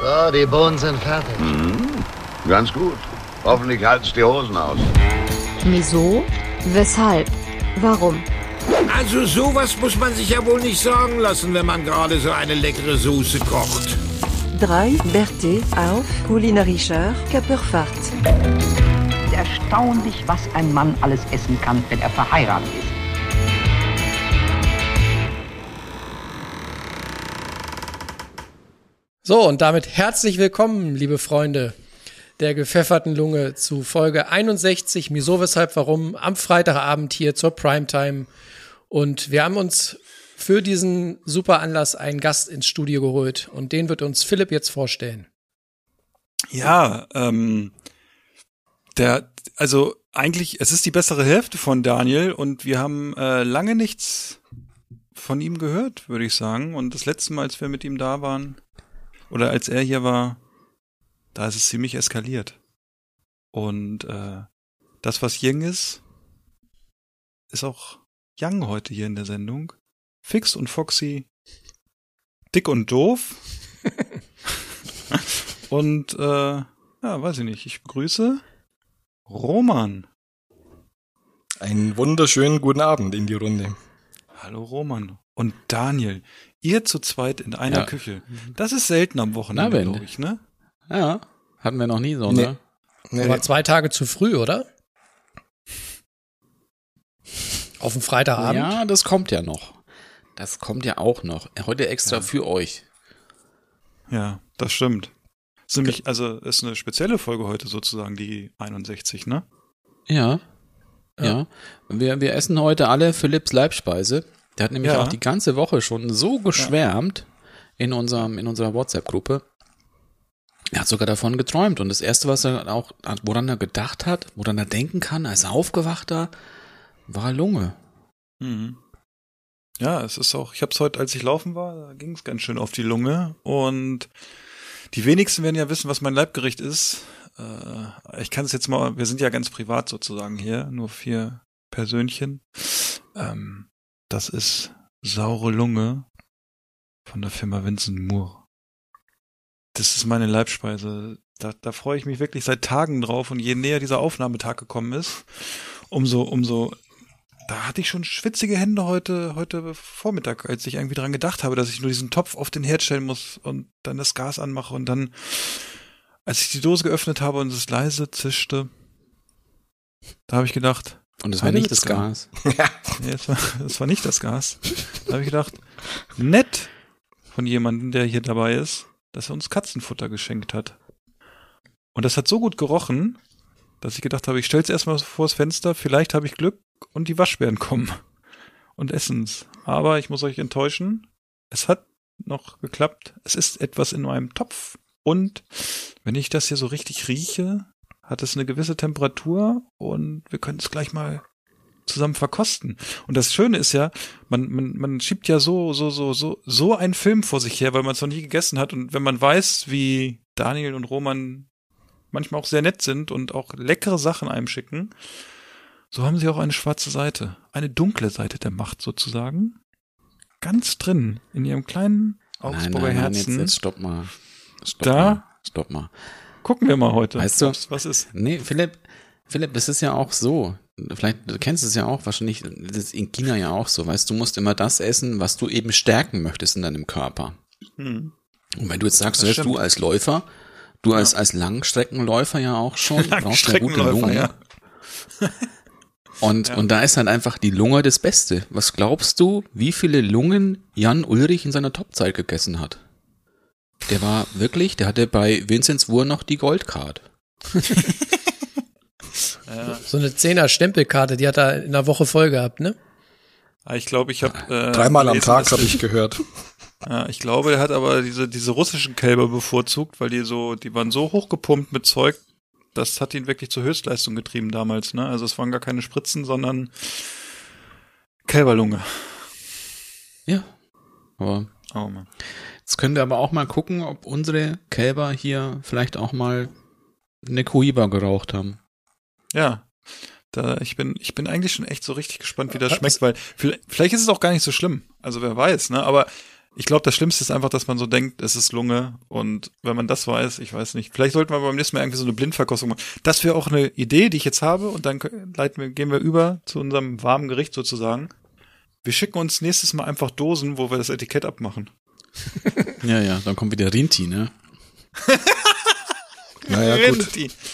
So, die Bohnen sind fertig. Ganz gut. Hoffentlich halten's die Hosen aus. Wieso? Weshalb? Warum? Also sowas muss man sich ja wohl nicht sagen lassen, wenn man gerade so eine leckere Soße kocht. 3 Berthe auf kulinarischer Körperfahrt. Erstaunlich, was ein Mann alles essen kann, wenn er verheiratet ist. So, und damit herzlich willkommen, liebe Freunde der gepfefferten Lunge, zu Folge 61, Wieso, Weshalb, Warum, am Freitagabend hier zur Primetime. Und wir haben uns für diesen super Anlass einen Gast ins Studio geholt und den wird uns Philipp jetzt vorstellen. Ja, also eigentlich, es ist die bessere Hälfte von Daniel und wir haben lange nichts von ihm gehört, würde ich sagen. Und das letzte Mal, als wir mit ihm da waren, oder als er hier war, da ist es ziemlich eskaliert. Und das, was Yang ist auch Yang heute hier in der Sendung. Fix und Foxy, dick und doof. Und ja, weiß ich nicht, ich begrüße Roman. Einen wunderschönen guten Abend in die Runde. Hallo Roman. Und Daniel, ihr zu zweit in einer Küche. Das ist selten am Wochenende, glaube ich, ne? Ja, hatten wir noch nie so, ne? Nee. Aber 2 Tage zu früh, oder? Auf dem Freitagabend? Ja, das kommt ja noch. Das kommt ja auch noch. Heute extra für euch. Ja, das stimmt. Ist nämlich, also ist eine spezielle Folge heute sozusagen, die 61, ne? Ja. Wir essen heute alle Philipps Leibspeise. Der hat nämlich auch die ganze Woche schon so geschwärmt in unserer WhatsApp-Gruppe. Er hat sogar davon geträumt. Und das Erste, was er auch, woran er gedacht hat, woran er denken kann, als er aufgewacht da, war Lunge. Mhm. Ja, es ist auch, ich habe es heute, als ich laufen war, da ging es ganz schön auf die Lunge. Und die wenigsten werden ja wissen, was mein Leibgericht ist. Ich kann es jetzt mal, wir sind ja ganz privat sozusagen hier, nur 4 Persönchen. Das ist saure Lunge von der Firma Vincent Moore. Das ist meine Leibspeise. Da freue ich mich wirklich seit Tagen drauf. Und je näher dieser Aufnahmetag gekommen ist, umso da hatte ich schon schwitzige Hände heute Vormittag, als ich irgendwie dran gedacht habe, dass ich nur diesen Topf auf den Herd stellen muss und dann das Gas anmache und dann, als ich die Dose geöffnet habe und es leise zischte, da habe ich gedacht. Und es war nicht das Gas. Nee, es war nicht das Gas. Da habe ich gedacht, nett von jemandem, der hier dabei ist, dass er uns Katzenfutter geschenkt hat. Und das hat so gut gerochen, dass ich gedacht habe, ich stelle es erstmal vors Fenster, vielleicht habe ich Glück und die Waschbären kommen und essen's. Aber ich muss euch enttäuschen, es hat noch geklappt. Es ist etwas in meinem Topf. Und wenn ich das hier so richtig rieche, hat es eine gewisse Temperatur und wir können es gleich mal zusammen verkosten. Und das Schöne ist ja, man schiebt ja so einen Film vor sich her, weil man es noch nie gegessen hat. Und wenn man weiß, wie Daniel und Roman manchmal auch sehr nett sind und auch leckere Sachen einem schicken, so haben sie auch eine schwarze Seite, eine dunkle Seite der Macht sozusagen, ganz drin in ihrem kleinen Augsburger Herzen. Jetzt stopp mal. Stopp mal. Gucken wir mal heute, weißt du, was ist. Nee, Philipp, das ist ja auch so. Vielleicht, du kennst es ja auch, wahrscheinlich, das ist in China ja auch so, weißt du, musst immer das essen, was du eben stärken möchtest in deinem Körper. Und wenn du jetzt sagst, du als Läufer, als Langstreckenläufer ja auch schon, brauchst eine gute Lunge. Ja. Und da ist halt einfach die Lunge das Beste. Was glaubst du, wie viele Lungen Jan Ullrich in seiner Topzeit gegessen hat? Der hatte bei Vinzenz Wur noch die Goldcard. So eine 10er Stempelkarte, die hat er in einer Woche voll gehabt, ne? Ich glaube, ich habe 3-mal am Tag habe ich gehört. Ja, ich glaube, er hat aber diese russischen Kälber bevorzugt, weil die waren so hochgepumpt mit Zeug, das hat ihn wirklich zur Höchstleistung getrieben damals, ne? Also es waren gar keine Spritzen, sondern Kälberlunge. Ja. Aber jetzt können wir aber auch mal gucken, ob unsere Kälber hier vielleicht auch mal eine Cohiba geraucht haben. Ja. Ich bin eigentlich schon echt so richtig gespannt, wie das schmeckt, weil vielleicht ist es auch gar nicht so schlimm. Also wer weiß, ne? Aber Ich glaube, das Schlimmste ist einfach, dass man so denkt, es ist Lunge. Und wenn man das weiß, ich weiß nicht. Vielleicht sollten wir beim nächsten Mal irgendwie so eine Blindverkostung machen. Das wäre auch eine Idee, die ich jetzt habe. Und dann gehen wir über zu unserem warmen Gericht sozusagen. Wir schicken uns nächstes Mal einfach Dosen, wo wir das Etikett abmachen. Ja, dann kommt wieder Rinti, ne? Naja, gut.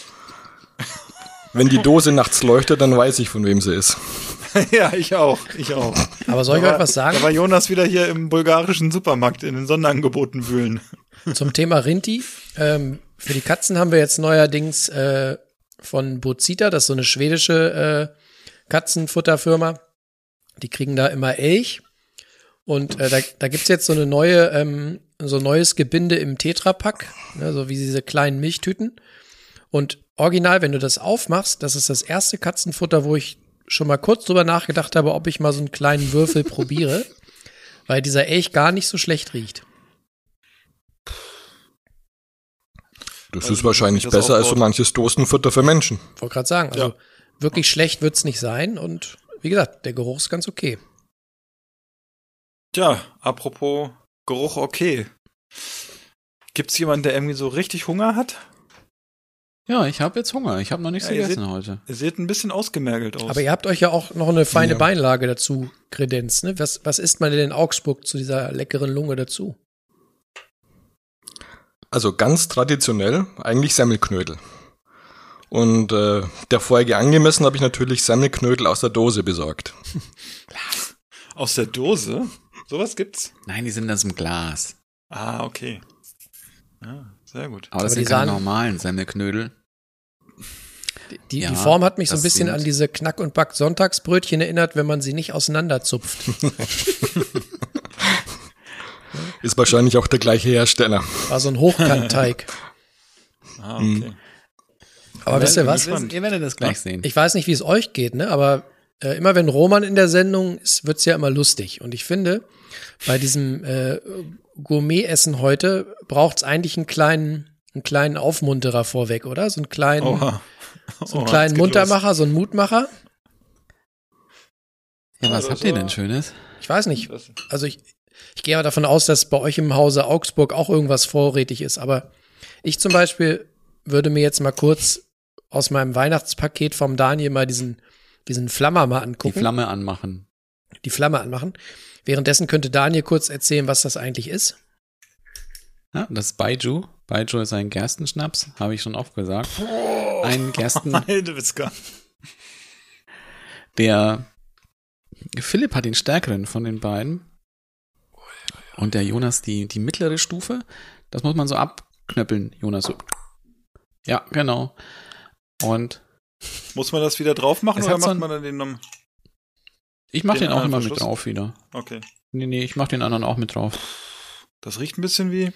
Wenn die Dose nachts leuchtet, dann weiß ich, von wem sie ist. Ja, ich auch. Aber soll ich euch was sagen? Da war Jonas wieder hier im bulgarischen Supermarkt in den Sonderangeboten wühlen. Zum Thema Rinti. Für die Katzen haben wir jetzt neuerdings von Bozita, das ist so eine schwedische Katzenfutterfirma. Die kriegen da immer Elch. Und da gibt's jetzt so eine neue, so ein neues Gebinde im Tetrapack, ne, so wie diese kleinen Milchtüten. Und original, wenn du das aufmachst, das ist das erste Katzenfutter, wo ich schon mal kurz drüber nachgedacht habe, ob ich mal so einen kleinen Würfel probiere, weil dieser Elch gar nicht so schlecht riecht. Das ist wahrscheinlich besser als so manches Dosenfutter für Menschen. Wollte gerade sagen, also wirklich schlecht wird's nicht sein und wie gesagt, der Geruch ist ganz okay. Tja, apropos Geruch okay. Gibt's jemanden, der irgendwie so richtig Hunger hat? Ja, ich habe jetzt Hunger. Ich habe noch nichts gegessen heute. Ihr seht ein bisschen ausgemergelt aus. Aber ihr habt euch ja auch noch eine feine Beilage dazu kredenzt, ne? Was isst man denn in Augsburg zu dieser leckeren Lunge dazu? Also ganz traditionell eigentlich Semmelknödel. Und der Folge angemessen habe ich natürlich Semmelknödel aus der Dose besorgt. Aus der Dose? Sowas gibt's? Nein, die sind aus dem Glas. Ah, okay. Ja, sehr gut. Aber das sind keine normalen Semmelknödel. Die Form hat mich so ein bisschen an diese Knack- und Back-Sonntagsbrötchen erinnert, wenn man sie nicht auseinanderzupft. Ist wahrscheinlich auch der gleiche Hersteller. War so ein Hochkantteig. Ah, okay. Aber wisst ihr was? Ihr werdet das gleich sehen. Ich weiß nicht, wie es euch geht, ne? Aber immer wenn Roman in der Sendung ist, wird's ja immer lustig. Und ich finde, bei diesem Gourmet-Essen heute braucht's eigentlich einen kleinen Aufmunterer vorweg, oder? So einen kleinen, kleinen Muntermacher, so einen Mutmacher. Ja, was habt ihr denn Schönes? Ich weiß nicht. Also ich gehe aber davon aus, dass bei euch im Hause Augsburg auch irgendwas vorrätig ist. Aber ich zum Beispiel würde mir jetzt mal kurz aus meinem Weihnachtspaket vom Daniel mal diesen Flammer mal angucken. Die Flamme anmachen. Währenddessen könnte Daniel kurz erzählen, was das eigentlich ist. Ja, das ist Baijiu. Baijiu ist ein Gerstenschnaps, habe ich schon oft gesagt. Ein Heidewitzka. Der Philipp hat den stärkeren von den beiden. Und der Jonas die mittlere Stufe. Das muss man so abknöppeln, Jonas. So. Ja, genau. Und muss man das wieder drauf machen oder macht man dann den Ich mache den auch immer mit drauf wieder. Okay. Nee, ich mache den anderen auch mit drauf. Das riecht ein bisschen wie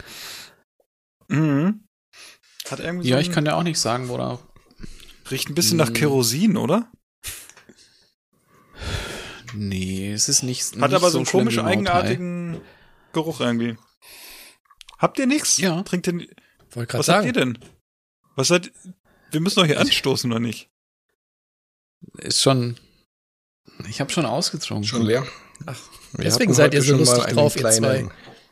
Hat irgendwie ja, ich kann ja auch nicht sagen, worauf. Riecht ein bisschen nach Kerosin, oder? Nee, es ist nicht Hat aber so einen schlimm komisch wie eigenartigen Geruch irgendwie. Habt ihr nichts? Ja. Trinkt ihr Wollte gerade Was sagen. habt ihr denn? Wir müssen doch hier anstoßen, oder nicht? Ist schon. Ich habe schon ausgetrunken. Schon leer? Ach, deswegen seid ihr so lustig drauf, ihr zwei.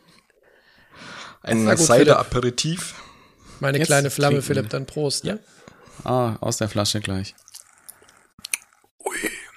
Ein Cider-Aperitif. Meine Jetzt kleine Flamme, trinken. Philipp, dann Prost. Ja. Aus der Flasche gleich. Ui.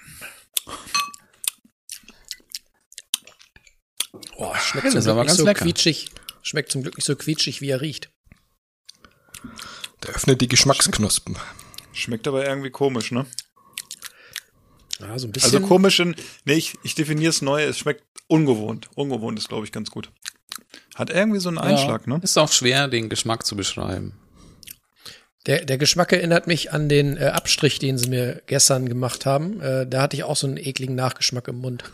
Oh, schmeckt zum Glück nicht so quietschig. Schmeckt zum Glück nicht so quietschig, wie er riecht. Der öffnet die Geschmacksknospen. Schmeckt aber irgendwie komisch, ne? Ja, so ein bisschen. Also komisch ich definiere es neu, es schmeckt ungewohnt. Ungewohnt ist, glaube ich, ganz gut. Hat irgendwie so einen Einschlag, ne? Ist auch schwer, den Geschmack zu beschreiben. Der Geschmack erinnert mich an den Abstrich, den sie mir gestern gemacht haben. Da hatte ich auch so einen ekligen Nachgeschmack im Mund.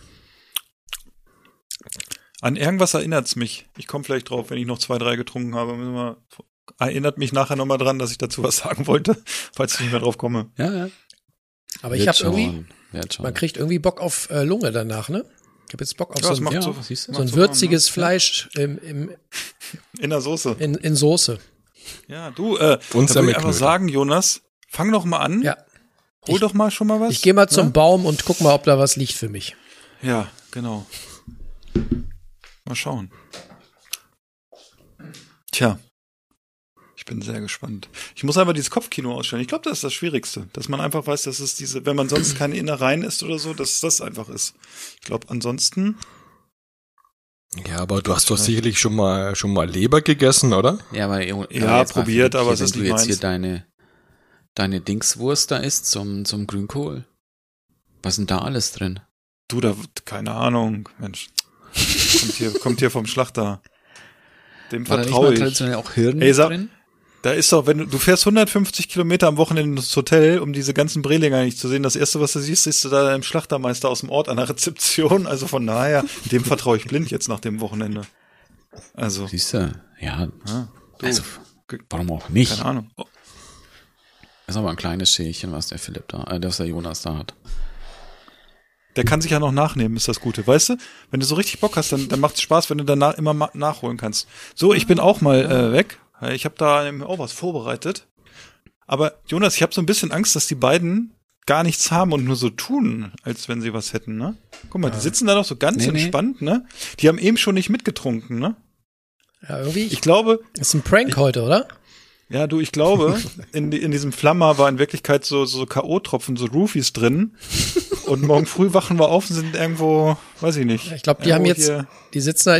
An irgendwas erinnert es mich. Ich komme vielleicht drauf, wenn ich noch 2, 3 getrunken habe. Erinnert mich nachher nochmal dran, dass ich dazu was sagen wollte, falls ich nicht mehr drauf komme. Ja. Aber ich habe irgendwie, man kriegt irgendwie Bock auf Lunge danach, ne? Ich habe jetzt Bock auf so ein würziges Fleisch in der Soße. In Soße. Ja, du, da würde ich einfach sagen, Jonas, fang doch mal an. Ja. Hol doch mal schon mal was. Ich gehe mal zum Baum und guck mal, ob da was liegt für mich. Ja, genau. Mal schauen. Tja. Ich bin sehr gespannt. Ich muss einfach dieses Kopfkino ausstellen. Ich glaube, das ist das Schwierigste. Dass man einfach weiß, dass es diese, wenn man sonst keine Innereien isst oder so, dass das einfach ist. Ich glaube, ansonsten. Ja, aber du hast doch sicherlich schon mal Leber gegessen, oder? Ja, aber ja, probiert, aber es ist nicht meins. Wenn du jetzt hier deine Dingswurst da isst zum Grünkohl. Was ist denn da alles drin? Du, da, keine Ahnung, Mensch. Kommt hier vom Schlachter. Dem vertraue ich. Traditionell auch Hirn drin? Da ist doch, wenn du fährst 150 Kilometer am Wochenende ins Hotel, um diese ganzen Brelinger nicht zu sehen. Das erste, was du siehst, ist du da im Schlachtermeister aus dem Ort an der Rezeption. Also von daher, dem vertraue ich blind jetzt nach dem Wochenende. Also. Siehst du, ja. Also, warum auch nicht? Keine Ahnung. Oh. Ist aber ein kleines Schälchen, was der Philipp was der Jonas da hat. Der kann sich ja noch nachnehmen, ist das Gute. Weißt du, wenn du so richtig Bock hast, dann macht es Spaß, wenn du danach immer nachholen kannst. So, ich bin auch mal weg. Ich habe da auch was vorbereitet. Aber Jonas, ich habe so ein bisschen Angst, dass die beiden gar nichts haben und nur so tun, als wenn sie was hätten, ne? Guck mal, die sitzen da doch so ganz entspannt, ne? Die haben eben schon nicht mitgetrunken, ne? Ja, irgendwie. Ich glaube. Ist ein Prank heute, oder? Ja, du, ich glaube, in diesem Flammer war in Wirklichkeit so K.O.-Tropfen, so Roofies drin. Und morgen früh wachen wir auf und sind irgendwo, weiß ich nicht. Ich glaube, die haben jetzt, die sitzen da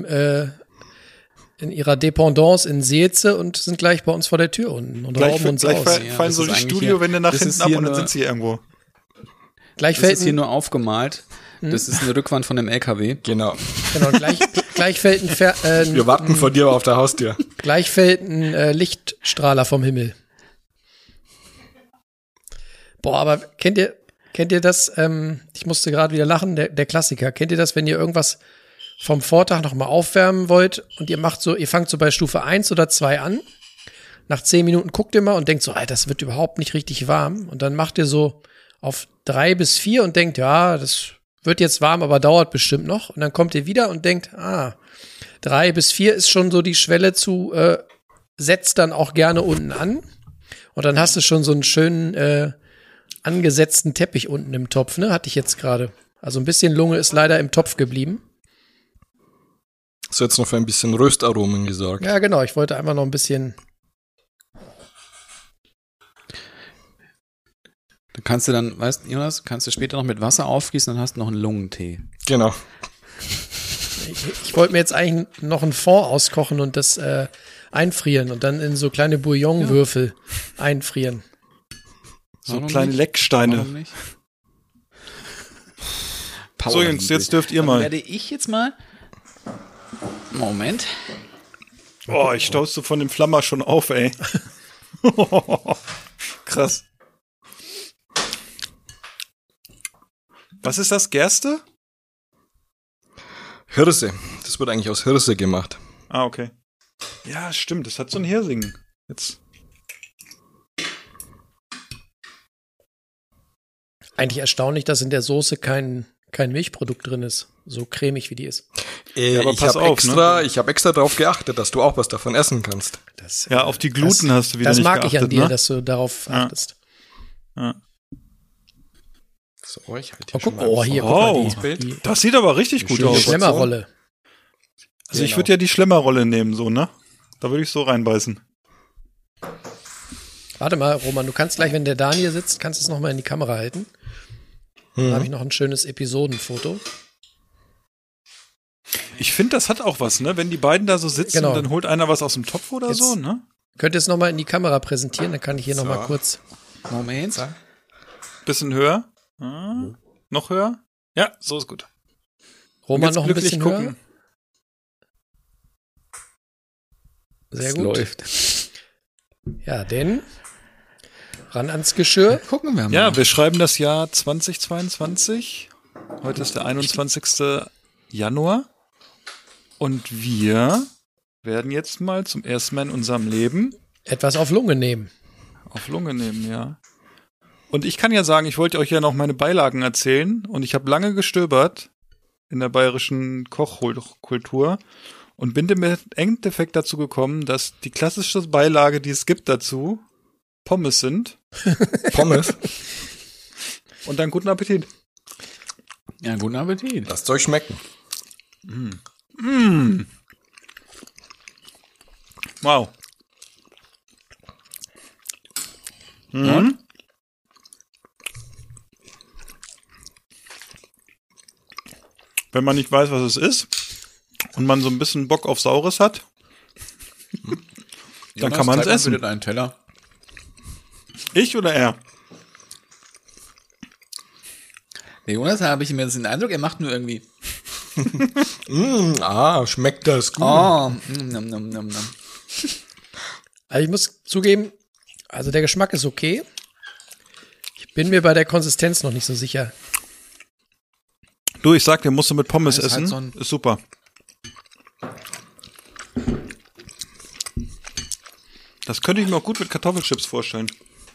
in ihrer Dependance in Seelze und sind gleich bei uns vor der Tür unten und rauben uns aus. Gleich fallen so die Studiowände nach hinten ab und dann sind sie irgendwo. Das ist hier nur aufgemalt. Das ist eine Rückwand von dem LKW. Genau. Gleich fällt wir warten vor dir auf der Haustür. Gleich fällt ein Lichtstrahler vom Himmel. Boah, aber kennt ihr das, ich musste gerade wieder lachen, der Klassiker. Kennt ihr das, wenn ihr irgendwas vom Vortag noch mal aufwärmen wollt und ihr fangt so bei Stufe 1 oder 2 an. Nach 10 Minuten guckt ihr mal und denkt so, das wird überhaupt nicht richtig warm. Und dann macht ihr so auf 3 bis 4 und denkt, ja, das wird jetzt warm, aber dauert bestimmt noch. Und dann kommt ihr wieder und denkt, 3 bis 4 ist schon so die Schwelle zu, setzt dann auch gerne unten an. Und dann hast du schon so einen schönen, angesetzten Teppich unten im Topf, ne? Hatte ich jetzt gerade. Also ein bisschen Lunge ist leider im Topf geblieben. Hast du jetzt noch für ein bisschen Röstaromen gesorgt? Ja, genau. Ich wollte einfach noch ein bisschen. Da kannst du dann, weißt du, Jonas, kannst du später noch mit Wasser aufgießen, dann hast du noch einen Lungentee. Genau. Ich wollte mir jetzt eigentlich noch einen Fond auskochen und das einfrieren und dann in so kleine Bouillonwürfel einfrieren. So kleine Lecksteine. So, Jungs, jetzt dürft ihr mal. Werde ich jetzt mal. Moment. Oh, ich stauste von dem Flammer schon auf, ey. Krass. Was ist das? Gerste? Hirse. Das wird eigentlich aus Hirse gemacht. Ah, okay. Ja, stimmt. Das hat so ein Hirsing. Jetzt. Eigentlich erstaunlich, dass in der Soße kein Milchprodukt drin ist. So cremig, wie die ist. Aber ich habe extra darauf geachtet, dass du auch was davon essen kannst. Auf die Gluten hast du wieder nicht geachtet. Das mag ich an dir, ne? dass du darauf achtest. Ja. So, ich halte guck mal, die das sieht aber richtig gut aus. Die Schlemmerrolle. Also ich würde ja die Schlemmerrolle nehmen, so, ne? Da würde ich so reinbeißen. Warte mal, Roman, du kannst gleich, wenn der Daniel sitzt, kannst du es nochmal in die Kamera halten. Da habe ich noch ein schönes Episodenfoto. Ich finde, das hat auch was, ne? Wenn die beiden da so sitzen, dann holt einer was aus dem Topf oder jetzt so, ne? Könnt ihr es nochmal in die Kamera präsentieren, dann kann ich hier nochmal kurz. Moment. Bisschen höher. Noch höher? Ja, so ist gut. Roman noch ein bisschen höher. Sehr gut. Läuft. Ja, denn ran ans Geschirr. Gucken wir mal. Ja, wir schreiben das Jahr 2022. Heute ist der 21. Januar. Und wir werden jetzt mal zum ersten Mal in unserem Leben etwas auf Lunge nehmen. Auf Lunge nehmen, ja. Und ich kann ja sagen, ich wollte euch ja noch meine Beilagen erzählen. Und ich habe lange gestöbert in der bayerischen Kochkultur und bin im Endeffekt dazu gekommen, dass die klassische Beilage, die es gibt dazu, Pommes sind. Pommes? Und dann guten Appetit. Ja, guten Appetit. Lasst euch schmecken. Wow. Und? Wenn man nicht weiß, was es ist und man so ein bisschen Bock auf Saures hat, dann kann man es essen. Bitte einen Teller. Ich oder er? Der Jonas, habe ich mir jetzt den Eindruck, er macht nur irgendwie. Schmeckt das gut. Oh, Also ich muss zugeben, also der Geschmack ist okay. Ich bin mir bei der Konsistenz noch nicht so sicher. Du, ich sag dir, musst du mit Pommes Das ist essen. halt so ist super. Das könnte ich mir auch gut mit Kartoffelchips vorstellen.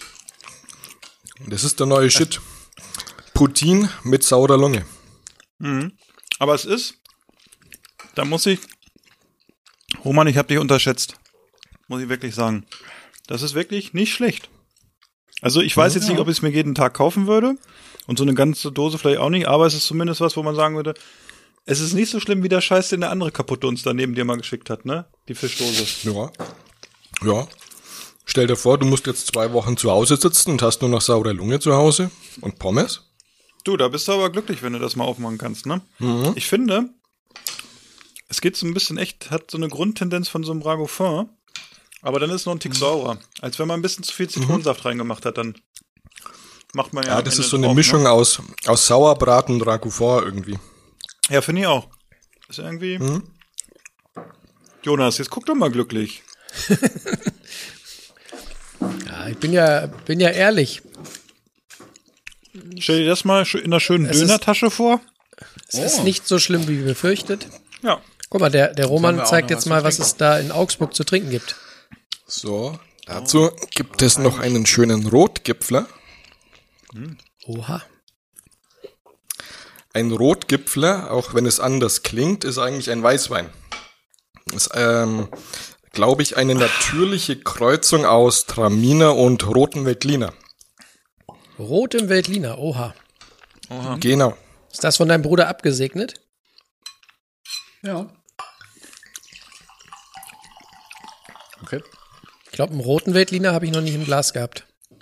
Das ist der neue Shit. Poutine mit saurer Lunge. Aber es ist, da muss ich, Roman, ich habe dich unterschätzt. Muss ich wirklich sagen. Das ist wirklich nicht schlecht. Also ich weiß jetzt nicht, ob ich es mir jeden Tag kaufen würde. Und so eine ganze Dose vielleicht auch nicht. Aber es ist zumindest was, wo man sagen würde, es ist nicht so schlimm wie der Scheiß, den der andere kaputte uns daneben dir mal geschickt hat, ne? Die Fischdose. Ja. Stell dir vor, du musst jetzt 2 Wochen zu Hause sitzen und hast nur noch saure Lunge zu Hause und Pommes. Du, da bist du aber glücklich, wenn du das mal aufmachen kannst, ne? Ich finde, es geht so ein bisschen echt, hat so eine Grundtendenz von so einem Ragout, aber dann ist noch ein Tick saurer. Als wenn man ein bisschen zu viel Zitronensaft reingemacht hat, dann macht man ja. Ja, das ist so eine Mischung aus Sauerbraten und Ragout irgendwie. Ja, finde ich auch. Ist irgendwie. Jonas, jetzt guck doch mal glücklich. Ja, ich bin ja ehrlich. Stell dir das mal in einer schönen Dönertasche vor. Es ist nicht so schlimm, wie befürchtet. Ja. Guck mal, der Roman zeigt jetzt mal, was trinken. es da in Augsburg zu trinken gibt. So, dazu gibt es noch einen schönen Rotgipfler. Oha. Ein Rotgipfler, auch wenn es anders klingt, ist eigentlich ein Weißwein. Ist, glaube ich, eine natürliche Kreuzung aus Traminer und roten Veltliner. Rotem Veltliner, oha. Genau. Ist das von deinem Bruder abgesegnet? Ja. Okay. Ich glaube, einen roten Veltliner habe ich noch nicht im Glas gehabt.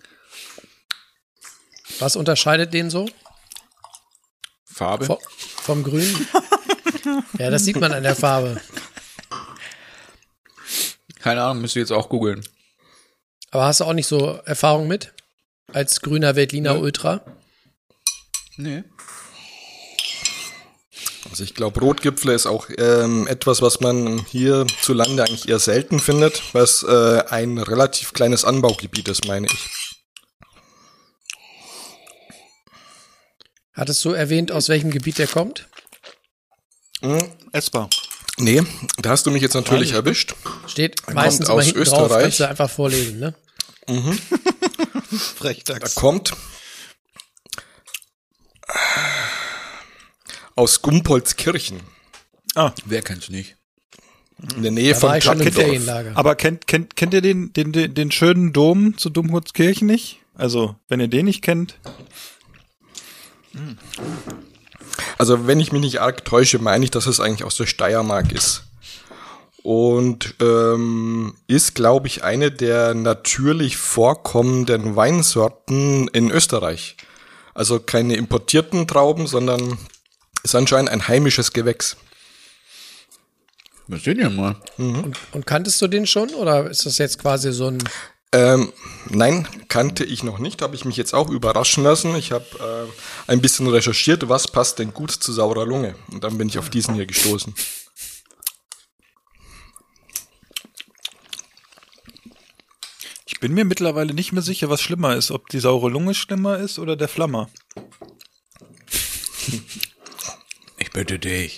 Was unterscheidet den so? Farbe. Vom Grünen? Ja, das sieht man an der Farbe. Keine Ahnung, müsst ihr jetzt auch googeln. Aber hast du auch nicht so Erfahrung mit? Als grüner Veltliner Ultra? Nee. Also ich glaube, Rotgipfler ist auch etwas, was man hierzulande eigentlich eher selten findet, was ein relativ kleines Anbaugebiet ist, meine ich. Hattest du erwähnt, aus welchem Gebiet der kommt? Essbar. Nee, da hast du mich jetzt natürlich erwischt. Steht Er meistens kommt immer aus hinten drauf, Österreich. kannst du einfach vorlesen, ne? Da Frechdachs. kommt aus Gumpolskirchen, Wer kennt's nicht? in der Nähe Da von war ich schon im Kappendorf. Ferienlager. Aber kennt ihr den schönen Dom zu Domholzkirchen nicht? Also, wenn ihr den nicht kennt. Also wenn ich mich nicht arg täusche, meine ich, dass es eigentlich aus der Steiermark ist. Und ist, glaube ich, eine der natürlich vorkommenden Weinsorten in Österreich. Also keine importierten Trauben, sondern ist anscheinend ein heimisches Gewächs. Was sehen wir mal? Und kanntest du den schon? Oder ist das jetzt quasi so ein... Nein, kannte ich noch nicht, habe ich mich jetzt auch überraschen lassen. Ich habe ein bisschen recherchiert, was passt denn gut zu saurer Lunge. Und dann bin ich auf diesen hier gestoßen. Ich bin mir mittlerweile nicht mehr sicher, was schlimmer ist. Ob die saure Lunge schlimmer ist oder der Flammer. Ich bitte dich.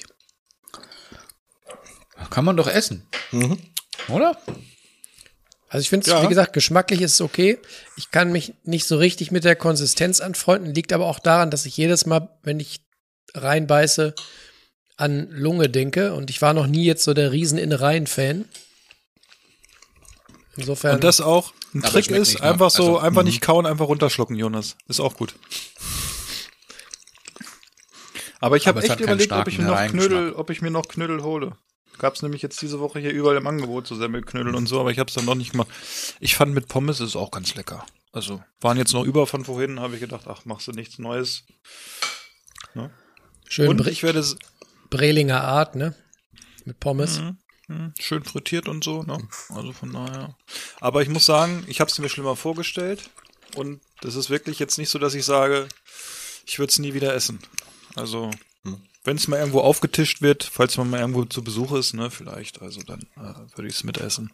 Kann man doch essen. Oder? Also ich finde es, Ja. wie gesagt, geschmacklich ist es okay. Ich kann mich nicht so richtig mit der Konsistenz anfreunden. Liegt aber auch daran, dass ich jedes Mal, wenn ich reinbeiße, an Lunge denke. Und ich war noch nie jetzt so der Riesen-Innereien-Fan. Insofern. Und das auch ein Aber Trick schmeckt ist, nicht, ne? einfach so, Also, einfach nicht kauen, einfach runterschlucken, Jonas. Ist auch gut. Aber ich habe Aber es echt hat keinen überlegt, ob ich starken mir noch Knödel hole. Gab's nämlich jetzt diese Woche hier überall im Angebot, so Semmelknödel und so, aber ich habe es dann noch nicht gemacht. Ich fand mit Pommes ist es auch ganz lecker. Also waren jetzt noch über von vorhin, habe ich gedacht, ach, machst du nichts Neues. Ne? Schön Und ich werde Brelinger Art, ne? Mit Pommes. Schön frittiert und so, ne? Also von daher. Aber ich muss sagen, ich habe es mir schlimmer vorgestellt und das ist wirklich jetzt nicht so, dass ich sage, ich würde es nie wieder essen. Also wenn es mal irgendwo aufgetischt wird, falls man mal irgendwo zu Besuch ist, ne, vielleicht, also dann würde ich es mitessen.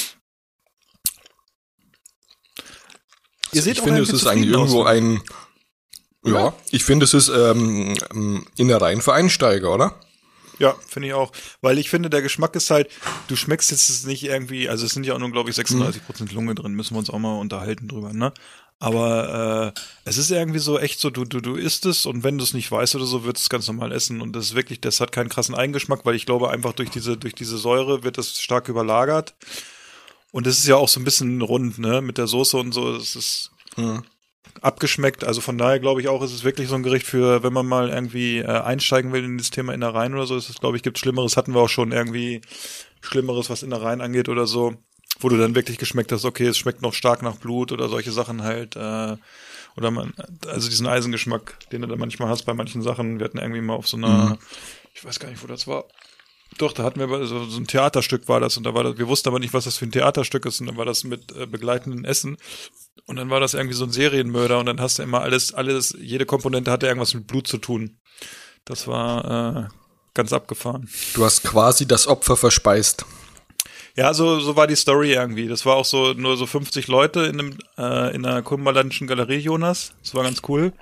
Ihr seht ich finde, es ist eigentlich irgendwo ein, ja, ich finde, es ist Innereien für Einsteiger, oder? Ja, finde ich auch. Weil ich finde, der Geschmack ist halt, du schmeckst jetzt nicht irgendwie, also es sind ja auch nur, glaube ich, 36% Lunge drin, müssen wir uns auch mal unterhalten drüber, ne? Aber es ist irgendwie so echt so, du isst es und wenn du es nicht weißt oder so, würdest du es ganz normal essen. Und das ist wirklich, das hat keinen krassen Eigengeschmack, weil ich glaube, einfach durch diese Säure wird das stark überlagert. Und es ist ja auch so ein bisschen rund, ne, mit der Soße und so, es ist abgeschmeckt. Also von daher glaube ich auch, es ist wirklich so ein Gericht für, wenn man mal irgendwie einsteigen will in das Thema Innereien oder so, ist es, glaube ich, gibt Schlimmeres, hatten wir auch schon irgendwie Schlimmeres, was Innereien angeht oder so, wo du dann wirklich geschmeckt hast, okay, es schmeckt noch stark nach Blut oder solche Sachen halt, oder also diesen Eisengeschmack, den du da manchmal hast bei manchen Sachen. Wir hatten irgendwie mal auf so einer, ich weiß gar nicht, wo das war. Doch, da hatten wir so ein Theaterstück war das und da war das, wir wussten aber nicht, was das für ein Theaterstück ist und dann war das mit begleitenden Essen und dann war das irgendwie so ein Serienmörder und dann hast du immer alles, jede Komponente hatte irgendwas mit Blut zu tun. Das war ganz abgefahren. Du hast quasi das Opfer verspeist. Ja, so war die Story irgendwie. Das war auch so nur so 50 Leute in einer Kummerlandischen Galerie, Jonas. Das war ganz cool.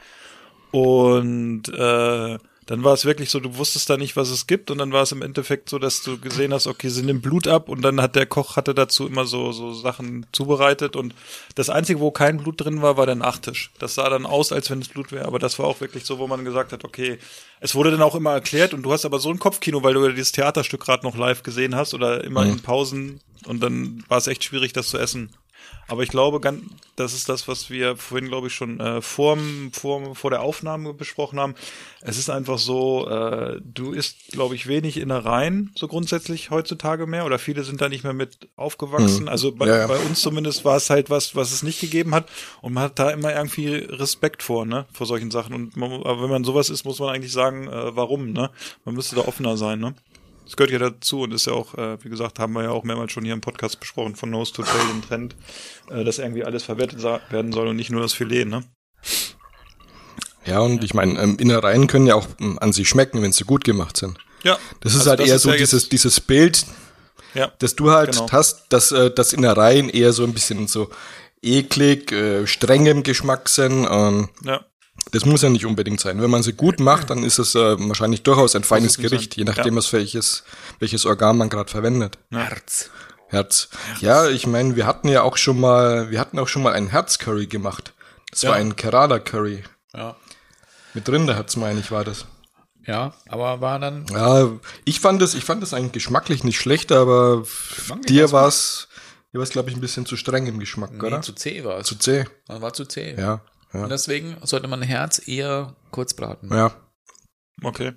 Und dann war es wirklich so, du wusstest da nicht, was es gibt und dann war es im Endeffekt so, dass du gesehen hast, okay, sie nimmt Blut ab und dann hat der Koch hatte dazu immer so Sachen zubereitet und das Einzige, wo kein Blut drin war, war der Nachtisch. Das sah dann aus, als wenn es Blut wäre, aber das war auch wirklich so, wo man gesagt hat, okay, es wurde dann auch immer erklärt und du hast aber so ein Kopfkino, weil du dieses Theaterstück gerade noch live gesehen hast oder immer in Pausen und dann war es echt schwierig, das zu essen. Aber ich glaube, das ist das, was wir vorhin, glaube ich, schon vor der Aufnahme besprochen haben. Es ist einfach so, du isst, glaube ich, wenig Innereien, so grundsätzlich heutzutage mehr. Oder viele sind da nicht mehr mit aufgewachsen. Also bei uns zumindest war es halt was es nicht gegeben hat. Und man hat da immer irgendwie Respekt vor solchen Sachen. Und aber wenn man sowas isst, muss man eigentlich sagen, warum, ne? Man müsste da offener sein, ne? Das gehört ja dazu und ist ja auch, wie gesagt, haben wir ja auch mehrmals schon hier im Podcast besprochen, von Nose to Tail den Trend, dass irgendwie alles verwertet werden soll und nicht nur das Filet, ne? Ja, und ich meine, Innereien können ja auch an sich schmecken, wenn sie gut gemacht sind. Ja. Das ist also halt das eher ist so ja dieses Bild, das du halt hast, dass Innereien eher so ein bisschen so eklig, strengem Geschmack sind. Das muss ja nicht unbedingt sein. Wenn man sie gut macht, dann ist es wahrscheinlich durchaus ein feines Gericht, je nachdem, welches Organ man gerade verwendet. Herz. Ja, ich meine, wir hatten auch schon mal einen Herzcurry gemacht. Das war ein Kerala Curry. Ja. Mit Rinderherz, meine ich, war das. Ja, aber war dann. Ja, ich fand das eigentlich geschmacklich nicht schlecht, aber dir war es, glaube ich, ein bisschen zu streng im Geschmack, oder? Zu zäh war es. Zu zäh. Man war zu zäh. Ja. Und deswegen sollte man Herz eher kurz braten. Ja. Okay.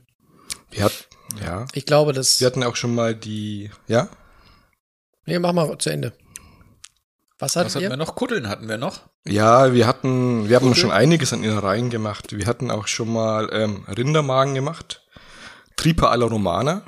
Ich glaube, wir hatten auch schon mal die, ja? Nee, mach mal zu Ende. Was hatten wir noch? Kutteln hatten wir noch? Ja, wir haben schon einiges an Innereien gemacht. Wir hatten auch schon mal Rindermagen gemacht. Tripa alla Romana.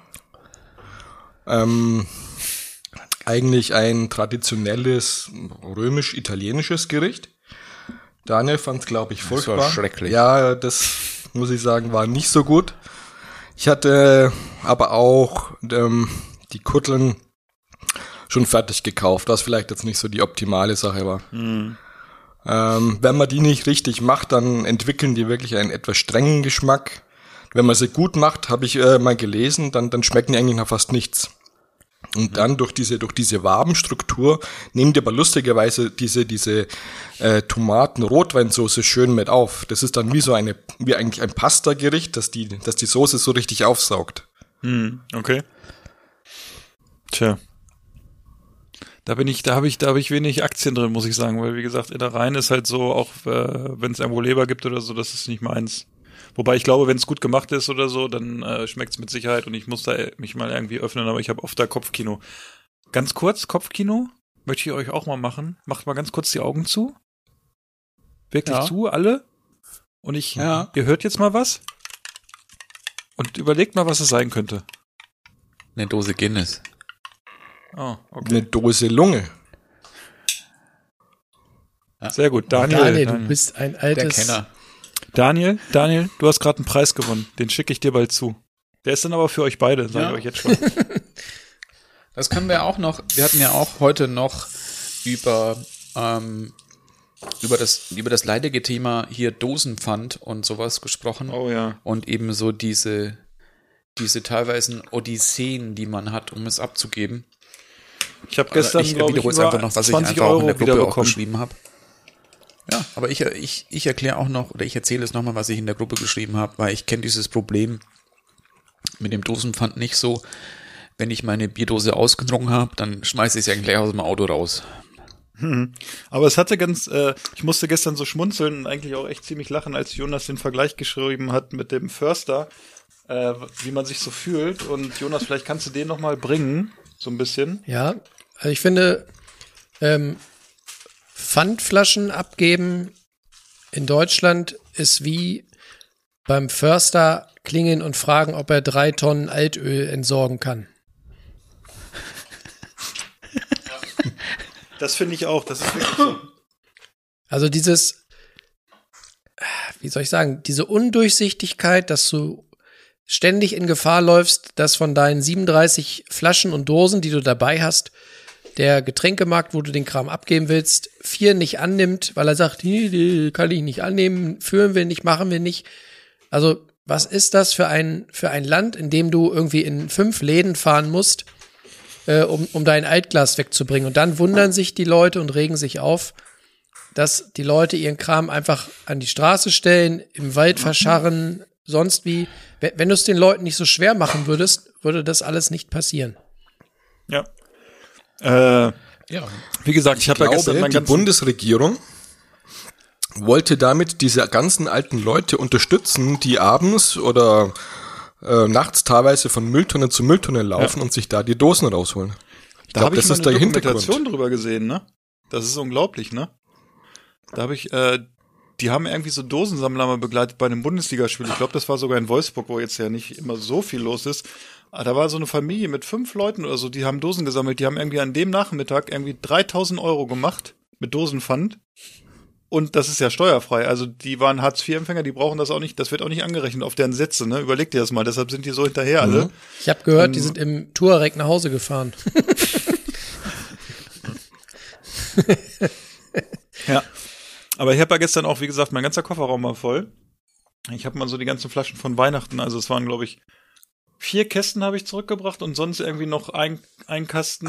Eigentlich ein traditionelles römisch-italienisches Gericht. Daniel fand es, glaube ich, furchtbar. Das war schrecklich. Ja, das muss ich sagen, war nicht so gut. Ich hatte aber auch die Kutteln schon fertig gekauft, was vielleicht jetzt nicht so die optimale Sache war. Wenn man die nicht richtig macht, dann entwickeln die wirklich einen etwas strengen Geschmack. Wenn man sie gut macht, habe ich mal gelesen, dann schmecken die eigentlich nach fast nichts. Und dann durch diese Wabenstruktur nehmen die aber lustigerweise diese Tomaten-Rotweinsoße schön mit auf. Das ist dann wie eigentlich ein Pasta-Gericht, dass die Soße so richtig aufsaugt. Okay. Tja. Da habe ich wenig Aktien drin, muss ich sagen, weil wie gesagt, Innereien ist halt so, auch wenn es irgendwo Leber gibt oder so, das ist nicht meins. Wobei ich glaube, wenn es gut gemacht ist oder so, dann schmeckt es mit Sicherheit und ich muss da mich mal irgendwie öffnen, aber ich habe oft da Kopfkino. Ganz kurz, Kopfkino, möchte ich euch auch mal machen. Macht mal ganz kurz die Augen zu. Wirklich zu, alle. Und ihr hört jetzt mal was. Und überlegt mal, was es sein könnte. Eine Dose Guinness. Oh, okay. Eine Dose Lunge. Sehr gut, Daniel. Du bist ein altes... Der Kenner. Daniel, du hast gerade einen Preis gewonnen. Den schicke ich dir bald zu. Der ist dann aber für euch beide, sage ich euch jetzt schon. Das können wir auch noch. Wir hatten ja auch heute noch über das leidige Thema hier Dosenpfand und sowas gesprochen. Oh ja. Und eben so diese teilweise Odysseen, die man hat, um es abzugeben. Ich habe gestern, ich wiederhole es einfach noch, was ich einfach auch in der Gruppe auch geschrieben habe. Ja, aber ich erkläre auch noch, oder ich erzähle es nochmal, was ich in der Gruppe geschrieben habe, weil ich kenne dieses Problem mit dem Dosenpfand nicht so. Wenn ich meine Bierdose ausgetrunken habe, dann schmeiße ich sie gleich aus dem Auto raus. Aber es hatte ich musste gestern so schmunzeln und eigentlich auch echt ziemlich lachen, als Jonas den Vergleich geschrieben hat mit dem Förster, wie man sich so fühlt. Und Jonas, vielleicht kannst du den nochmal bringen, so ein bisschen. Ja, also ich finde, Pfandflaschen abgeben in Deutschland ist wie beim Förster klingeln und fragen, ob er 3 Tonnen Altöl entsorgen kann. Das finde ich auch, das ist wirklich so. Also dieses, wie soll ich sagen, diese Undurchsichtigkeit, dass du ständig in Gefahr läufst, dass von deinen 37 Flaschen und Dosen, die du dabei hast, der Getränkemarkt, wo du den Kram abgeben willst, 4 nicht annimmt, weil er sagt, nee, kann ich nicht annehmen, führen wir nicht, machen wir nicht. Also was ist das für ein Land, in dem du irgendwie in 5 Läden fahren musst, um dein Altglas wegzubringen? Und dann wundern sich die Leute und regen sich auf, dass die Leute ihren Kram einfach an die Straße stellen, im Wald verscharren, sonst wie. Wenn du es den Leuten nicht so schwer machen würdest, würde das alles nicht passieren. Ja. Wie gesagt, ich habe ja gestern die Bundesregierung wollte damit diese ganzen alten Leute unterstützen, die abends oder nachts teilweise von Mülltonne zu Mülltonne laufen und sich da die Dosen rausholen. Da habe ich mal eine Dokumentation drüber gesehen, ne? Das ist unglaublich, ne? Da habe ich, die haben irgendwie so Dosensammler mal begleitet bei einem Bundesligaspiel. Ich glaube, das war sogar in Wolfsburg, wo jetzt ja nicht immer so viel los ist. Aber da war so eine Familie mit 5 Leuten oder so, die haben Dosen gesammelt. Die haben irgendwie an dem Nachmittag irgendwie 3.000 € gemacht mit Dosenpfand. Und das ist ja steuerfrei. Also die waren Hartz-IV-Empfänger, die brauchen das auch nicht, das wird auch nicht angerechnet auf deren Sätze, ne? Überleg dir das mal, deshalb sind die so hinterher alle. Ich habe gehört, die sind im Touareg nach Hause gefahren. Ja. Aber ich habe ja gestern auch, wie gesagt, mein ganzer Kofferraum war voll. Ich habe mal so die ganzen Flaschen von Weihnachten, also es waren, glaube ich, 4 Kästen habe ich zurückgebracht und sonst irgendwie noch ein Kasten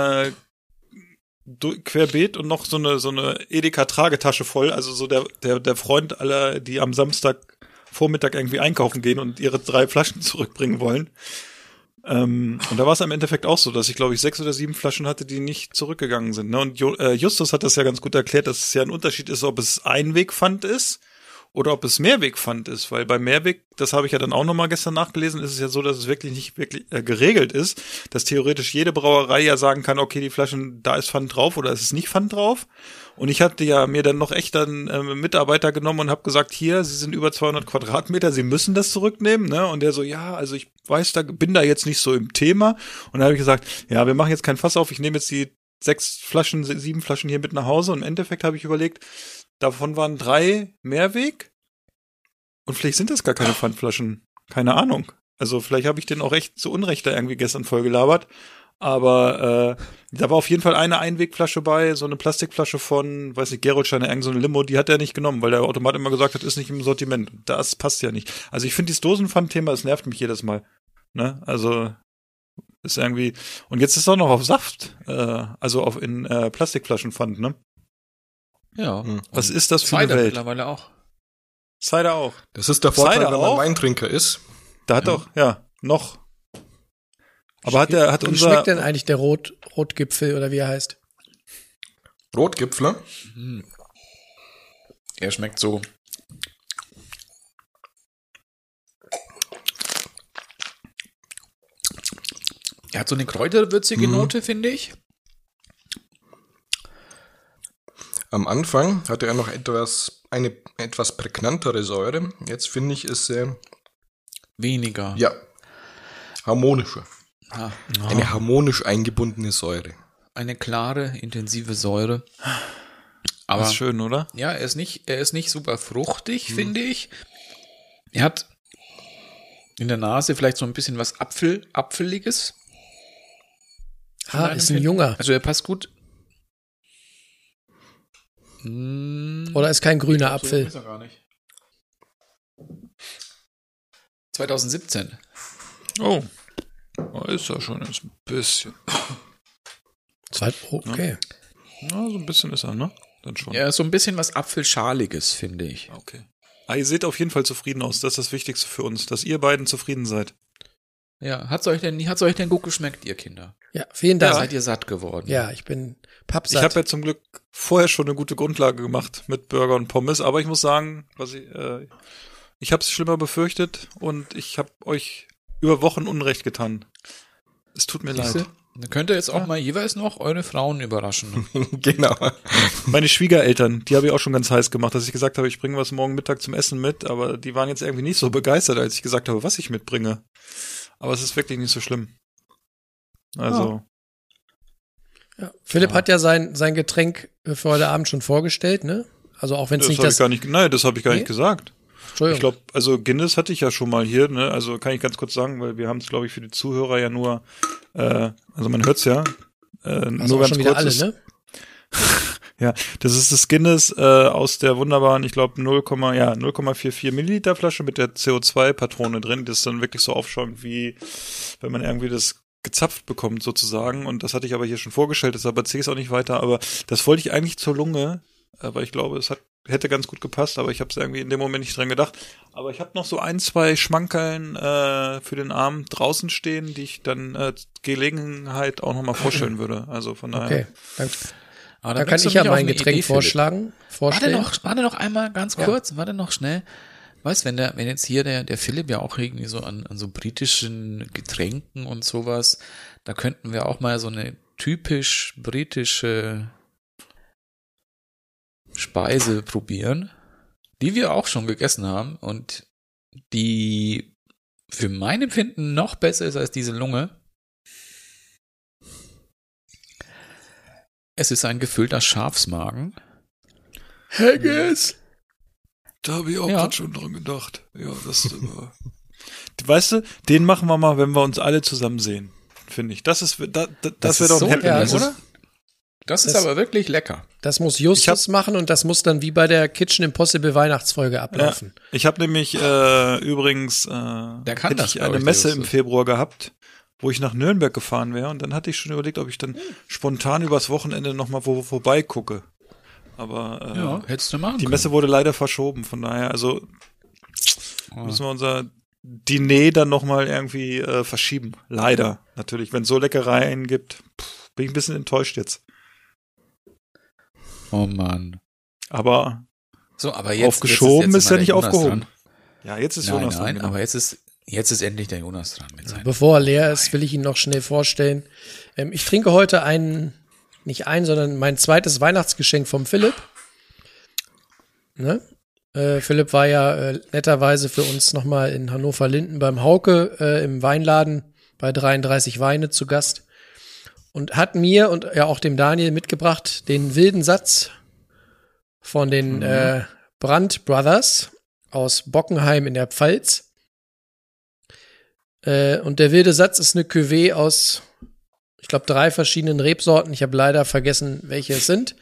querbeet und noch so eine Edeka-Tragetasche voll. Also so der Freund aller, die am Samstagvormittag irgendwie einkaufen gehen und ihre 3 Flaschen zurückbringen wollen. Und da war es im Endeffekt auch so, dass ich, glaube ich, 6 oder 7 Flaschen hatte, die nicht zurückgegangen sind. Ne? Und Justus hat das ja ganz gut erklärt, dass es ja ein Unterschied ist, ob es Einwegpfand ist oder ob es Mehrwegpfand ist, weil bei Mehrweg, das habe ich ja dann auch nochmal gestern nachgelesen, ist es ja so, dass es wirklich nicht geregelt ist, dass theoretisch jede Brauerei ja sagen kann, okay, die Flaschen, da ist Pfand drauf oder ist es nicht Pfand drauf. Und ich hatte ja mir dann noch echt dann Mitarbeiter genommen und habe gesagt, hier, Sie sind über 200 Quadratmeter, Sie müssen das zurücknehmen, ne? Und der so, ja, also ich weiß, bin da jetzt nicht so im Thema. Und da habe ich gesagt, ja, wir machen jetzt kein Fass auf, ich nehme jetzt die 7 Flaschen hier mit nach Hause. Und im Endeffekt habe ich überlegt, davon waren 3 Mehrweg und vielleicht sind das gar keine Pfandflaschen. Keine Ahnung. Also vielleicht habe ich den auch echt zu Unrecht da irgendwie gestern voll gelabert. Aber da war auf jeden Fall eine Einwegflasche bei, so eine Plastikflasche von, weiß nicht, Gerolsteiner, irgend so eine Limo, die hat er nicht genommen, weil der Automat immer gesagt hat, ist nicht im Sortiment. Das passt ja nicht. Also ich finde dieses Dosenpfand-Thema, es nervt mich jedes Mal. Ne? Also ist irgendwie, und jetzt ist es auch noch auf Saft, also in Plastikflaschenpfand, ne? Ja. Was ist das für Cider eine Welt? mittlerweile auch. Cider auch. Das ist der Vorteil, Cider wenn man auch? Weintrinker ist. Da hat doch, ja, noch. Aber Wie schmeckt denn eigentlich der Rotgipfel oder wie er heißt? Rotgipfler? Er schmeckt so Er hat so eine kräuterwürzige Note, finde ich. Am Anfang hatte er noch eine etwas prägnantere Säure. Jetzt finde ich, ist er Weniger. ja harmonischer. Ah, Eine harmonisch eingebundene Säure. eine klare, intensive Säure. Aber Das ist schön, oder? ja, er ist nicht super fruchtig, finde ich. Er hat in der Nase vielleicht so ein bisschen was Apfeliges. Ist ein junger. Also er passt gut. Oder ist kein grüner So Apfel. ist er gar nicht. 2017. Oh. Ist ja schon jetzt ein bisschen. Okay. Ja, so ein bisschen ist er, ne? Dann schon. Ja, so ein bisschen was Apfelschaliges, finde ich. Okay. Ihr seht auf jeden Fall zufrieden aus. Das ist das Wichtigste für uns, dass ihr beiden zufrieden seid. Ja, hat's euch denn gut geschmeckt, ihr Kinder? Ja, vielen Da Dank. seid ihr satt geworden. Ja, ich bin Ich pappsatt. habe ja zum Glück vorher schon eine gute Grundlage gemacht mit Burger und Pommes, aber ich muss sagen, ich habe es schlimmer befürchtet und ich habe euch über Wochen Unrecht getan. Es tut mir leid. Dann könnt ihr jetzt auch mal jeweils noch eure Frauen überraschen. Genau. Meine Schwiegereltern, die habe ich auch schon ganz heiß gemacht, dass ich gesagt habe, ich bringe was morgen Mittag zum Essen mit, aber die waren jetzt irgendwie nicht so begeistert, als ich gesagt habe, was ich mitbringe. Aber es ist wirklich nicht so schlimm. Also, Ja. Philipp hat ja sein Getränk für heute Abend schon vorgestellt, ne? Also auch wenn es das nicht habe das. ich gar nicht, nein, das habe ich gar Nee? nicht gesagt. Entschuldigung. Ich glaube, also Guinness hatte ich ja schon mal hier, ne? Also kann ich ganz kurz sagen, weil wir haben es, glaube ich, für die Zuhörer ja nur, also man hört's ja, also nur auch ganz schon wieder kurz. alle, ist, ne? Ja, das ist das Guinness aus der wunderbaren, ich glaube 0,44 Milliliter Flasche mit der CO2-Patrone drin, das dann wirklich so aufschäumt, wie wenn man irgendwie das gezapft bekommt sozusagen. Und das hatte ich aber hier schon vorgestellt, deshalb erzähle ich es auch nicht weiter. Aber das wollte ich eigentlich zur Lunge, weil ich glaube, hätte ganz gut gepasst, aber ich habe es irgendwie in dem Moment nicht dran gedacht. Aber ich habe noch so 1, 2 Schmankerln für den Abend draußen stehen, die ich dann Gelegenheit auch nochmal vorstellen würde. Also von daher. Okay, danke. Aber Da kann bringst du ich ja mich auf mein eine Getränk Idee, Philipp. vorstellen. Warte noch einmal ganz Ja. kurz, warte noch schnell. Weißt, wenn jetzt hier der Philipp ja auch irgendwie so an so britischen Getränken und sowas, da könnten wir auch mal so eine typisch britische Speise probieren, die wir auch schon gegessen haben und die für mein Empfinden noch besser ist als diese Lunge. Es ist ein gefüllter Schafsmagen. Haggis! Da habe ich auch Ja. gerade schon dran gedacht. Ja, das weißt du, den machen wir mal, wenn wir uns alle zusammen sehen, finde ich. Das wäre doch ein Happening, ja, das ist- oder? Das ist Das- aber wirklich lecker. Das muss Justus machen und das muss dann wie bei der Kitchen Impossible Weihnachtsfolge ablaufen. Ich habe nämlich übrigens kann hätte das, ich glaub eine ich, Messe der im Justus. Februar gehabt, wo ich nach Nürnberg gefahren wäre und dann hatte ich schon überlegt, ob ich dann spontan übers Wochenende nochmal vorbei gucke. Aber Hättest du machen die können. Messe wurde leider verschoben, von daher, also müssen wir unser Diner dann nochmal irgendwie verschieben. Leider, natürlich. Wenn es so Leckereien gibt, bin ich ein bisschen enttäuscht jetzt. Oh Mann. Aber So, aber jetzt aufgeschoben jetzt ist ja mal nicht der Jonas aufgehoben. dran. Ja, jetzt ist Nein, Jonas dran. nein, Genau. aber jetzt ist endlich der Jonas dran mit seinem. Bevor er leer ist, will ich ihn noch schnell vorstellen. Ich trinke heute sondern mein zweites Weihnachtsgeschenk vom Philipp. Ne? Philipp war ja netterweise für uns nochmal in Hannover-Linden beim Hauke im Weinladen bei 33 Weine zu Gast und hat mir und ja auch dem Daniel mitgebracht den wilden Satz von den Brandt Brothers aus Bockenheim in der Pfalz. Und der wilde Satz ist eine Cuvée aus, ich glaube, 3 verschiedenen Rebsorten. Ich habe leider vergessen, welche es sind.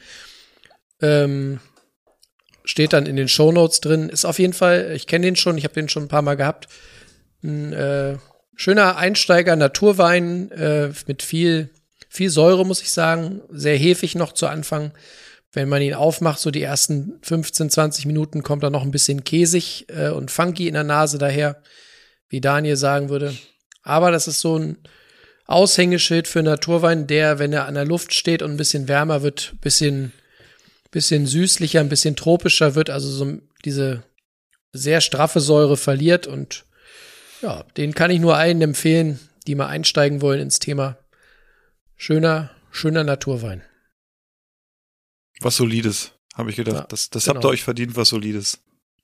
Steht dann in den Shownotes drin. Ist auf jeden Fall, ich kenne den schon, ich habe den schon ein paar Mal gehabt. Ein schöner Einsteiger, Naturwein mit viel Säure, muss ich sagen. Sehr hefig noch zu Anfang. Wenn man ihn aufmacht, so die ersten 15, 20 Minuten, kommt da noch ein bisschen käsig und funky in der Nase daher, wie Daniel sagen würde. Aber das ist so ein Aushängeschild für Naturwein, der, wenn er an der Luft steht und ein bisschen wärmer wird, bisschen süßlicher, ein bisschen tropischer wird, also so diese sehr straffe Säure verliert und ja, den kann ich nur allen empfehlen, die mal einsteigen wollen ins Thema schöner Naturwein. Was Solides, habe ich gedacht. Ja, das genau. habt ihr euch verdient, was Solides.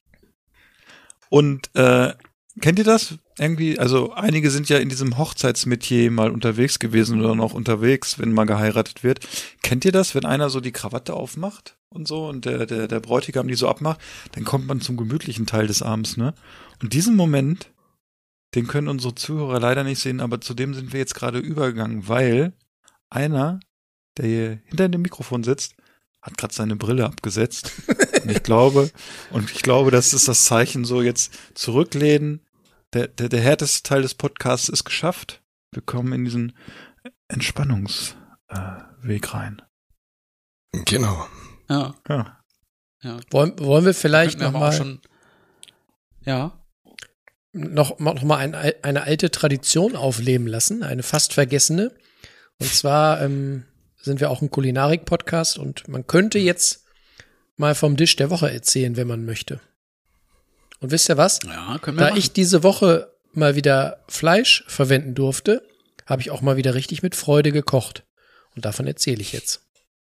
Und kennt ihr das? Irgendwie, also einige sind ja in diesem Hochzeitsmetier mal unterwegs gewesen oder noch unterwegs, wenn mal geheiratet wird. Kennt ihr das, wenn einer so die Krawatte aufmacht und so und der Bräutigam die so abmacht, dann kommt man zum gemütlichen Teil des Abends, ne? Und diesen Moment, den können unsere Zuhörer leider nicht sehen, aber zu dem sind wir jetzt gerade übergegangen, weil einer, der hier hinter dem Mikrofon sitzt, hat gerade seine Brille abgesetzt. Und ich glaube, das ist das Zeichen, so jetzt zurücklehnen. Der härteste Teil des Podcasts ist geschafft. Wir kommen in diesen Entspannungsweg rein. Genau. Ja. Wollen wir vielleicht Könnten wir aber auch schon. Ja. noch mal eine alte Tradition aufleben lassen, eine fast vergessene. Und zwar sind wir auch ein Kulinarik-Podcast und man könnte jetzt mal vom Dish der Woche erzählen, wenn man möchte. Und wisst ihr was? Ja, können wir Da machen. ich diese Woche mal wieder Fleisch verwenden durfte, habe ich auch mal wieder richtig mit Freude gekocht. Und davon erzähle ich jetzt.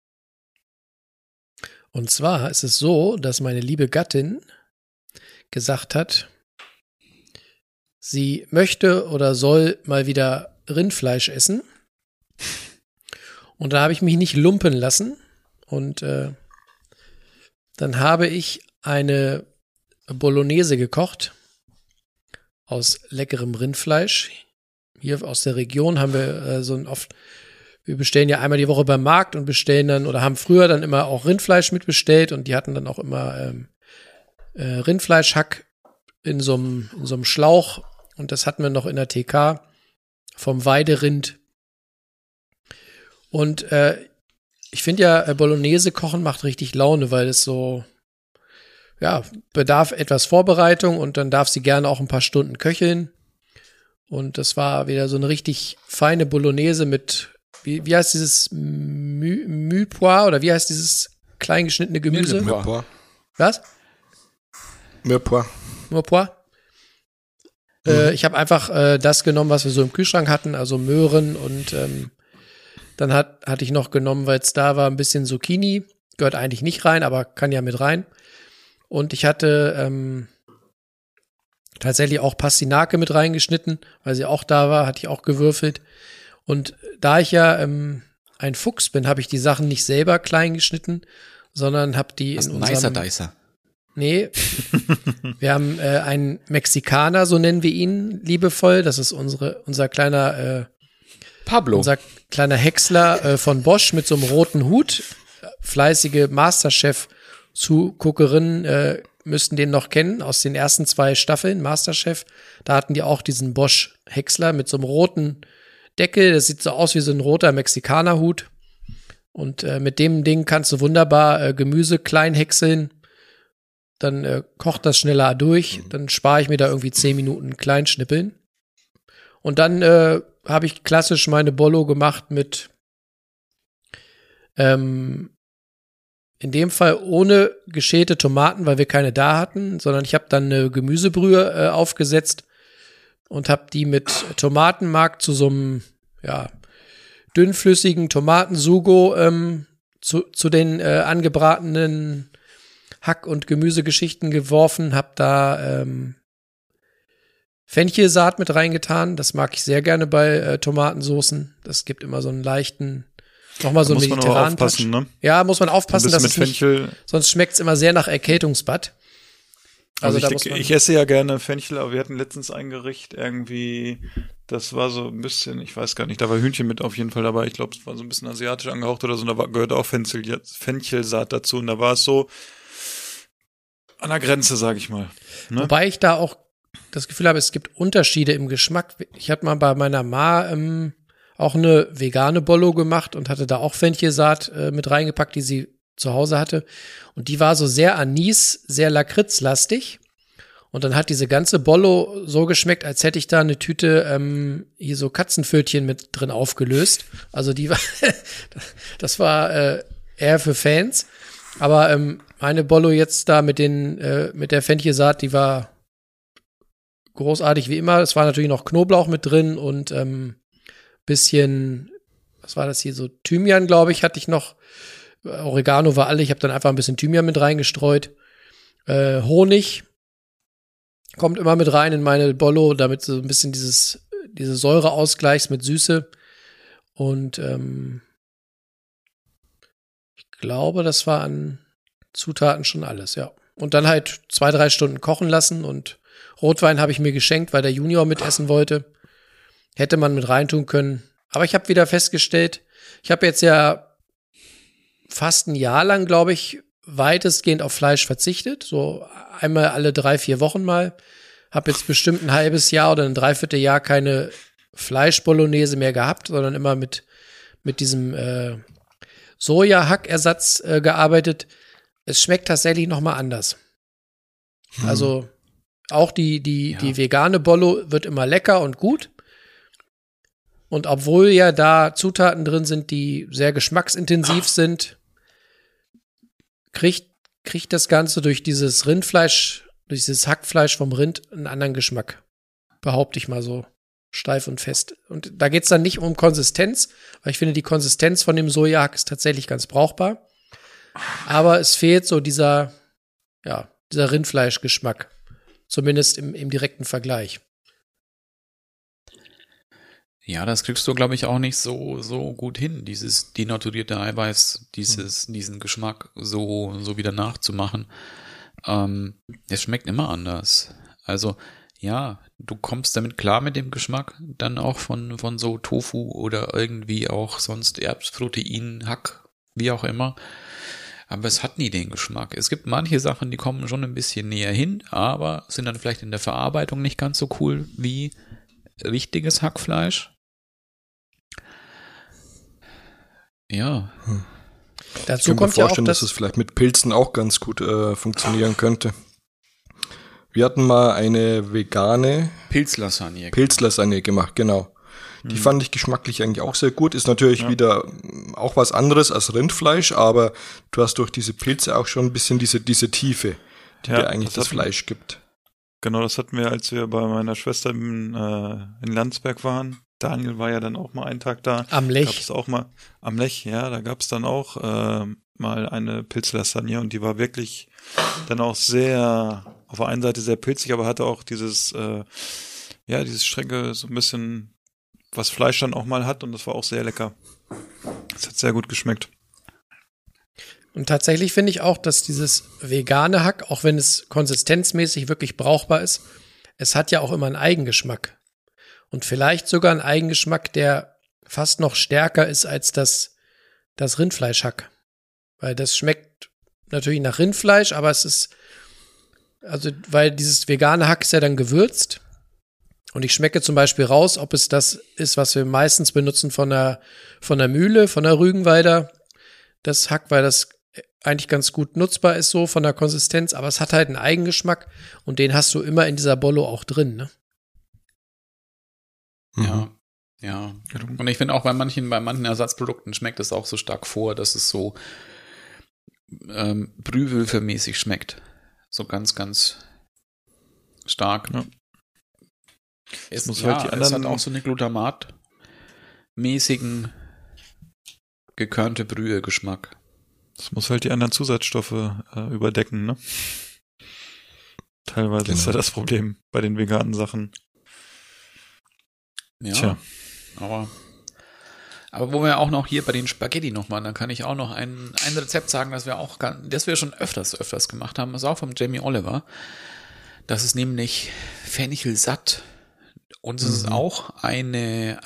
Und zwar ist es so, dass meine liebe Gattin gesagt hat, sie möchte oder soll mal wieder Rindfleisch essen. Und da habe ich mich nicht lumpen lassen. Und dann habe ich eine Bolognese gekocht aus leckerem Rindfleisch. Hier aus der Region haben wir wir bestellen ja einmal die Woche beim Markt und bestellen dann oder haben früher dann immer auch Rindfleisch mitbestellt und die hatten dann auch immer Rindfleischhack in so einem Schlauch und das hatten wir noch in der TK vom Weiderind. Und ich finde ja, Bolognese kochen macht richtig Laune, weil es so, ja, bedarf etwas Vorbereitung und dann darf sie gerne auch ein paar Stunden köcheln. Und das war wieder so eine richtig feine Bolognese mit, wie heißt dieses Mirepoix oder wie heißt dieses klein geschnittene Gemüse? Mirepoix. Was? Mirepoix. Mirepoix? Ich habe einfach das genommen, was wir so im Kühlschrank hatten, also Möhren und dann hatte ich noch genommen, weil es da war, ein bisschen Zucchini. Gehört eigentlich nicht rein, aber kann ja mit rein. Und ich hatte tatsächlich auch Pastinake mit reingeschnitten, weil sie auch da war, hatte ich auch gewürfelt. Und da ich ja ein Fuchs bin, habe ich die Sachen nicht selber klein geschnitten, sondern habe die Das in ist ein unserem... nicer Dicer. Nee, wir haben einen Mexikaner, so nennen wir ihn liebevoll. Das ist unser kleiner Pablo. Unser kleiner Häcksler von Bosch mit so einem roten Hut. Fleißige Masterchef-Zuguckerinnen müssten den noch kennen aus den ersten 2 Staffeln Masterchef. Da hatten die auch diesen Bosch-Häcksler mit so einem roten Deckel. Das sieht so aus wie so ein roter Mexikanerhut. Und mit dem Ding kannst du wunderbar Gemüse klein häckseln. Dann kocht das schneller durch. Dann spare ich mir da irgendwie 10 Minuten Kleinschnippeln. Und dann habe ich klassisch meine Bollo gemacht mit in dem Fall ohne geschälte Tomaten, weil wir keine da hatten, sondern ich habe dann eine Gemüsebrühe aufgesetzt und habe die mit Tomatenmark zu so einem, ja, dünnflüssigen Tomatensugo zu den angebratenen Hack- und Gemüsegeschichten geworfen, habe da Fenchelsaat mit reingetan. Das mag ich sehr gerne bei Tomatensoßen. Das gibt immer so einen leichten, nochmal so einen mediterranen Touch. Ne? Ja, muss man aufpassen, dass es nicht, sonst schmeckt es immer sehr nach Erkältungsbad. Also ich esse ja gerne Fenchel, aber wir hatten letztens ein Gericht irgendwie, das war so ein bisschen, ich weiß gar nicht, da war Hühnchen mit auf jeden Fall dabei, ich glaube, es war so ein bisschen asiatisch angehaucht oder so, da gehört auch Fenchelsaat dazu und da war es so an der Grenze, sag ich mal. Ne? Wobei ich da auch das Gefühl habe, es gibt Unterschiede im Geschmack. Ich hatte mal bei meiner Ma auch eine vegane Bollo gemacht und hatte da auch Fenchelsaat mit reingepackt, die sie zu Hause hatte. Und die war so sehr Anis, sehr lakritzlastig. Und dann hat diese ganze Bollo so geschmeckt, als hätte ich da eine Tüte hier so Katzenpfötchen mit drin aufgelöst. Also die war, das war eher für Fans. Aber meine Bollo jetzt da mit der Fenchelsaat, die war großartig wie immer. Es war natürlich noch Knoblauch mit drin und bisschen, was war das hier, so Thymian, glaube ich, hatte ich noch. Oregano war alle. Ich habe dann einfach ein bisschen Thymian mit reingestreut. Honig kommt immer mit rein in meine Bollo, damit so ein bisschen diese Säure ausgleichst mit Süße. Und ich glaube, das war an Zutaten schon alles, ja. Und dann halt 2-3 Stunden kochen lassen und Rotwein habe ich mir geschenkt, weil der Junior mitessen wollte. Hätte man mit reintun können. Aber ich habe wieder festgestellt, ich habe jetzt ja fast ein Jahr lang, glaube ich, weitestgehend auf Fleisch verzichtet. So einmal alle 3-4 Wochen mal. Habe jetzt bestimmt ein halbes Jahr oder ein Dreivierteljahr keine Fleisch-Bolognese mehr gehabt, sondern immer mit diesem Soja-Hackersatz gearbeitet. Es schmeckt tatsächlich noch mal anders. Also auch die vegane Bollo wird immer lecker und gut. Und obwohl ja da Zutaten drin sind, die sehr geschmacksintensiv sind, kriegt das Ganze durch dieses Rindfleisch, durch dieses Hackfleisch vom Rind einen anderen Geschmack. Behaupte ich mal so. Steif und fest. Und da geht's dann nicht um Konsistenz, weil ich finde, die Konsistenz von dem Sojahack ist tatsächlich ganz brauchbar. Aber es fehlt so dieser Rindfleischgeschmack. Zumindest im direkten Vergleich. Ja, das kriegst du, glaube ich, auch nicht so gut hin, dieses denaturierte Eiweiß, diesen Geschmack so wieder nachzumachen. Es schmeckt immer anders. Also, ja, du kommst damit klar mit dem Geschmack, dann auch von so Tofu oder irgendwie auch sonst Erbsprotein, Hack, wie auch immer. Aber es hat nie den Geschmack. Es gibt manche Sachen, die kommen schon ein bisschen näher hin, aber sind dann vielleicht in der Verarbeitung nicht ganz so cool wie richtiges Hackfleisch. Ja. Dazu ich kann kommt mir vorstellen, ja auch, dass es vielleicht mit Pilzen auch ganz gut funktionieren könnte. Wir hatten mal eine vegane Pilzlasagne gemacht, genau. Die fand ich geschmacklich eigentlich auch sehr gut. Ist natürlich wieder auch was anderes als Rindfleisch, aber du hast durch diese Pilze auch schon ein bisschen diese Tiefe, die dir eigentlich das Fleisch gibt. Genau, das hatten wir, als wir bei meiner Schwester in Landsberg waren. Daniel war ja dann auch mal einen Tag da. Am Lech. Gab es auch mal am Lech, ja, da gab es dann auch mal eine Pilzlasagne und die war wirklich dann auch sehr, auf der einen Seite sehr pilzig, aber hatte auch dieses Strecke so ein bisschen, was Fleisch dann auch mal hat und das war auch sehr lecker. Das hat sehr gut geschmeckt. Und tatsächlich finde ich auch, dass dieses vegane Hack, auch wenn es konsistenzmäßig wirklich brauchbar ist, es hat ja auch immer einen Eigengeschmack. Und vielleicht sogar einen Eigengeschmack, der fast noch stärker ist als das Rindfleischhack. Weil das schmeckt natürlich nach Rindfleisch, aber es ist, also, weil dieses vegane Hack ist ja dann gewürzt. Und ich schmecke zum Beispiel raus, ob es das ist, was wir meistens benutzen von der Mühle, von der Rügenwalder, das Hack, weil das eigentlich ganz gut nutzbar ist so von der Konsistenz, aber es hat halt einen Eigengeschmack und den hast du immer in dieser Bollo auch drin, ne? Ja. Und ich finde auch bei manchen Ersatzprodukten schmeckt es auch so stark vor, dass es so Brühwürfelmäßig schmeckt. So ganz, ganz stark. Ja. Es hat auch so eine glutamatmäßigen gekörnte Brühe-Geschmack. Das muss halt die anderen Zusatzstoffe überdecken, ne? Teilweise ist ja das Problem bei den veganen Sachen. Ja, tja. Aber wo wir auch noch hier bei den Spaghetti noch waren, dann kann ich auch noch ein Rezept sagen, das wir schon öfters gemacht haben, das ist auch vom Jamie Oliver. Das ist nämlich Fenchelsatt. Und es ist auch ein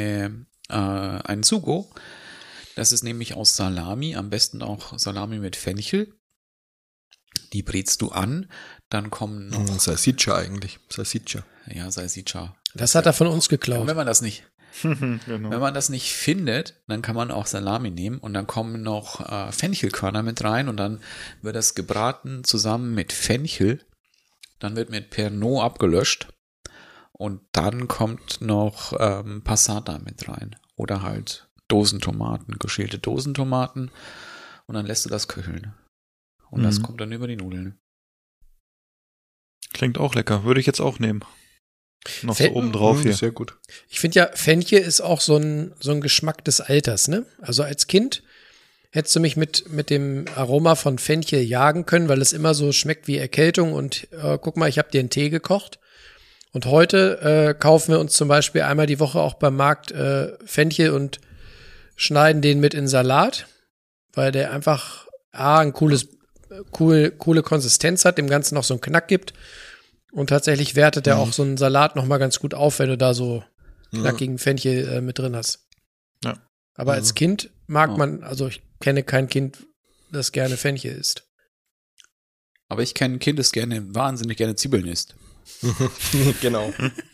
Sugo. Das ist nämlich aus Salami, am besten auch Salami mit Fenchel. Die brätst du an, dann kommen noch... Salsiccia eigentlich. Ja, Salsiccia. Das hat er von uns geklaut. Und wenn man das nicht... Genau. Wenn man das nicht findet, dann kann man auch Salami nehmen und dann kommen noch Fenchelkörner mit rein und dann wird das gebraten zusammen mit Fenchel. Dann wird mit Pernod abgelöscht und dann kommt noch Passata mit rein oder halt Dosentomaten, geschälte Dosentomaten und dann lässt du das köcheln. Und das kommt dann über die Nudeln. Klingt auch lecker. Würde ich jetzt auch nehmen. Noch so oben drauf hier. Sehr gut. Ich finde ja, Fenchel ist auch so ein Geschmack des Alters, ne? Also als Kind hättest du mich mit dem Aroma von Fenchel jagen können, weil es immer so schmeckt wie Erkältung und guck mal, ich habe dir einen Tee gekocht. Und heute kaufen wir uns zum Beispiel einmal die Woche auch beim Markt Fenchel und schneiden den mit in Salat, weil der einfach ein coole Konsistenz hat, dem Ganzen noch so einen Knack gibt. Und tatsächlich wertet er auch so einen Salat noch mal ganz gut auf, wenn du da so knackigen Fenchel mit drin hast. Ja. Aber als Kind mag man, also ich kenne kein Kind, das gerne Fenchel isst. Aber ich kenne ein Kind, das wahnsinnig gerne Zwiebeln isst. Genau.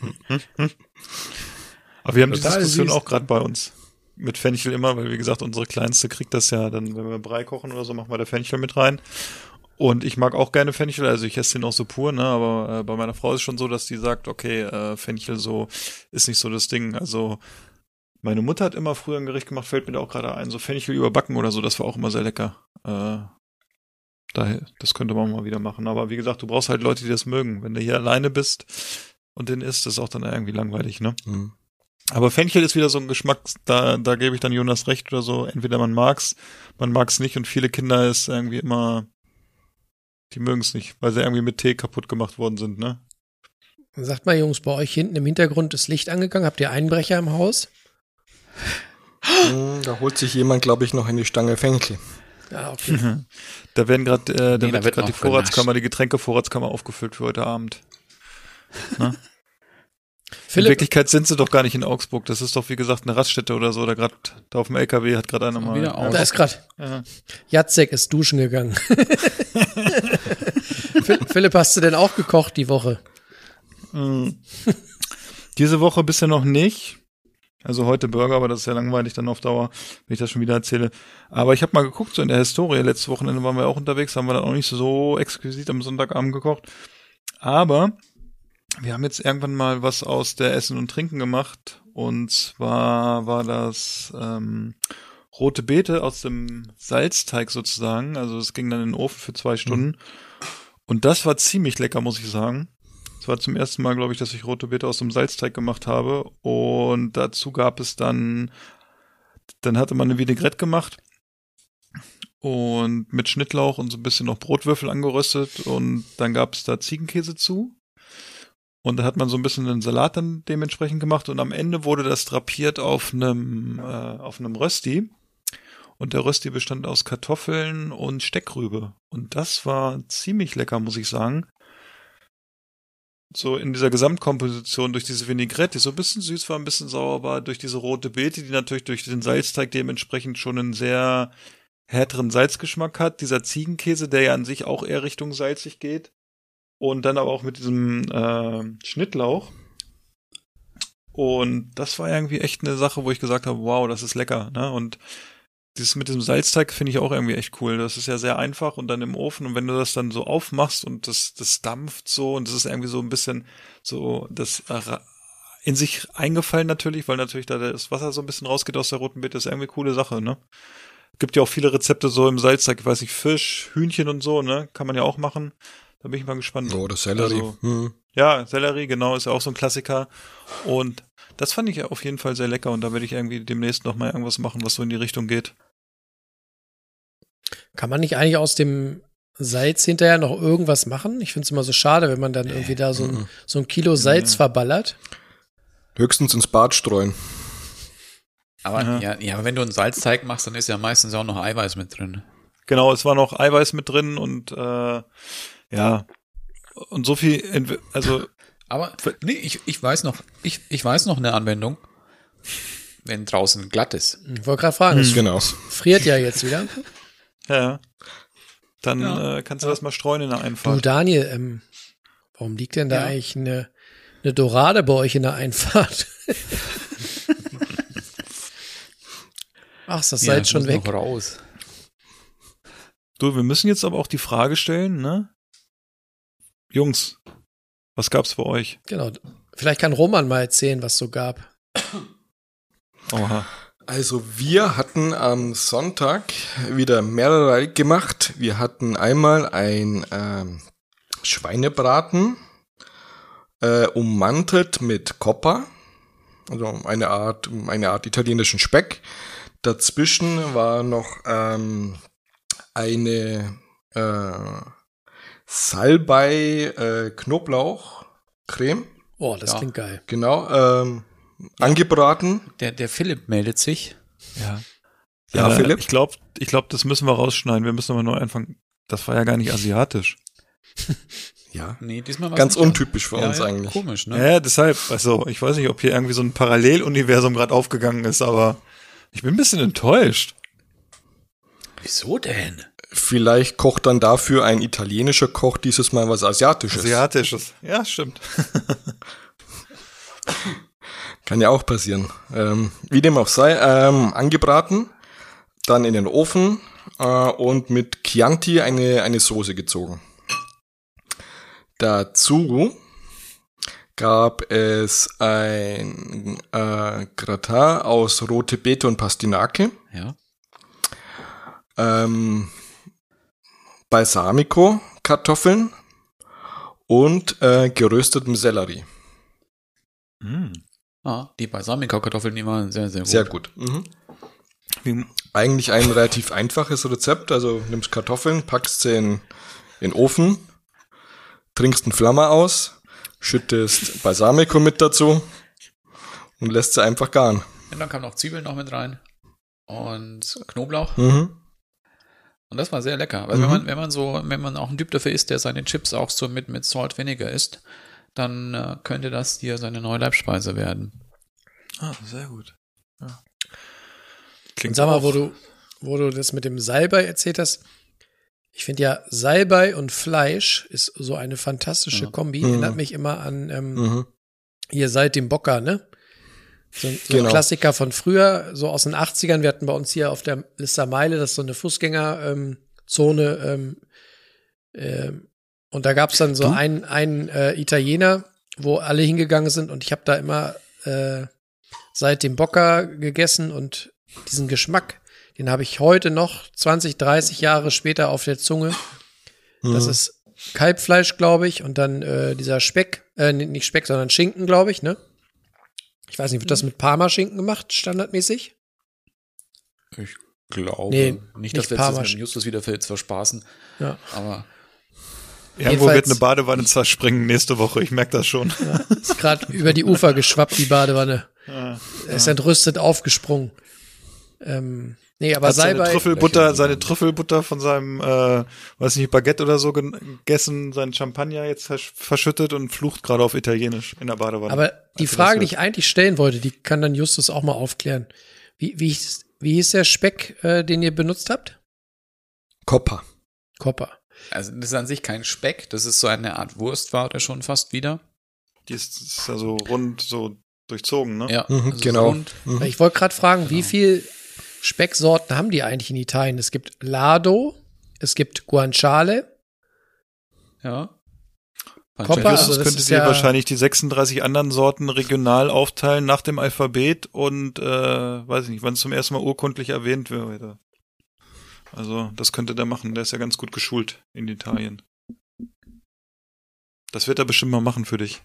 Aber wir haben die Total Diskussion süß. auch gerade bei uns mit Fenchel immer, weil wie gesagt, unsere Kleinste kriegt das ja dann, wenn wir Brei kochen oder so, machen wir da Fenchel mit rein. Und ich mag auch gerne Fenchel, also ich esse den auch so pur, ne, aber bei meiner Frau ist es schon so, dass die sagt, okay, Fenchel so ist nicht so das Ding. Also meine Mutter hat immer früher ein Gericht gemacht, fällt mir da auch gerade ein, so Fenchel überbacken oder so, das war auch immer sehr lecker. Daher, das könnte man mal wieder machen. Aber wie gesagt, du brauchst halt Leute, die das mögen. Wenn du hier alleine bist und den isst, ist auch dann irgendwie langweilig, ne? Mhm. Aber Fenchel ist wieder so ein Geschmack, da gebe ich dann Jonas recht oder so. Entweder man mag's nicht und viele Kinder ist irgendwie immer, die mögen es nicht, weil sie irgendwie mit Tee kaputt gemacht worden sind, ne? Sagt mal, Jungs, bei euch hinten im Hintergrund ist Licht angegangen. Habt ihr Einbrecher im Haus? Da holt sich jemand, glaube ich, noch eine Stange Fenchel. Ja, okay. Da werden gerade, da wird wird gerade die noch Vorratskammer, die Getränkevorratskammer aufgefüllt für heute Abend. Ne? In Philipp, Wirklichkeit sind sie doch gar nicht in Augsburg. Das ist doch, wie gesagt, eine Raststätte oder so. Da auf dem LKW hat gerade einer mal. wieder auf. da ist gerade Jacek ist duschen gegangen. Philipp, hast du denn auch gekocht die Woche? Diese Woche bisher noch nicht. Also heute Burger, aber das ist ja langweilig dann auf Dauer, wenn ich das schon wieder erzähle. Aber ich habe mal geguckt, so in der Historie, letztes Wochenende waren wir auch unterwegs, haben wir dann auch nicht so exquisit am Sonntagabend gekocht. Aber wir haben jetzt irgendwann mal was aus der Essen und Trinken gemacht. Und zwar war das rote Beete aus dem Salzteig sozusagen. Also es ging dann in den Ofen für 2 Stunden. Und das war ziemlich lecker, muss ich sagen. Es war zum ersten Mal, glaube ich, dass ich rote Beete aus dem Salzteig gemacht habe. Und dazu gab es dann hatte man eine Vinaigrette gemacht. Und mit Schnittlauch und so ein bisschen noch Brotwürfel angeröstet. Und dann gab es da Ziegenkäse zu. Und da hat man so ein bisschen einen Salat dann dementsprechend gemacht. Und am Ende wurde das drapiert auf einem Rösti. Und der Rösti bestand aus Kartoffeln und Steckrübe. Und das war ziemlich lecker, muss ich sagen. So in dieser Gesamtkomposition durch diese Vinaigrette, die so ein bisschen süß war, ein bisschen sauer war, durch diese rote Beete, die natürlich durch den Salzteig dementsprechend schon einen sehr härteren Salzgeschmack hat. Dieser Ziegenkäse, der ja an sich auch eher Richtung salzig geht. Und dann aber auch mit diesem Schnittlauch. Und das war irgendwie echt eine Sache, wo ich gesagt habe, wow, das ist lecker, ne? Und dieses mit dem Salzteig finde ich auch irgendwie echt cool. Das ist ja sehr einfach und dann im Ofen und wenn du das dann so aufmachst und das dampft so und das ist irgendwie so ein bisschen so das in sich eingefallen natürlich, weil natürlich da das Wasser so ein bisschen rausgeht aus der roten Beete, ist irgendwie eine coole Sache, ne? Gibt ja auch viele Rezepte so im Salzteig, ich weiß nicht, Fisch, Hühnchen und so, ne? Kann man ja auch machen. Da bin ich mal gespannt. Oh, das Sellerie. Also, ja, Sellerie, genau, ist ja auch so ein Klassiker. Und das fand ich auf jeden Fall sehr lecker und da werde ich irgendwie demnächst noch mal irgendwas machen, was so in die Richtung geht. Kann man nicht eigentlich aus dem Salz hinterher noch irgendwas machen? Ich finde es immer so schade, wenn man dann irgendwie da so ein Kilo Salz verballert. Höchstens ins Bad streuen. Aber aber wenn du einen Salzteig machst, dann ist ja meistens auch noch Eiweiß mit drin. Genau, es war noch Eiweiß mit drin und ja, und so viel, also. Aber nee, ich weiß noch eine Anwendung, wenn draußen glatt ist. Ich wollte gerade fragen, es Genau. friert ja jetzt wieder. Ja. Dann kannst du das mal streuen in der Einfahrt. Du Daniel, warum liegt denn da eigentlich eine Dorade bei euch in der Einfahrt? Ach, ist das Salz schon weg? Noch raus. Du, wir müssen jetzt aber auch die Frage stellen, ne? Jungs, was gab's für euch? Genau. Vielleicht kann Roman mal erzählen, was so gab. Oha. Also wir hatten am Sonntag wieder mehrere gemacht. Wir hatten einmal ein Schweinebraten ummantelt mit Coppa, also eine Art italienischen Speck. Dazwischen war noch eine Salbei-Knoblauch-Creme. Oh, das klingt geil. Genau, angebraten. Der Philipp meldet sich. Ja, Philipp? Ich glaube, das müssen wir rausschneiden. Wir müssen aber nur anfangen. Das war ja gar nicht asiatisch. Ja, Nee, diesmal war's ganz nicht untypisch für uns eigentlich. Komisch, ne? Ja, deshalb, also ich weiß nicht, ob hier irgendwie so ein Paralleluniversum gerade aufgegangen ist, aber ich bin ein bisschen enttäuscht. Wieso denn? Vielleicht kocht dann dafür ein italienischer Koch dieses Mal was Asiatisches. Asiatisches, ja, stimmt. Kann ja auch passieren. Wie dem auch sei, angebraten, dann in den Ofen und mit Chianti eine Soße gezogen. Dazu gab es ein Gratin aus rote Beete und Pastinake. Ja. Balsamico-Kartoffeln und geröstetem Sellerie. Die Balsamico-Kartoffeln, die waren sehr, sehr gut. Sehr gut. Mhm. Eigentlich ein relativ einfaches Rezept. Also nimmst Kartoffeln, packst sie in den Ofen, trinkst einen Flammer aus, schüttest Balsamico mit dazu und lässt sie einfach garen. Und dann kamen noch Zwiebeln noch mit rein und Knoblauch. Mhm. Und das war sehr lecker. Also wenn man auch ein Typ dafür ist, der seine Chips auch so mit Salt Vinegar isst, dann könnte das hier seine neue Leibspeise werden. Ah, sehr gut. Ja. Und Klingt sag mal, auch- wo du das mit dem Salbei erzählt hast, ich finde ja, Salbei und Fleisch ist so eine fantastische Kombi. Erinnert mich immer an hier seit dem Bocker, ne? So ein Genau. Klassiker von früher, so aus den 80ern. Wir hatten bei uns hier auf der Lister Meile, das ist so eine Fußgängerzone. Und da gab's dann so einen Italiener, wo alle hingegangen sind. Und ich habe da immer seit dem Bocker gegessen. Und diesen Geschmack, den habe ich heute noch 20, 30 Jahre später auf der Zunge. Das ist Kalbfleisch, glaube ich. Und dann dieser Speck, nicht Speck, sondern Schinken, glaube ich, ne? Ich weiß nicht, wird das mit Parmaschinken gemacht, standardmäßig? Ich glaube nicht dass wir jetzt Parma- mit dem Justus wieder verspaßen. Ja. Aber Irgendwo wird Jedenfalls- eine Badewanne zerspringen nächste Woche, ich merke das schon. Ist gerade über die Ufer geschwappt, die Badewanne. Er ist entrüstet aufgesprungen. Nee, aber Hat Salbei. seine Trüffelbutter von seinem, weiß nicht, Baguette oder so gegessen, seinen Champagner jetzt verschüttet und flucht gerade auf Italienisch in der Badewanne. Aber die Also Frage, die das ich eigentlich stellen wollte, die kann dann Justus auch mal aufklären. Wie hieß der Speck, den ihr benutzt habt? Coppa. Kopper. also das ist an sich kein Speck, das ist so eine Art Wurstware schon fast wieder. Die ist ja so rund, so durchzogen, ne? Ja, Mhm, also genau. rund. Ich wollte gerade fragen, wie viel Specksorten haben die eigentlich in Italien? Es gibt Lardo, es gibt Guanciale. Ja. Coppa, Justus also das könnte ist dir ja- wahrscheinlich die 36 anderen Sorten regional aufteilen nach dem Alphabet und weiß ich nicht, wann es zum ersten Mal urkundlich erwähnt wird. Also das könnte der machen, der ist ja ganz gut geschult in Italien. Das wird er bestimmt mal machen für dich.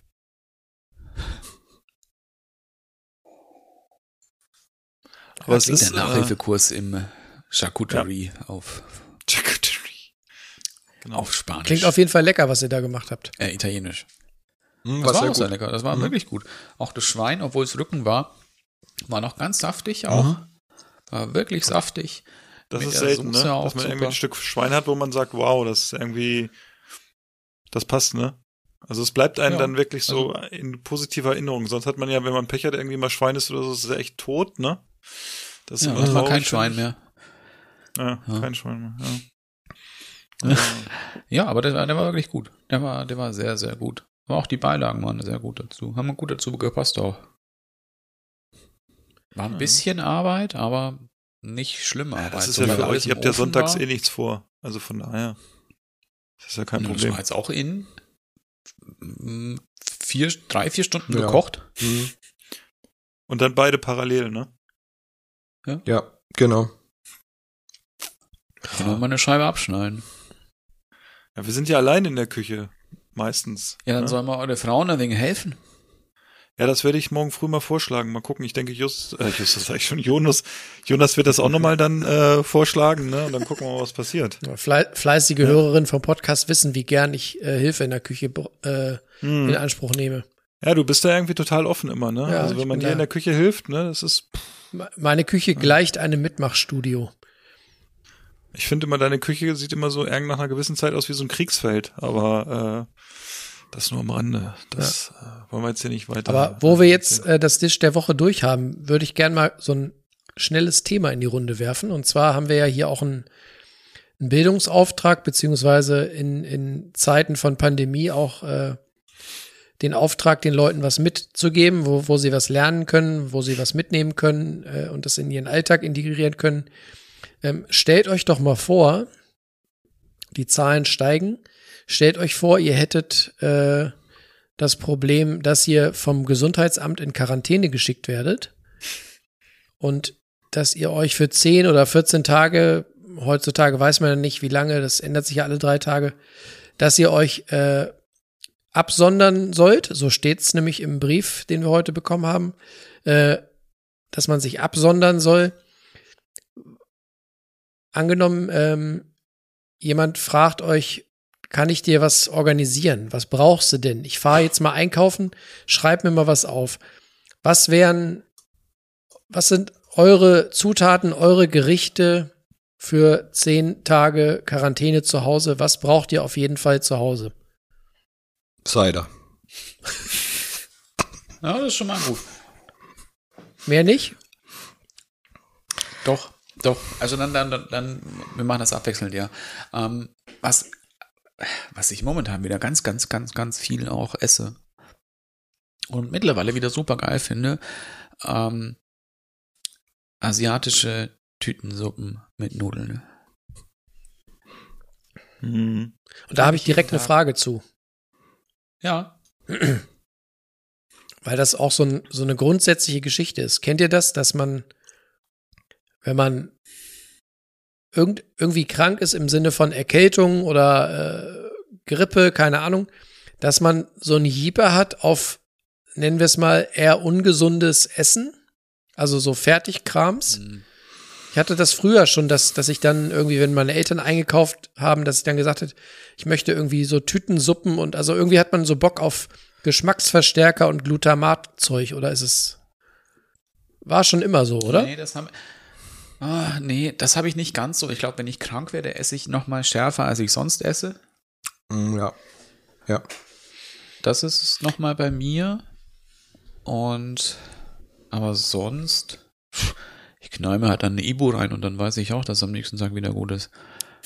Aber es Klingt ist der Nachhilfekurs im Charcuterie auf genau. Spanisch. Klingt auf jeden Fall lecker, was ihr da gemacht habt. Italienisch. Mhm, Das war sehr auch sehr gut. lecker. Das war wirklich gut. Auch das Schwein, obwohl es Rücken war noch ganz saftig auch. War wirklich saftig. Das Mit ist der selten, ne? Soße auch Dass man irgendwie super. ein Stück Schwein hat, wo man sagt, wow, das ist irgendwie, das passt, ne? Also es bleibt einem Ja, dann wirklich so in positiver Erinnerung. Sonst hat man ja, wenn man Pech hat, irgendwie mal Schwein ist oder so, ist es echt tot, ne? Das ist Ja, immer das war traurig, kein finde Schwein ich. mehr. Ja, Ja. kein Schwein mehr, ja. Ja, aber der war wirklich gut. Der war sehr, sehr gut. Aber auch die Beilagen waren sehr gut dazu. Haben gut dazu gepasst auch. War ein bisschen Arbeit, aber nicht schlimm Arbeit. Das ist So, ja weil für euch, alles ihr im habt ja Ofen sonntags war. eh nichts vor. Also von daher. Das ist ja kein Das Problem. war jetzt auch in 3-4 Stunden Ja. gekocht. Mhm. Und dann beide parallel, ne? Ja, genau. Können wir mal eine Scheibe abschneiden. Ja, wir sind ja allein in der Küche. meistens. Ja, dann sollen wir eure Frauen ein wenig helfen. Ja, das werde ich morgen früh mal vorschlagen. Mal gucken. Ich denke, Jonas wird das auch nochmal dann vorschlagen, ne? Und dann gucken wir mal, was passiert. Fleißige Hörerinnen vom Podcast wissen, wie gern ich Hilfe in der Küche in Anspruch nehme. Ja, du bist da irgendwie total offen immer, ne? Ja, also wenn man dir in der Küche hilft, ne, das ist. Meine Küche gleicht einem Mitmachstudio. Ich finde immer, deine Küche sieht immer so nach einer gewissen Zeit aus wie so ein Kriegsfeld, aber das nur am Rande. Das wollen wir jetzt hier nicht weiter. Aber wo wir jetzt das Dish der Woche durch haben, würde ich gerne mal so ein schnelles Thema in die Runde werfen. Und zwar haben wir ja hier auch einen Bildungsauftrag, beziehungsweise in Zeiten von Pandemie auch den Auftrag, den Leuten was mitzugeben, wo sie was lernen können, wo sie was mitnehmen können und das in ihren Alltag integrieren können. Stellt euch doch mal vor, die Zahlen steigen. Stellt euch vor, ihr hättet das Problem, dass ihr vom Gesundheitsamt in Quarantäne geschickt werdet und dass ihr euch für 10 oder 14 Tage, heutzutage weiß man ja nicht, wie lange, das ändert sich ja alle 3 Tage, dass ihr euch absondern sollt, so steht's nämlich im Brief, den wir heute bekommen haben, dass man sich absondern soll. Angenommen, jemand fragt euch, kann ich dir was organisieren? Was brauchst du denn? Ich fahre jetzt mal einkaufen, schreib mir mal was auf. Was sind eure Zutaten, eure Gerichte für 10 Tage Quarantäne zu Hause? Was braucht ihr auf jeden Fall zu Hause? Cider. Ja, das ist schon mal gut. Mehr nicht? Doch. Also dann, wir machen das abwechselnd, ja. Was ich momentan wieder ganz viel auch esse und mittlerweile wieder super geil finde, asiatische Tütensuppen mit Nudeln. Und da habe ich direkt eine Frage zu. Ja. Weil das auch so eine grundsätzliche Geschichte ist. Kennt ihr das, dass man, wenn man irgendwie krank ist im Sinne von Erkältung oder Grippe, keine Ahnung, dass man so einen Jieper hat auf, nennen wir es mal, eher ungesundes Essen, also so Fertigkrams. Ich hatte das früher schon, dass ich dann irgendwie, wenn meine Eltern eingekauft haben, dass ich dann gesagt habe, ich möchte irgendwie so Tütensuppen und also irgendwie hat man so Bock auf Geschmacksverstärker und Glutamatzeug, oder war schon immer so, oder? Nee, das habe ich nicht ganz so. Ich glaube, wenn ich krank werde, esse ich noch mal schärfer, als ich sonst esse. Ja. Das ist noch mal bei mir. Aber sonst, ich knall mir halt dann eine Ibu rein und dann weiß ich auch, dass es am nächsten Tag wieder gut ist.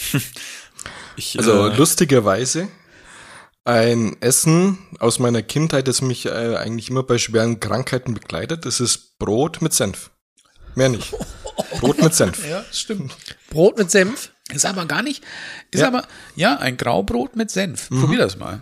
Lustigerweise ein Essen aus meiner Kindheit, das mich eigentlich immer bei schweren Krankheiten begleitet, das ist Brot mit Senf. Mehr nicht. Brot mit Senf. Ja, stimmt. Brot mit Senf? Ist aber gar nicht, ein Graubrot mit Senf. Probier das mal.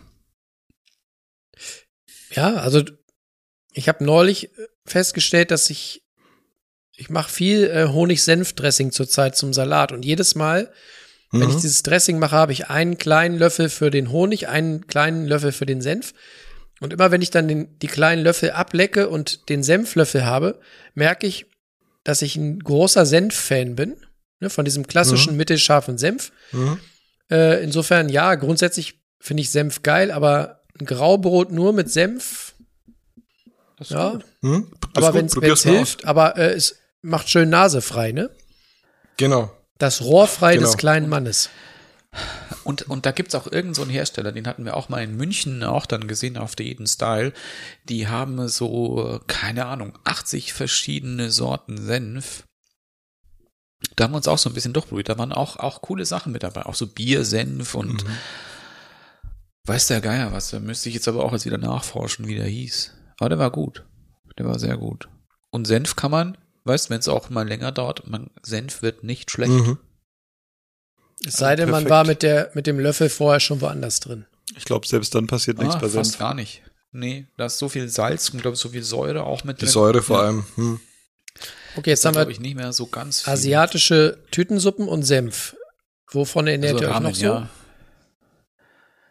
Ja, also ich habe neulich festgestellt, dass ich mache viel Honig-Senf-Dressing zurzeit zum Salat und jedes Mal, wenn ich dieses Dressing mache, habe ich einen kleinen Löffel für den Honig, einen kleinen Löffel für den Senf und immer wenn ich dann die kleinen Löffel ablecke und den Senflöffel habe, merke ich, dass ich ein großer Senf-Fan bin, ne, von diesem klassischen mittelscharfen Senf. Insofern, ja, grundsätzlich finde ich Senf geil, aber ein Graubrot nur mit Senf, ja. Aber wenn es hilft, aber es macht schön Nase frei, ne? Genau. Das Rohr frei des kleinen Mannes. Und da gibt's auch irgend so einen Hersteller, den hatten wir auch mal in München auch dann gesehen auf der Eden Style. Die haben so, keine Ahnung, 80 verschiedene Sorten Senf. Da haben wir uns auch so ein bisschen durchprobiert. Da waren auch coole Sachen mit dabei. Auch so Biersenf und weiß der Geier was. Da müsste ich jetzt aber auch jetzt wieder nachforschen, wie der hieß. Aber der war gut. Der war sehr gut. Und Senf kann man, weißt du, wenn es auch mal länger dauert, Senf wird nicht schlecht. Es sei denn, man war mit dem Löffel vorher schon woanders drin. Ich glaube, selbst dann passiert nichts bei Senf. Fast gar nicht. Nee, da ist so viel Salz und, glaube ich, so viel Säure auch mit drin. Die Säure vor allem. Okay, jetzt haben wir, ich, nicht mehr so ganz viel. Asiatische Tütensuppen und Senf. Wovon ernährt ihr euch Ramen, noch so? Ja.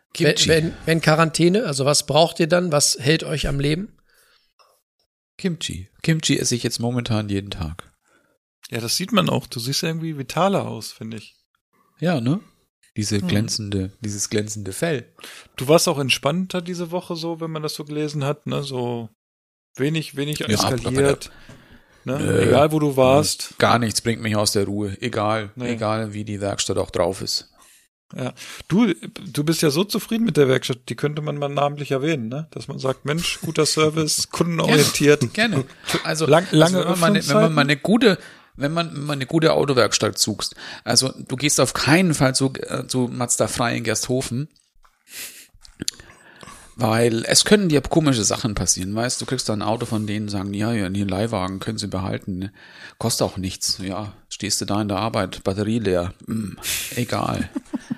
Kimchi. Wenn Quarantäne, also was braucht ihr dann? Was hält euch am Leben? Kimchi. Kimchi esse ich jetzt momentan jeden Tag. Ja, das sieht man auch. Du siehst irgendwie vitaler aus, finde ich. Ja, ne? Dieses glänzende Fell. Du warst auch entspannter diese Woche so, wenn man das so gelesen hat, ne? So wenig eskaliert. Ne? Egal, wo du warst. Gar nichts bringt mich aus der Ruhe. Egal wie die Werkstatt auch drauf ist. Ja. Du bist ja so zufrieden mit der Werkstatt, die könnte man mal namentlich erwähnen, ne? Dass man sagt, Mensch, guter Service, kundenorientiert. Gerne. Also, lange wenn man eine gute Autowerkstatt suchst, also du gehst auf keinen Fall zu Mazda Frei in Gersthofen, weil es können dir komische Sachen passieren, weißt du, kriegst da ein Auto von denen, sagen, ja, den Leihwagen können sie behalten, ne? Kostet auch nichts, ja, stehst du da in der Arbeit, Batterie leer, egal.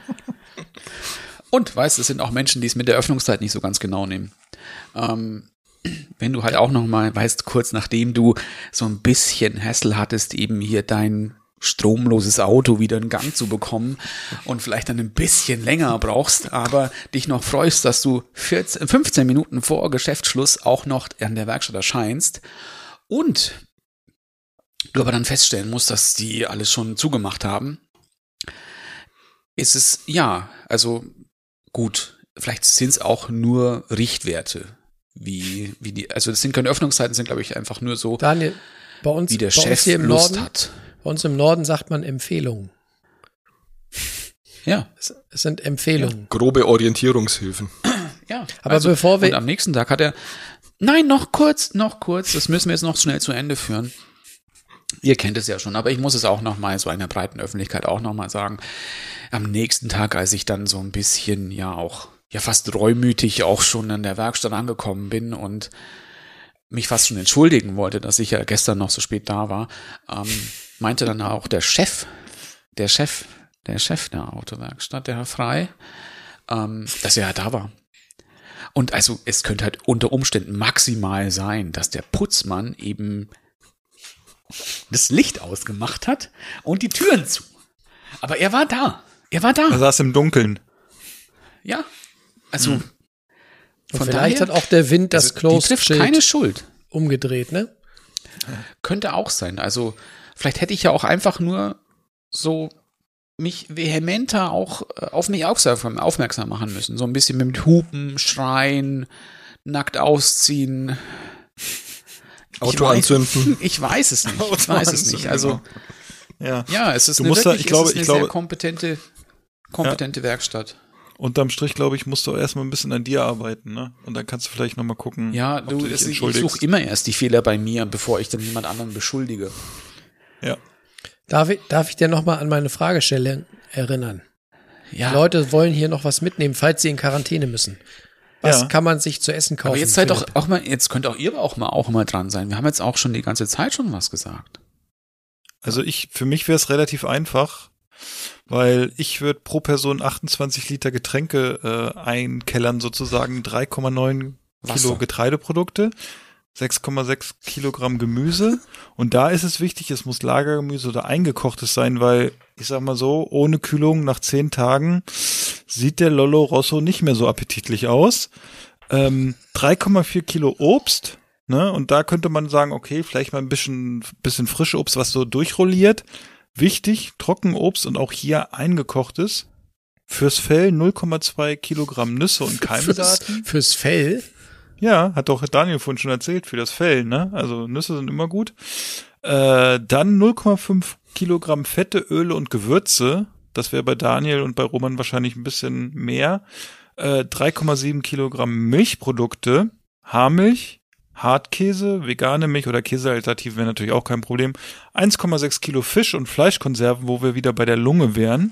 Und, weißt du, es sind auch Menschen, die es mit der Öffnungszeit nicht so ganz genau nehmen. Wenn du halt auch noch mal, weißt, kurz nachdem du so ein bisschen Hassel hattest, eben hier dein stromloses Auto wieder in Gang zu bekommen und vielleicht dann ein bisschen länger brauchst, aber dich noch freust, dass du 15 Minuten vor Geschäftsschluss auch noch an der Werkstatt erscheinst und du aber dann feststellen musst, dass die alles schon zugemacht haben, ist es, ja, also gut, vielleicht sind es auch nur Richtwerte. Wie die, also das sind keine Öffnungszeiten, sind glaube ich einfach nur so, Daniel, bei uns, wie der bei Chef uns hier im Lust Norden, hat. Bei uns im Norden sagt man Empfehlungen. Ja. Es sind Empfehlungen. Grobe Orientierungshilfen. Ja. Aber also, bevor wir. und am nächsten Tag hat er, nein, noch kurz, das müssen wir jetzt noch schnell zu Ende führen. Ihr kennt es ja schon, aber ich muss es auch noch mal so in der breiten Öffentlichkeit auch noch mal sagen. Am nächsten Tag, als ich dann so ein bisschen fast reumütig auch schon an der Werkstatt angekommen bin und mich fast schon entschuldigen wollte, dass ich ja gestern noch so spät da war, meinte dann auch der Chef der Autowerkstatt, der Herr Frei, dass er ja da war. Und also es könnte halt unter Umständen maximal sein, dass der Putzmann eben das Licht ausgemacht hat und die Türen zu. Aber er war da. Er saß im Dunkeln. Ja. Also Und vielleicht hat auch der Wind das Closed-Schild keine Schuld umgedreht, ne? Könnte auch sein. Also vielleicht hätte ich ja auch einfach nur so mich vehementer auch auf mich aufmerksam machen müssen. So ein bisschen mit Hupen, Schreien, nackt ausziehen. Auto anzünden. Ich weiß es nicht. Also ja, es ist eine sehr kompetente Werkstatt. Unterm Strich, glaube ich, musst du erstmal ein bisschen an dir arbeiten, ne? Und dann kannst du vielleicht nochmal gucken. Ja, ich suche immer erst die Fehler bei mir, bevor ich dann jemand anderen beschuldige. Ja. Darf ich dir nochmal an meine Fragestellung erinnern? Ja. Die Leute wollen hier noch was mitnehmen, falls sie in Quarantäne müssen. Was kann man sich zu essen kaufen? Aber jetzt seid doch auch mal, jetzt könnt auch ihr auch mal dran sein. Wir haben jetzt auch schon die ganze Zeit schon was gesagt. Also für mich wäre es relativ einfach, weil ich würde pro Person 28 Liter Getränke einkellern, sozusagen 3,9 Kilo Getreideprodukte, 6,6 Kilogramm Gemüse. Und da ist es wichtig, es muss Lagergemüse oder eingekochtes sein, weil, ich sag mal so, ohne Kühlung nach 10 Tagen sieht der Lollo Rosso nicht mehr so appetitlich aus. 3,4 Kilo Obst, ne? Und da könnte man sagen, okay, vielleicht mal ein bisschen frische Obst, was so durchrolliert. Wichtig, Trockenobst und auch hier eingekochtes. Fürs Fell 0,2 Kilogramm Nüsse und Keimsaaten. Fürs Fell? Ja, hat doch Daniel vorhin schon erzählt, für das Fell, ne? Also Nüsse sind immer gut. Dann 0,5 Kilogramm Fette, Öle und Gewürze. Das wäre bei Daniel und bei Roman wahrscheinlich ein bisschen mehr. 3,7 Kilogramm Milchprodukte, Haarmilch, Hartkäse, vegane Milch oder Käsealternativen wäre natürlich auch kein Problem. 1,6 Kilo Fisch und Fleischkonserven, wo wir wieder bei der Lunge wären.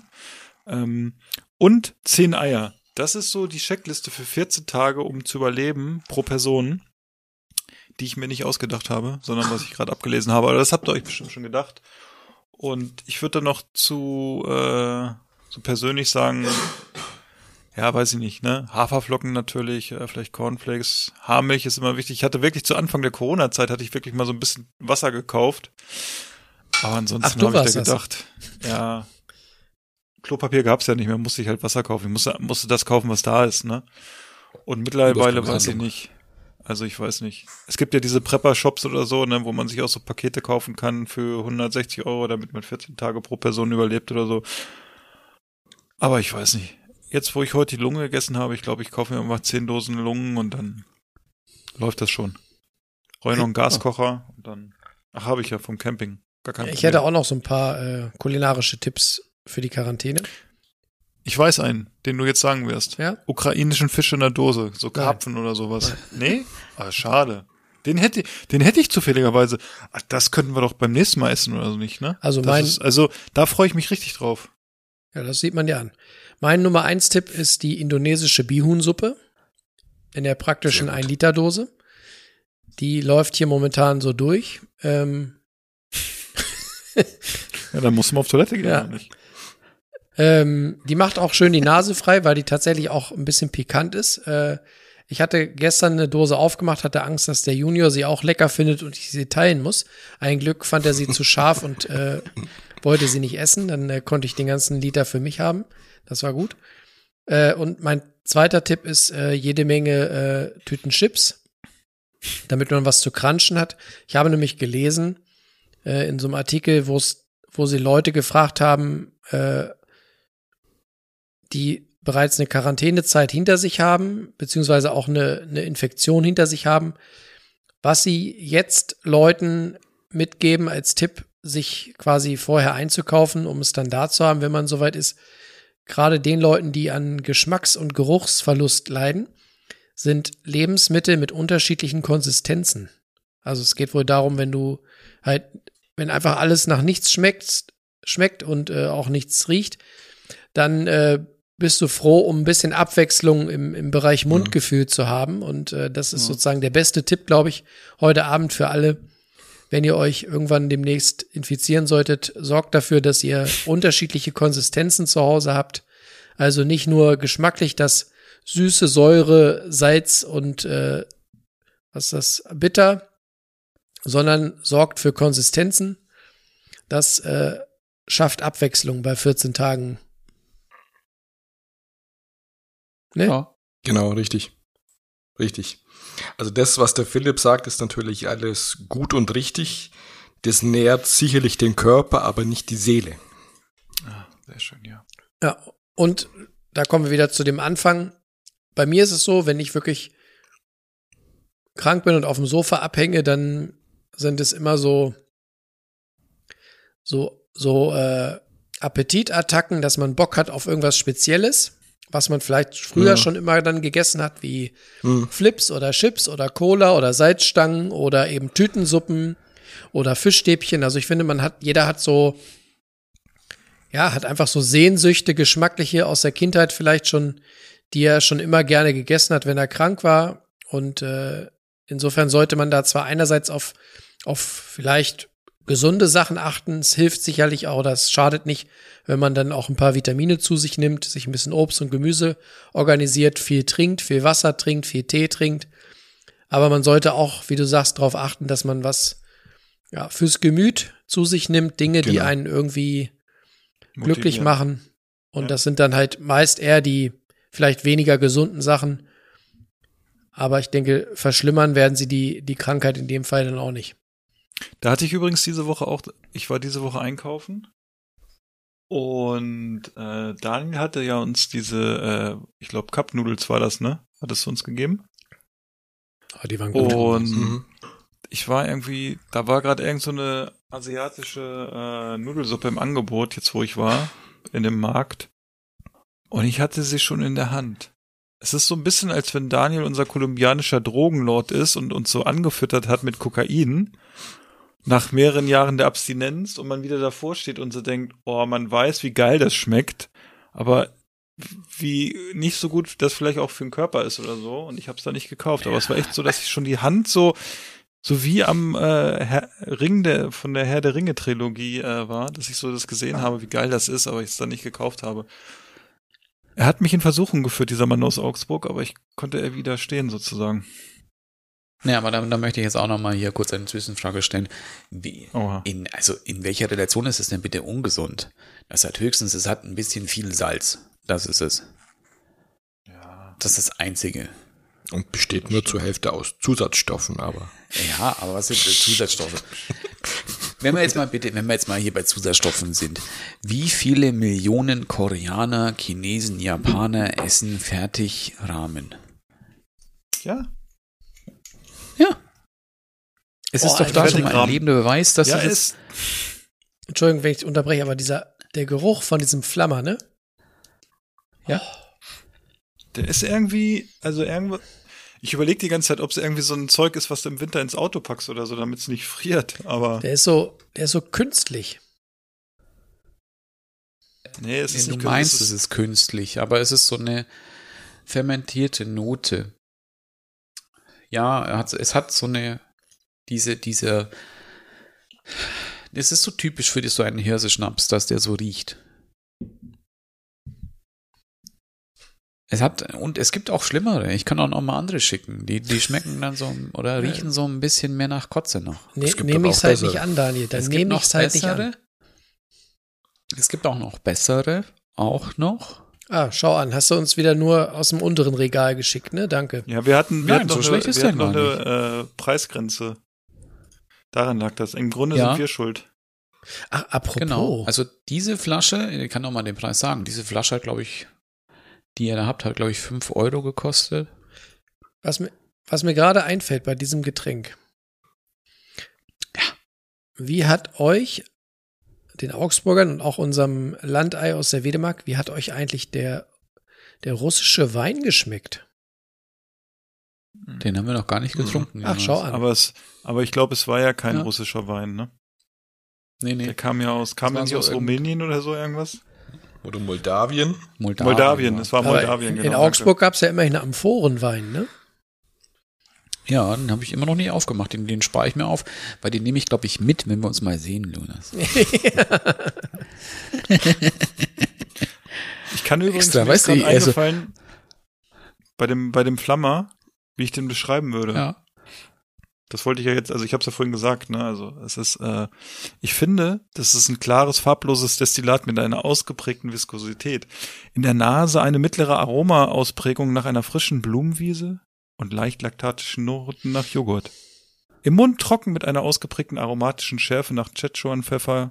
Und 10 Eier. Das ist so die Checkliste für 14 Tage, um zu überleben pro Person, die ich mir nicht ausgedacht habe, sondern was ich gerade abgelesen habe. Aber das habt ihr euch bestimmt schon gedacht. Und ich würde dann noch so persönlich sagen, ja, weiß ich nicht, ne? Haferflocken natürlich, vielleicht Cornflakes, Haarmilch ist immer wichtig. Ich hatte wirklich zu Anfang der Corona-Zeit, hatte ich wirklich mal so ein bisschen Wasser gekauft. Aber ansonsten habe ich da gedacht, ja, Klopapier gab's ja nicht mehr, musste ich halt Wasser kaufen. Ich musste das kaufen, was da ist, ne? Und mittlerweile weiß ich nicht. Also ich weiß nicht. Es gibt ja diese Prepper-Shops oder so, ne, wo man sich auch so Pakete kaufen kann für 160 €, damit man 14 Tage pro Person überlebt oder so. Aber ich weiß nicht. Jetzt, wo ich heute die Lunge gegessen habe, ich glaube, ich kaufe mir einfach 10 Dosen Lungen und dann läuft das schon. Noch einen Gaskocher und dann, habe ich ja vom Camping. Gar kein Problem. Ich hätte auch noch so ein paar kulinarische Tipps für die Quarantäne. Ich weiß einen, den du jetzt sagen wirst. Ja? Ukrainischen Fisch in der Dose, so Karpfen oder sowas. Nee? Ah, schade. Den hätte ich zufälligerweise. Ach, das könnten wir doch beim nächsten Mal essen oder so nicht, ne? Also da freue ich mich richtig drauf. Ja, das sieht man ja an. Mein Nummer 1 Tipp ist die indonesische Bihunsuppe in der praktischen 1-Liter-Dose. Die läuft hier momentan so durch. Ja, dann musst du mal auf Toilette gehen, oder nicht? Die macht auch schön die Nase frei, weil die tatsächlich auch ein bisschen pikant ist. Ich hatte gestern eine Dose aufgemacht, hatte Angst, dass der Junior sie auch lecker findet und ich sie teilen muss. Ein Glück fand er sie zu scharf und wollte sie nicht essen. Dann konnte ich den ganzen Liter für mich haben. Das war gut. Und mein zweiter Tipp ist jede Menge Tüten Chips, damit man was zu crunchen hat. Ich habe nämlich gelesen in so einem Artikel, wo sie Leute gefragt haben, die bereits eine Quarantänezeit hinter sich haben, beziehungsweise auch eine Infektion hinter sich haben, was sie jetzt Leuten mitgeben als Tipp, sich quasi vorher einzukaufen, um es dann da zu haben, wenn man soweit ist. Gerade den Leuten, die an Geschmacks- und Geruchsverlust leiden, sind Lebensmittel mit unterschiedlichen Konsistenzen. Also es geht wohl darum, wenn einfach alles nach nichts schmeckt und auch nichts riecht, dann bist du froh, um ein bisschen Abwechslung im Bereich Mundgefühl zu haben. Und das ist sozusagen der beste Tipp, glaube ich, heute Abend für alle. Wenn ihr euch irgendwann demnächst infizieren solltet, sorgt dafür, dass ihr unterschiedliche Konsistenzen zu Hause habt. Also nicht nur geschmacklich das Süße, Säure, Salz und was ist das, bitter, sondern sorgt für Konsistenzen. Das schafft Abwechslung bei 14 Tagen. Ne? Ja. Genau, richtig. Richtig. Also das, was der Philipp sagt, ist natürlich alles gut und richtig. Das nährt sicherlich den Körper, aber nicht die Seele. Ah, sehr schön, ja. Ja, und da kommen wir wieder zu dem Anfang. Bei mir ist es so, wenn ich wirklich krank bin und auf dem Sofa abhänge, dann sind es immer so Appetitattacken, dass man Bock hat auf irgendwas Spezielles, was man vielleicht früher schon immer dann gegessen hat, wie Flips oder Chips oder Cola oder Salzstangen oder eben Tütensuppen oder Fischstäbchen. Also ich finde, jeder hat hat einfach so Sehnsüchte, geschmackliche aus der Kindheit vielleicht schon, die er schon immer gerne gegessen hat, wenn er krank war. Und insofern sollte man da zwar einerseits auf vielleicht gesunde Sachen achten. Es hilft sicherlich auch, das schadet nicht, wenn man dann auch ein paar Vitamine zu sich nimmt, sich ein bisschen Obst und Gemüse organisiert, viel trinkt, viel Wasser trinkt, viel Tee trinkt. Aber man sollte auch, wie du sagst, darauf achten, dass man was fürs Gemüt zu sich nimmt, Dinge, die einen irgendwie glücklich machen. Und das sind dann halt meist eher die vielleicht weniger gesunden Sachen. Aber ich denke, verschlimmern werden sie die Krankheit in dem Fall dann auch nicht. Da hatte ich übrigens ich war diese Woche einkaufen und Daniel hatte ja uns diese, ich glaube Cup-Noodles war das, ne? Hattest du uns gegeben? Die waren gut. Und ich war da war gerade irgend so eine asiatische Nudelsuppe im Angebot, jetzt wo ich war, in dem Markt. Und ich hatte sie schon in der Hand. Es ist so ein bisschen, als wenn Daniel unser kolumbianischer Drogenlord ist und uns so angefüttert hat mit Kokain. Nach mehreren Jahren der Abstinenz und man wieder davor steht und so denkt, oh, man weiß, wie geil das schmeckt, aber wie nicht so gut das vielleicht auch für den Körper ist oder so. Und ich habe es da nicht gekauft. Aber es war echt so, dass ich schon die Hand so wie am Ring von der Herr der Ringe Trilogie war, dass ich so das gesehen habe, wie geil das ist, aber ich es dann nicht gekauft habe. Er hat mich in Versuchung geführt, dieser Mann aus Augsburg, aber ich konnte widerstehen sozusagen. Ja, aber da möchte ich jetzt auch nochmal hier kurz eine Zwischenfrage stellen. In welcher Relation ist es denn bitte ungesund? Das hat höchstens, es hat ein bisschen viel Salz. Das ist es. Ja. Das ist das Einzige. Und besteht nur zur Hälfte aus Zusatzstoffen, aber. Ja, aber was sind Zusatzstoffe? Wenn wir jetzt mal hier bei Zusatzstoffen sind, wie viele Millionen Koreaner, Chinesen, Japaner essen Fertigramen? Ja. Ja. Es ist doch da schon mal ein lebender Beweis, dass es ist. Entschuldigung, wenn ich unterbreche, aber der Geruch von diesem Flammer, ne? Ja. Der ist irgendwie, ich überlege die ganze Zeit, ob es irgendwie so ein Zeug ist, was du im Winter ins Auto packst oder so, damit es nicht friert, aber. Der ist so künstlich. Nee, es ist nicht künstlich. Du meinst, es ist künstlich, aber es ist so eine fermentierte Note. Ja, es hat so eine, es ist so typisch für so einen Hirseschnaps, dass der so riecht. Es gibt auch schlimmere. Ich kann auch noch mal andere schicken. Die schmecken dann so oder riechen so ein bisschen mehr nach Kotze noch. Nehme ich es halt nicht an, Daniel. Dann nehme ich es halt nicht an. Es gibt auch noch bessere. Auch noch. Ah, schau an. Hast du uns wieder nur aus dem unteren Regal geschickt, ne? Danke. Ja, wir hatten noch eine Preisgrenze. Daran lag das. Im Grunde sind wir schuld. Ach, apropos. Genau. Also diese Flasche, ich kann noch mal den Preis sagen, diese Flasche hat, glaube ich, die ihr da habt, hat, glaube ich, 5 Euro gekostet. Was mir gerade einfällt bei diesem Getränk. Ja. Wie hat euch, den Augsburgern und auch unserem Landei aus der Wedemark, wie hat euch eigentlich der russische Wein geschmeckt? Den haben wir noch gar nicht getrunken. Ach, schau an. Aber ich glaube, es war ja kein russischer Wein, ne? Nee. Der kam ja nicht aus Rumänien oder so irgendwas? Oder Moldawien? Moldawien, es war Moldawien, genau. In Augsburg gab es ja immerhin Amphorenwein, ne? Ja, den habe ich immer noch nie aufgemacht. Den spare ich mir auf, weil den nehme ich, glaube ich, mit, wenn wir uns mal sehen, Jonas. Ich kann übrigens mir ist gerade eingefallen, bei dem Flammer, wie ich den beschreiben würde. Ja. Das wollte ich ja jetzt, also ich habe es ja vorhin gesagt, ne, also es ist, ich finde, das ist ein klares, farbloses Destillat mit einer ausgeprägten Viskosität. In der Nase eine mittlere Aromaausprägung nach einer frischen Blumenwiese und leicht laktatischen Noten nach Joghurt. Im Mund trocken mit einer ausgeprägten aromatischen Schärfe nach Szechuan-Pfeffer.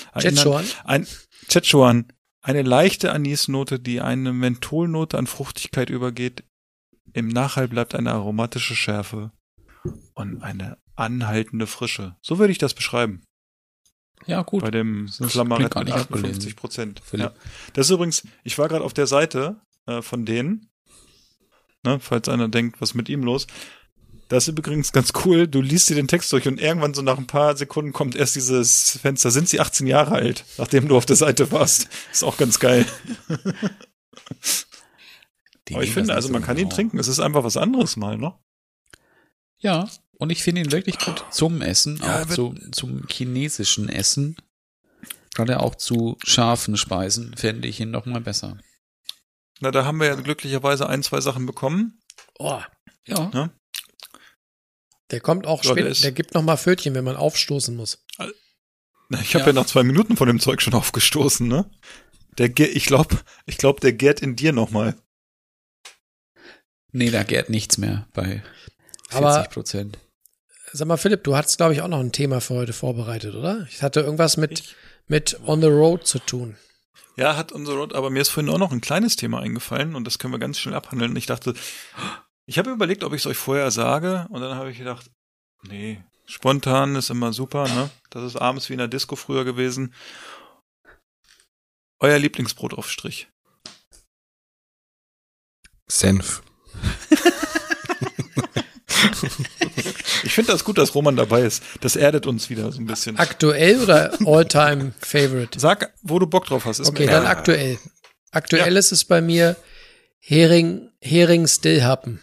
Szechuan. Eine leichte Anisnote, die eine Mentholnote an Fruchtigkeit übergeht. Im Nachhall bleibt eine aromatische Schärfe und eine anhaltende Frische. So würde ich das beschreiben. Ja, gut. Bei dem Flammeret mit 58%. Ja. Das ist übrigens, ich war gerade auf der Seite von denen, ne, falls einer denkt, was ist mit ihm los. Das ist übrigens ganz cool. Du liest dir den Text durch und irgendwann so nach ein paar Sekunden kommt erst dieses Fenster. Sind sie 18 Jahre alt, nachdem du auf der Seite warst? Ist auch ganz geil. Aber ich finde, also man kann ihn trinken. Es ist einfach was anderes mal, ne? Ja, und ich finde ihn wirklich gut zum Essen, auch zum chinesischen Essen. Gerade auch zu scharfen Speisen fände ich ihn noch mal besser. Na, da haben wir ja glücklicherweise 1, 2 Sachen bekommen. Oh, ja. Ne? Der kommt auch später, der gibt noch mal Pfötchen, wenn man aufstoßen muss. Ich habe ja nach 2 Minuten von dem Zeug schon aufgestoßen, ne? Ich glaube, der gärt in dir noch mal. Nee, da gärt nichts mehr bei 40%. Sag mal, Philipp, du hattest, glaube ich, auch noch ein Thema für heute vorbereitet, oder? Ich hatte irgendwas mit On the Road zu tun. Ja, hat On the Road, aber mir ist vorhin auch noch ein kleines Thema eingefallen und das können wir ganz schnell abhandeln. Ich dachte, ich habe überlegt, ob ich es euch vorher sage und dann habe ich gedacht, nee, spontan ist immer super, ne? Das ist abends wie in der Disco früher gewesen. Euer Lieblingsbrotaufstrich. Senf. Ich finde das gut, dass Roman dabei ist. Das erdet uns wieder so ein bisschen. Aktuell oder All-Time-Favorite? Sag, wo du Bock drauf hast. Okay, dann aktuell. Aktuell ist es bei mir Hering Stillhappen.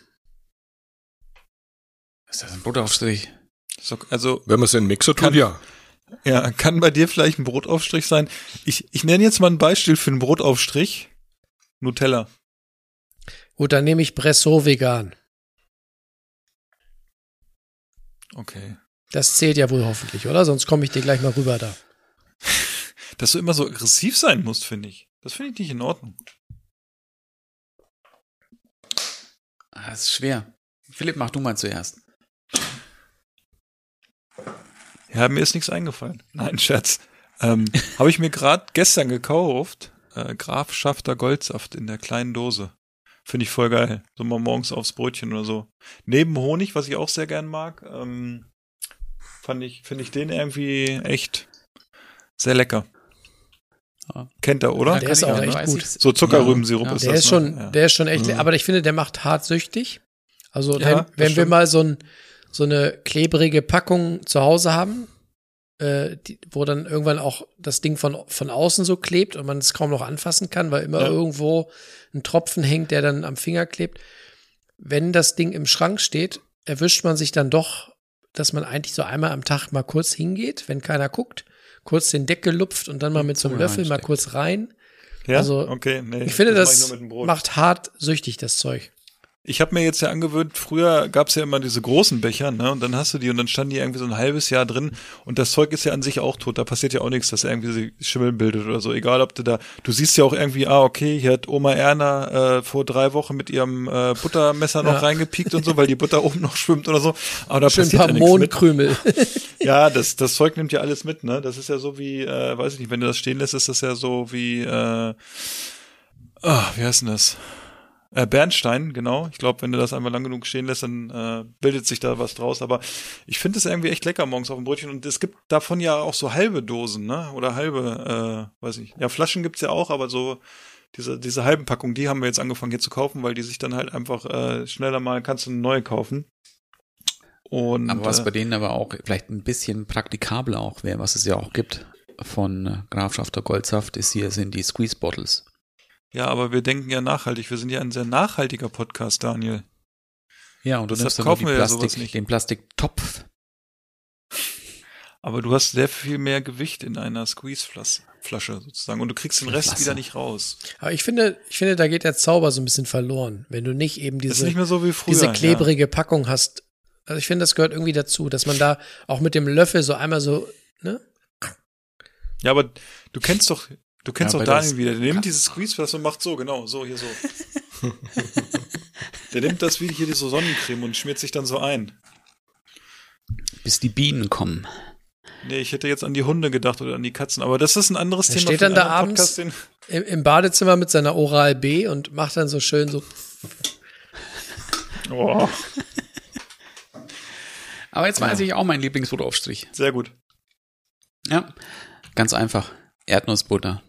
Ist das ein Brotaufstrich? So, also, wenn man es in den Mixer tut, ja. Ja, kann bei dir vielleicht ein Brotaufstrich sein. Ich nenne jetzt mal ein Beispiel für einen Brotaufstrich. Nutella. Gut, dann nehme ich Bressot vegan. Okay. Das zählt ja wohl hoffentlich, oder? Sonst komme ich dir gleich mal rüber da. Dass du immer so aggressiv sein musst, finde ich. Das finde ich nicht in Ordnung. Das ist schwer. Philipp, mach du mal zuerst. Ja, mir ist nichts eingefallen. Nein, Scherz. Habe ich mir gerade gestern gekauft. Graf Schafter Goldsaft in der kleinen Dose. Finde ich voll geil. So mal morgens aufs Brötchen oder so. Neben Honig, was ich auch sehr gern mag, finde ich den irgendwie echt sehr lecker. Ja. Kennt er, oder? Ja, der ist auch echt gut. So Zuckerrübensirup ist der das. ist schon, der ist schon echt, aber ich finde, der macht hart süchtig. Also wenn wir mal so eine klebrige Packung zu Hause haben, wo dann irgendwann auch das Ding von außen so klebt und man es kaum noch anfassen kann, weil immer irgendwo ein Tropfen hängt, der dann am Finger klebt. Wenn das Ding im Schrank steht, erwischt man sich dann doch, dass man eigentlich so einmal am Tag mal kurz hingeht, wenn keiner guckt, kurz den Deckel lupft und dann mal mit so einem Löffel mal kurz rein. Ja? Also, okay, nee, ich finde, das macht hart süchtig, das Zeug. Ich habe mir jetzt ja angewöhnt, früher gab's ja immer diese großen Becher, ne? Und dann hast du die und dann standen die irgendwie so ein halbes Jahr drin und das Zeug ist ja an sich auch tot, da passiert ja auch nichts, dass irgendwie Schimmel bildet oder so, egal ob du siehst ja auch irgendwie, okay, hier hat Oma Erna vor 3 Wochen mit ihrem Buttermesser noch reingepiekt und so, weil die Butter oben noch schwimmt oder so, aber da schön passiert ja nichts mit. Mondkrümel. Ja, das Zeug nimmt ja alles mit, ne? Das ist ja so wie, weiß ich nicht, wenn du das stehen lässt, ist das ja so wie, wie heißt denn das? Bernstein, genau. Ich glaube, wenn du das einmal lang genug stehen lässt, dann bildet sich da was draus. Aber ich finde es irgendwie echt lecker morgens auf dem Brötchen. Und es gibt davon ja auch so halbe Dosen, ne? Oder halbe, weiß ich. Ja, Flaschen gibt's ja auch, aber so diese halben Packungen, die haben wir jetzt angefangen hier zu kaufen, weil die sich dann halt einfach schneller mal, kannst du eine neue kaufen. Und, aber was bei denen aber auch vielleicht ein bisschen praktikabler auch wäre, was es ja auch gibt von Graf Schafter Goldsaft, sind die Squeeze Bottles. Ja, aber wir denken ja nachhaltig. Wir sind ja ein sehr nachhaltiger Podcast, Daniel. Ja, und du nimmst dann den Plastiktopf. Aber du hast sehr viel mehr Gewicht in einer Squeeze-Flasche sozusagen und du kriegst den Rest wieder nicht raus. Aber ich finde, da geht der Zauber so ein bisschen verloren, wenn du nicht eben ist nicht mehr so wie früher, diese klebrige Packung hast. Also ich finde, das gehört irgendwie dazu, dass man da auch mit dem Löffel so einmal so, ne? Ja, aber du kennst doch Daniel wieder. Der nimmt dieses Squeeze-Flash und macht so, genau, so, hier so. Der nimmt das wie hier diese Sonnencreme und schmiert sich dann so ein. Bis die Bienen kommen. Nee, ich hätte jetzt an die Hunde gedacht oder an die Katzen, aber das ist ein anderes Thema. Steht dann da abends im Badezimmer mit seiner Oral-B und macht dann so schön so. Oh. Aber jetzt weiß ich auch meinen Lieblingsbrotaufstrich. Sehr gut. Ja, ganz einfach. Erdnussbutter.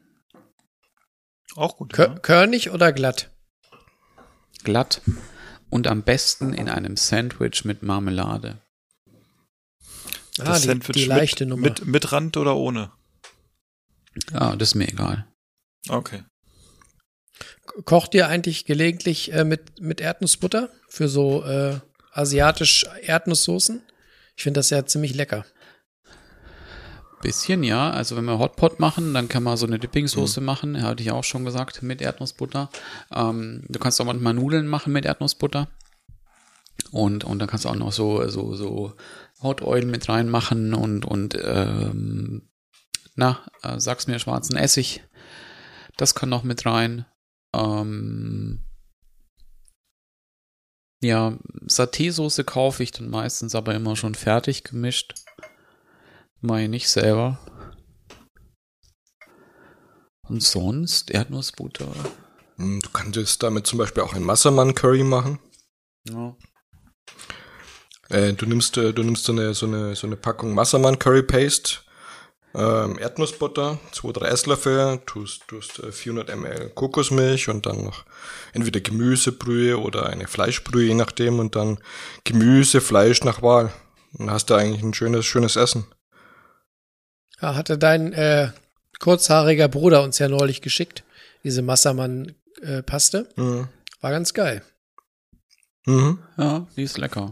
Auch gut. Körnig oder glatt? Glatt. Und am besten in einem Sandwich mit Marmelade. Das Sandwich die leichte Nummer. Mit Rand oder ohne? Ja, das ist mir egal. Okay. Kocht ihr eigentlich gelegentlich mit Erdnussbutter für so asiatisch Erdnusssoßen? Ich finde das ja ziemlich lecker. Bisschen, ja. Also wenn wir Hotpot machen, dann kann man so eine Dippingsoße machen, hatte ich auch schon gesagt, mit Erdnussbutter. Du kannst auch manchmal Nudeln machen mit Erdnussbutter. Und dann kannst du auch noch so Hot Oil mit reinmachen und sag's mir, schwarzen Essig. Das kann noch mit rein. Ja, Saté-Soße kaufe ich dann meistens aber immer schon fertig gemischt. Mache ich nicht selber. Und sonst Erdnussbutter. Du könntest damit zum Beispiel auch ein Massaman-Curry machen. Ja. Du nimmst so eine Packung Massaman Curry Paste, Erdnussbutter, 2-3 Esslöffel, tust 400 ml Kokosmilch und dann noch entweder Gemüsebrühe oder eine Fleischbrühe, je nachdem, und dann Gemüse, Fleisch nach Wahl. Dann hast du eigentlich ein schönes Essen. Ja, hatte dein kurzhaariger Bruder uns ja neulich geschickt, diese Massaman-Paste. War ganz geil. Mhm. Ja, die ist lecker.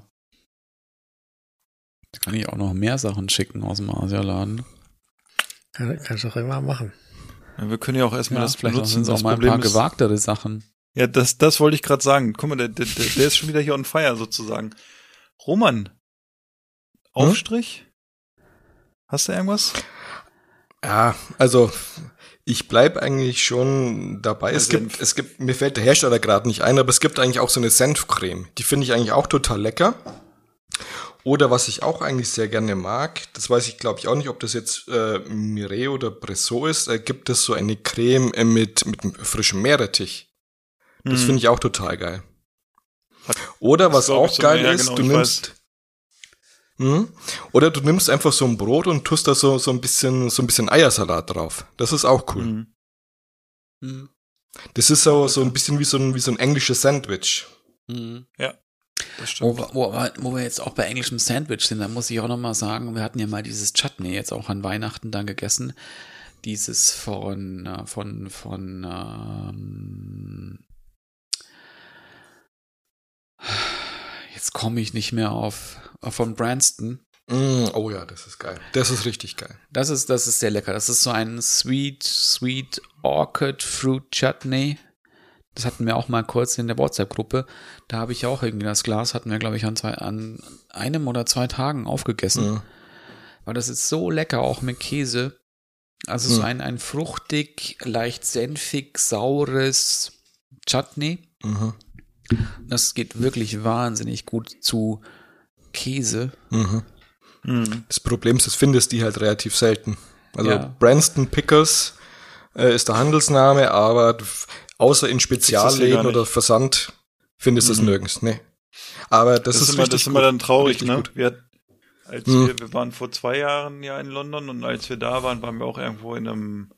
Da kann ich auch noch mehr Sachen schicken aus dem Asialaden. Kannst du doch immer machen. Ja, wir können ja auch erstmal das vielleicht benutzen. Vielleicht auch mal ein paar gewagtere Sachen. Ja, das wollte ich gerade sagen. Guck mal, der ist schon wieder hier on fire sozusagen. Roman, Aufstrich? Hast du irgendwas? Ja, also ich bleib eigentlich schon dabei. Es gibt, mir fällt der Hersteller gerade nicht ein, aber es gibt eigentlich auch so eine Senfcreme. Die finde ich eigentlich auch total lecker. Oder was ich auch eigentlich sehr gerne mag, das weiß ich glaube ich auch nicht, ob das jetzt Mireille oder Bressot ist, gibt es so eine Creme mit frischem Meerrettich. Das finde ich auch total geil. Oder was auch geil ist, du nimmst oder du nimmst einfach so ein Brot und tust da so ein bisschen Eiersalat drauf. Das ist auch cool. Das ist so ein bisschen wie so ein englisches Sandwich. Ja. Das stimmt. Wo wir jetzt auch bei englischem Sandwich sind, da muss ich auch nochmal sagen, wir hatten ja mal dieses Chutney jetzt auch an Weihnachten dann gegessen. Dieses jetzt komme ich nicht mehr von Branston. Oh ja, das ist geil. Das ist richtig geil. Das ist sehr lecker. Das ist so ein Sweet Orchid Fruit Chutney. Das hatten wir auch mal kurz in der WhatsApp-Gruppe. Da habe ich auch irgendwie das Glas, hatten wir, glaube ich, an einem oder 2 Tagen aufgegessen. Weil das ist so lecker, auch mit Käse. Also so ein fruchtig, leicht senfig, saures Chutney. Das geht wirklich wahnsinnig gut zu Käse. Das Problem ist, das findest du halt relativ selten. Also Branston Pickles ist der Handelsname, aber außer in Spezialläden oder Versand findest du es nirgends. Nee. Aber das ist richtig. Das ist immer dann traurig, ne? Wir waren vor 2 Jahren ja in London und als wir da waren, waren wir auch irgendwo in einem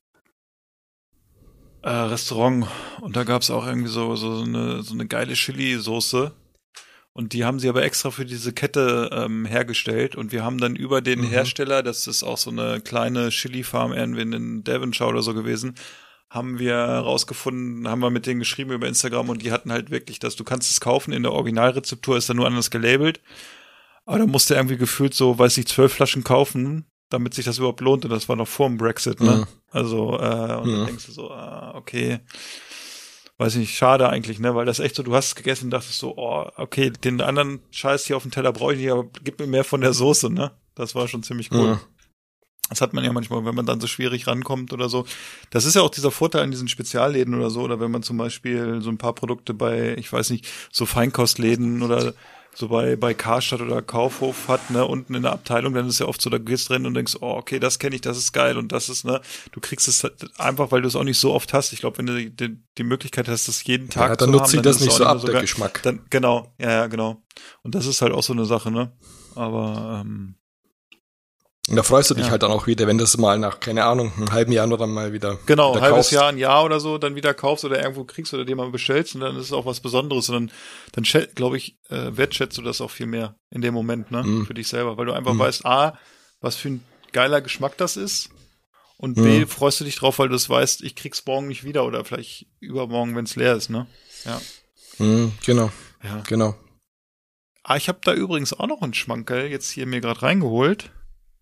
Restaurant und da gab es auch irgendwie so eine geile Chili-Soße und die haben sie aber extra für diese Kette hergestellt und wir haben dann über den Hersteller, das ist auch so eine kleine Chili-Farm irgendwie in Devonshire oder so gewesen, haben wir mit denen geschrieben über Instagram und die hatten halt wirklich du kannst es kaufen, in der Originalrezeptur ist da nur anders gelabelt, aber da musste irgendwie gefühlt 12 Flaschen kaufen, damit sich das überhaupt lohnt und das war noch vor dem Brexit, ne? Also, und dann denkst du so, okay, weiß ich nicht, schade eigentlich, ne, weil das echt so, du hast es gegessen und dachtest so, okay, den anderen Scheiß hier auf dem Teller brauche ich nicht, aber gib mir mehr von der Soße, ne? Das war schon ziemlich cool. Das hat man ja manchmal, wenn man dann so schwierig rankommt oder so. Das ist ja auch dieser Vorteil an diesen Spezialläden oder so, oder wenn man zum Beispiel so ein paar Produkte bei, ich weiß nicht, so Feinkostläden oder so bei Karstadt oder Kaufhof hat, ne, unten in der Abteilung, dann ist ja oft so, da gehst drin und denkst, okay, das kenne ich, das ist geil und das ist, ne, du kriegst es einfach, weil du es auch nicht so oft hast. Ich glaube, wenn du die Möglichkeit hast, das jeden Tag zu haben, dann nutzt sich das nicht so ab, der Geschmack. Dann, genau, ja, genau. Und das ist halt auch so eine Sache, ne, aber, und da freust du dich halt dann auch wieder, wenn du es mal nach, keine Ahnung, einem halben Jahr oder dann mal wieder genau, wieder halbes kaufst. Jahr, ein Jahr oder so, dann wieder kaufst oder irgendwo kriegst oder dir mal bestellst und dann ist es auch was Besonderes und dann glaube ich, wertschätzt du das auch viel mehr in dem Moment, ne, für dich selber, weil du einfach weißt, A, was für ein geiler Geschmack das ist und B, freust du dich drauf, weil du es weißt, ich krieg's morgen nicht wieder oder vielleicht übermorgen, wenn es leer ist, ne, ja. Genau, ja. Genau. Ich habe da übrigens auch noch einen Schmankerl jetzt hier mir gerade reingeholt.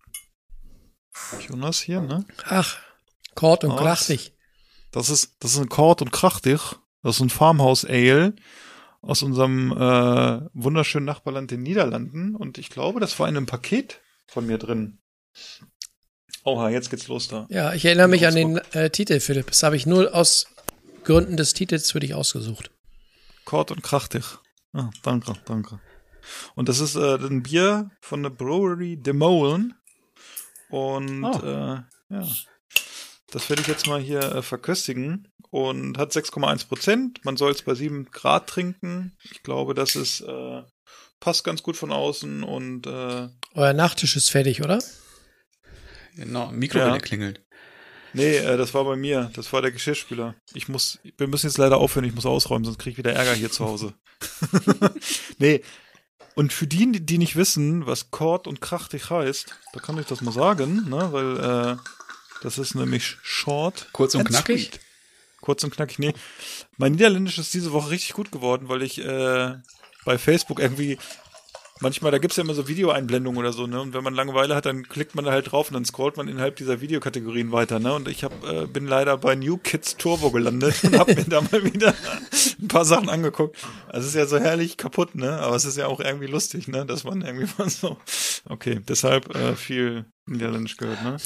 Jonas hier, ne? Ach, Kort und Krachtig. Das ist ein Kort und Krachtig. Das ist ein Farmhouse Ale aus unserem wunderschönen Nachbarland, den Niederlanden. Und ich glaube, das war in einem Paket von mir drin. Oha, jetzt geht's los da. Ja, ich erinnere mich an den Titel, Philipp. Das habe ich nur aus Gründen des Titels für dich ausgesucht. Kort und Krachtig. Ah, danke. Und das ist ein Bier von der Brewery De Molen. Und ja, das werde ich jetzt mal hier verköstigen und hat 6,1%. Man soll es bei 7 Grad trinken. Ich glaube, das ist passt ganz gut von außen und euer Nachtisch ist fertig, oder? Genau, Mikrowelle klingelt. Nee, das war bei mir. Das war der Geschirrspüler. Wir müssen jetzt leider aufhören, ich muss ausräumen, sonst kriege ich wieder Ärger hier zu Hause. Nee. Und für die nicht wissen, was Kort und Krachtig heißt, da kann ich das mal sagen, ne, weil das ist nämlich short. Kurz und knackig? Sweet. Kurz und knackig, nee. Mein Niederländisch ist diese Woche richtig gut geworden, weil ich bei Facebook irgendwie manchmal, da gibt's ja immer so Videoeinblendungen oder so, ne? Und wenn man Langeweile hat, dann klickt man da halt drauf und dann scrollt man innerhalb dieser Videokategorien weiter, ne? Und ich bin leider bei New Kids Turbo gelandet und habe mir da mal wieder ein paar Sachen angeguckt. Also es ist ja so herrlich kaputt, ne? Aber es ist ja auch irgendwie lustig, ne? Dass man irgendwie mal so. Okay, deshalb viel Niederländisch gehört, ne?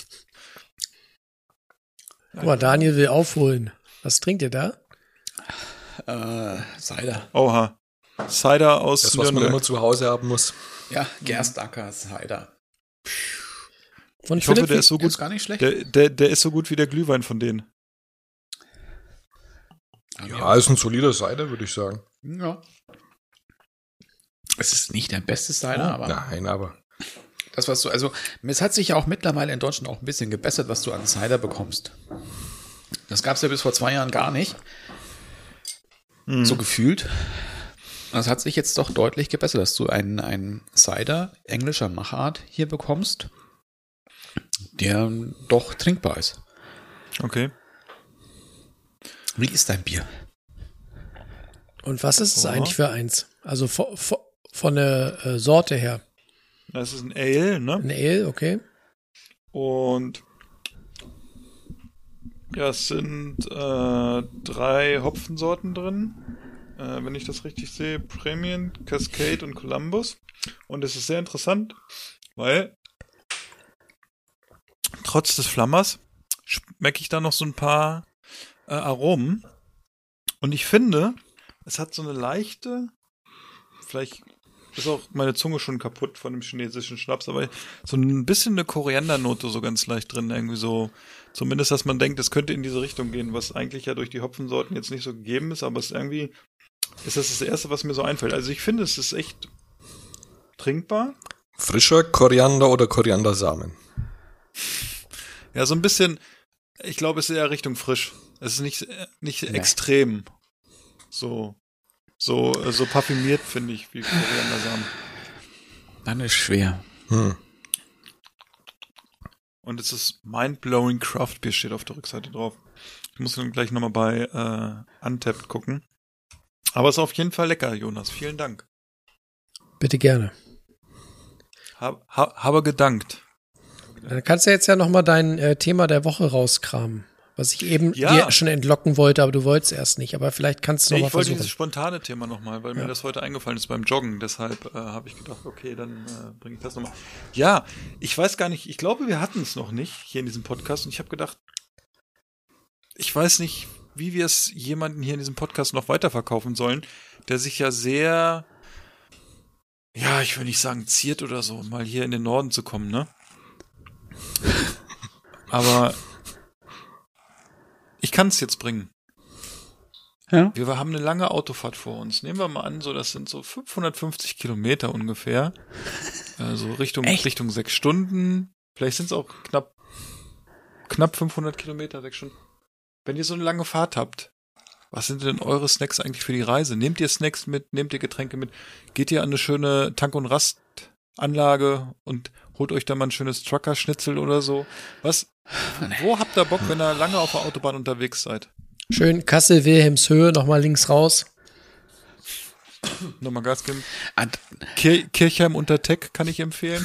Guck mal, Daniel will aufholen. Was trinkt ihr da? Cider. Oha. Cider aus Das, was man Nürnberg. immer zu Hause haben muss. Ja, Gerstacker Cider. Von Ich hoffe, Philipp, der ist so gut. Ist gar nicht schlecht. Der ist so gut wie der Glühwein von denen. Ja, ist ein solider Cider, würde ich sagen. Ja. Es ist nicht der beste Cider, aber Nein, aber das, was du, also, es hat sich ja auch mittlerweile in Deutschland auch ein bisschen gebessert, was du an Cider bekommst. Das gab es ja bis vor 2 Jahren gar nicht. So gefühlt. Das hat sich jetzt doch deutlich gebessert, dass du einen Cider englischer Machart hier bekommst, der doch trinkbar ist. Okay. Wie ist dein Bier? Und was ist es eigentlich für eins? Also von der Sorte her. Das ist ein Ale, ne? Ein Ale, okay. Und ja, es sind 3 Hopfensorten drin, wenn ich das richtig sehe. Premium, Cascade und Columbus. Und es ist sehr interessant, weil trotz des Flammers schmecke ich da noch so ein paar Aromen. Und ich finde, es hat so eine leichte, vielleicht ist auch meine Zunge schon kaputt von dem chinesischen Schnaps, aber so ein bisschen eine Koriandernote so ganz leicht drin, irgendwie so, zumindest, dass man denkt, es könnte in diese Richtung gehen, was eigentlich ja durch die Hopfensorten jetzt nicht so gegeben ist, aber es ist irgendwie, ist das Erste, was mir so einfällt. Also ich finde, es ist echt trinkbar. frischer Koriander oder Koriandersamen? Ja, so ein bisschen, ich glaube, es ist eher Richtung frisch. Es ist nicht extrem so parfümiert, finde ich, wie Koriandersamen. Dann ist schwer. Und es ist Mind-Blowing Craft Beer, steht auf der Rückseite drauf. Ich muss dann gleich nochmal bei Untapped gucken. Aber es ist auf jeden Fall lecker, Jonas. Vielen Dank. Bitte gerne. Habe gedankt. Dann kannst du jetzt ja nochmal dein Thema der Woche rauskramen. Was ich eben dir schon entlocken wollte, aber du wolltest erst nicht. Aber vielleicht kannst du nochmal versuchen. Ich wollte dieses spontane Thema nochmal, weil mir das heute eingefallen ist beim Joggen. Deshalb habe ich gedacht, okay, dann bringe ich das nochmal. Ja, ich weiß gar nicht, ich glaube, wir hatten es noch nicht hier in diesem Podcast. Und ich habe gedacht, ich weiß nicht, wie wir es jemanden hier in diesem Podcast noch weiterverkaufen sollen, der sich ja sehr, ja, ich will nicht sagen ziert oder so, mal hier in den Norden zu kommen, ne? Aber ich kann es jetzt bringen. Ja. Wir haben eine lange Autofahrt vor uns. Nehmen wir mal an, so das sind so 550 Kilometer ungefähr. Also Richtung 6 Stunden. Vielleicht sind es auch knapp 500 Kilometer, 6 Stunden. Wenn ihr so eine lange Fahrt habt, was sind denn eure Snacks eigentlich für die Reise? Nehmt ihr Snacks mit? Nehmt ihr Getränke mit? Geht ihr an eine schöne Tank- und Rastanlage und holt euch da mal ein schönes Trucker-Schnitzel oder so? Wo habt ihr Bock, wenn ihr lange auf der Autobahn unterwegs seid? Schön Kassel-Wilhelmshöhe, nochmal links raus. Nochmal Gas geben. Kirchheim unter Teck kann ich empfehlen.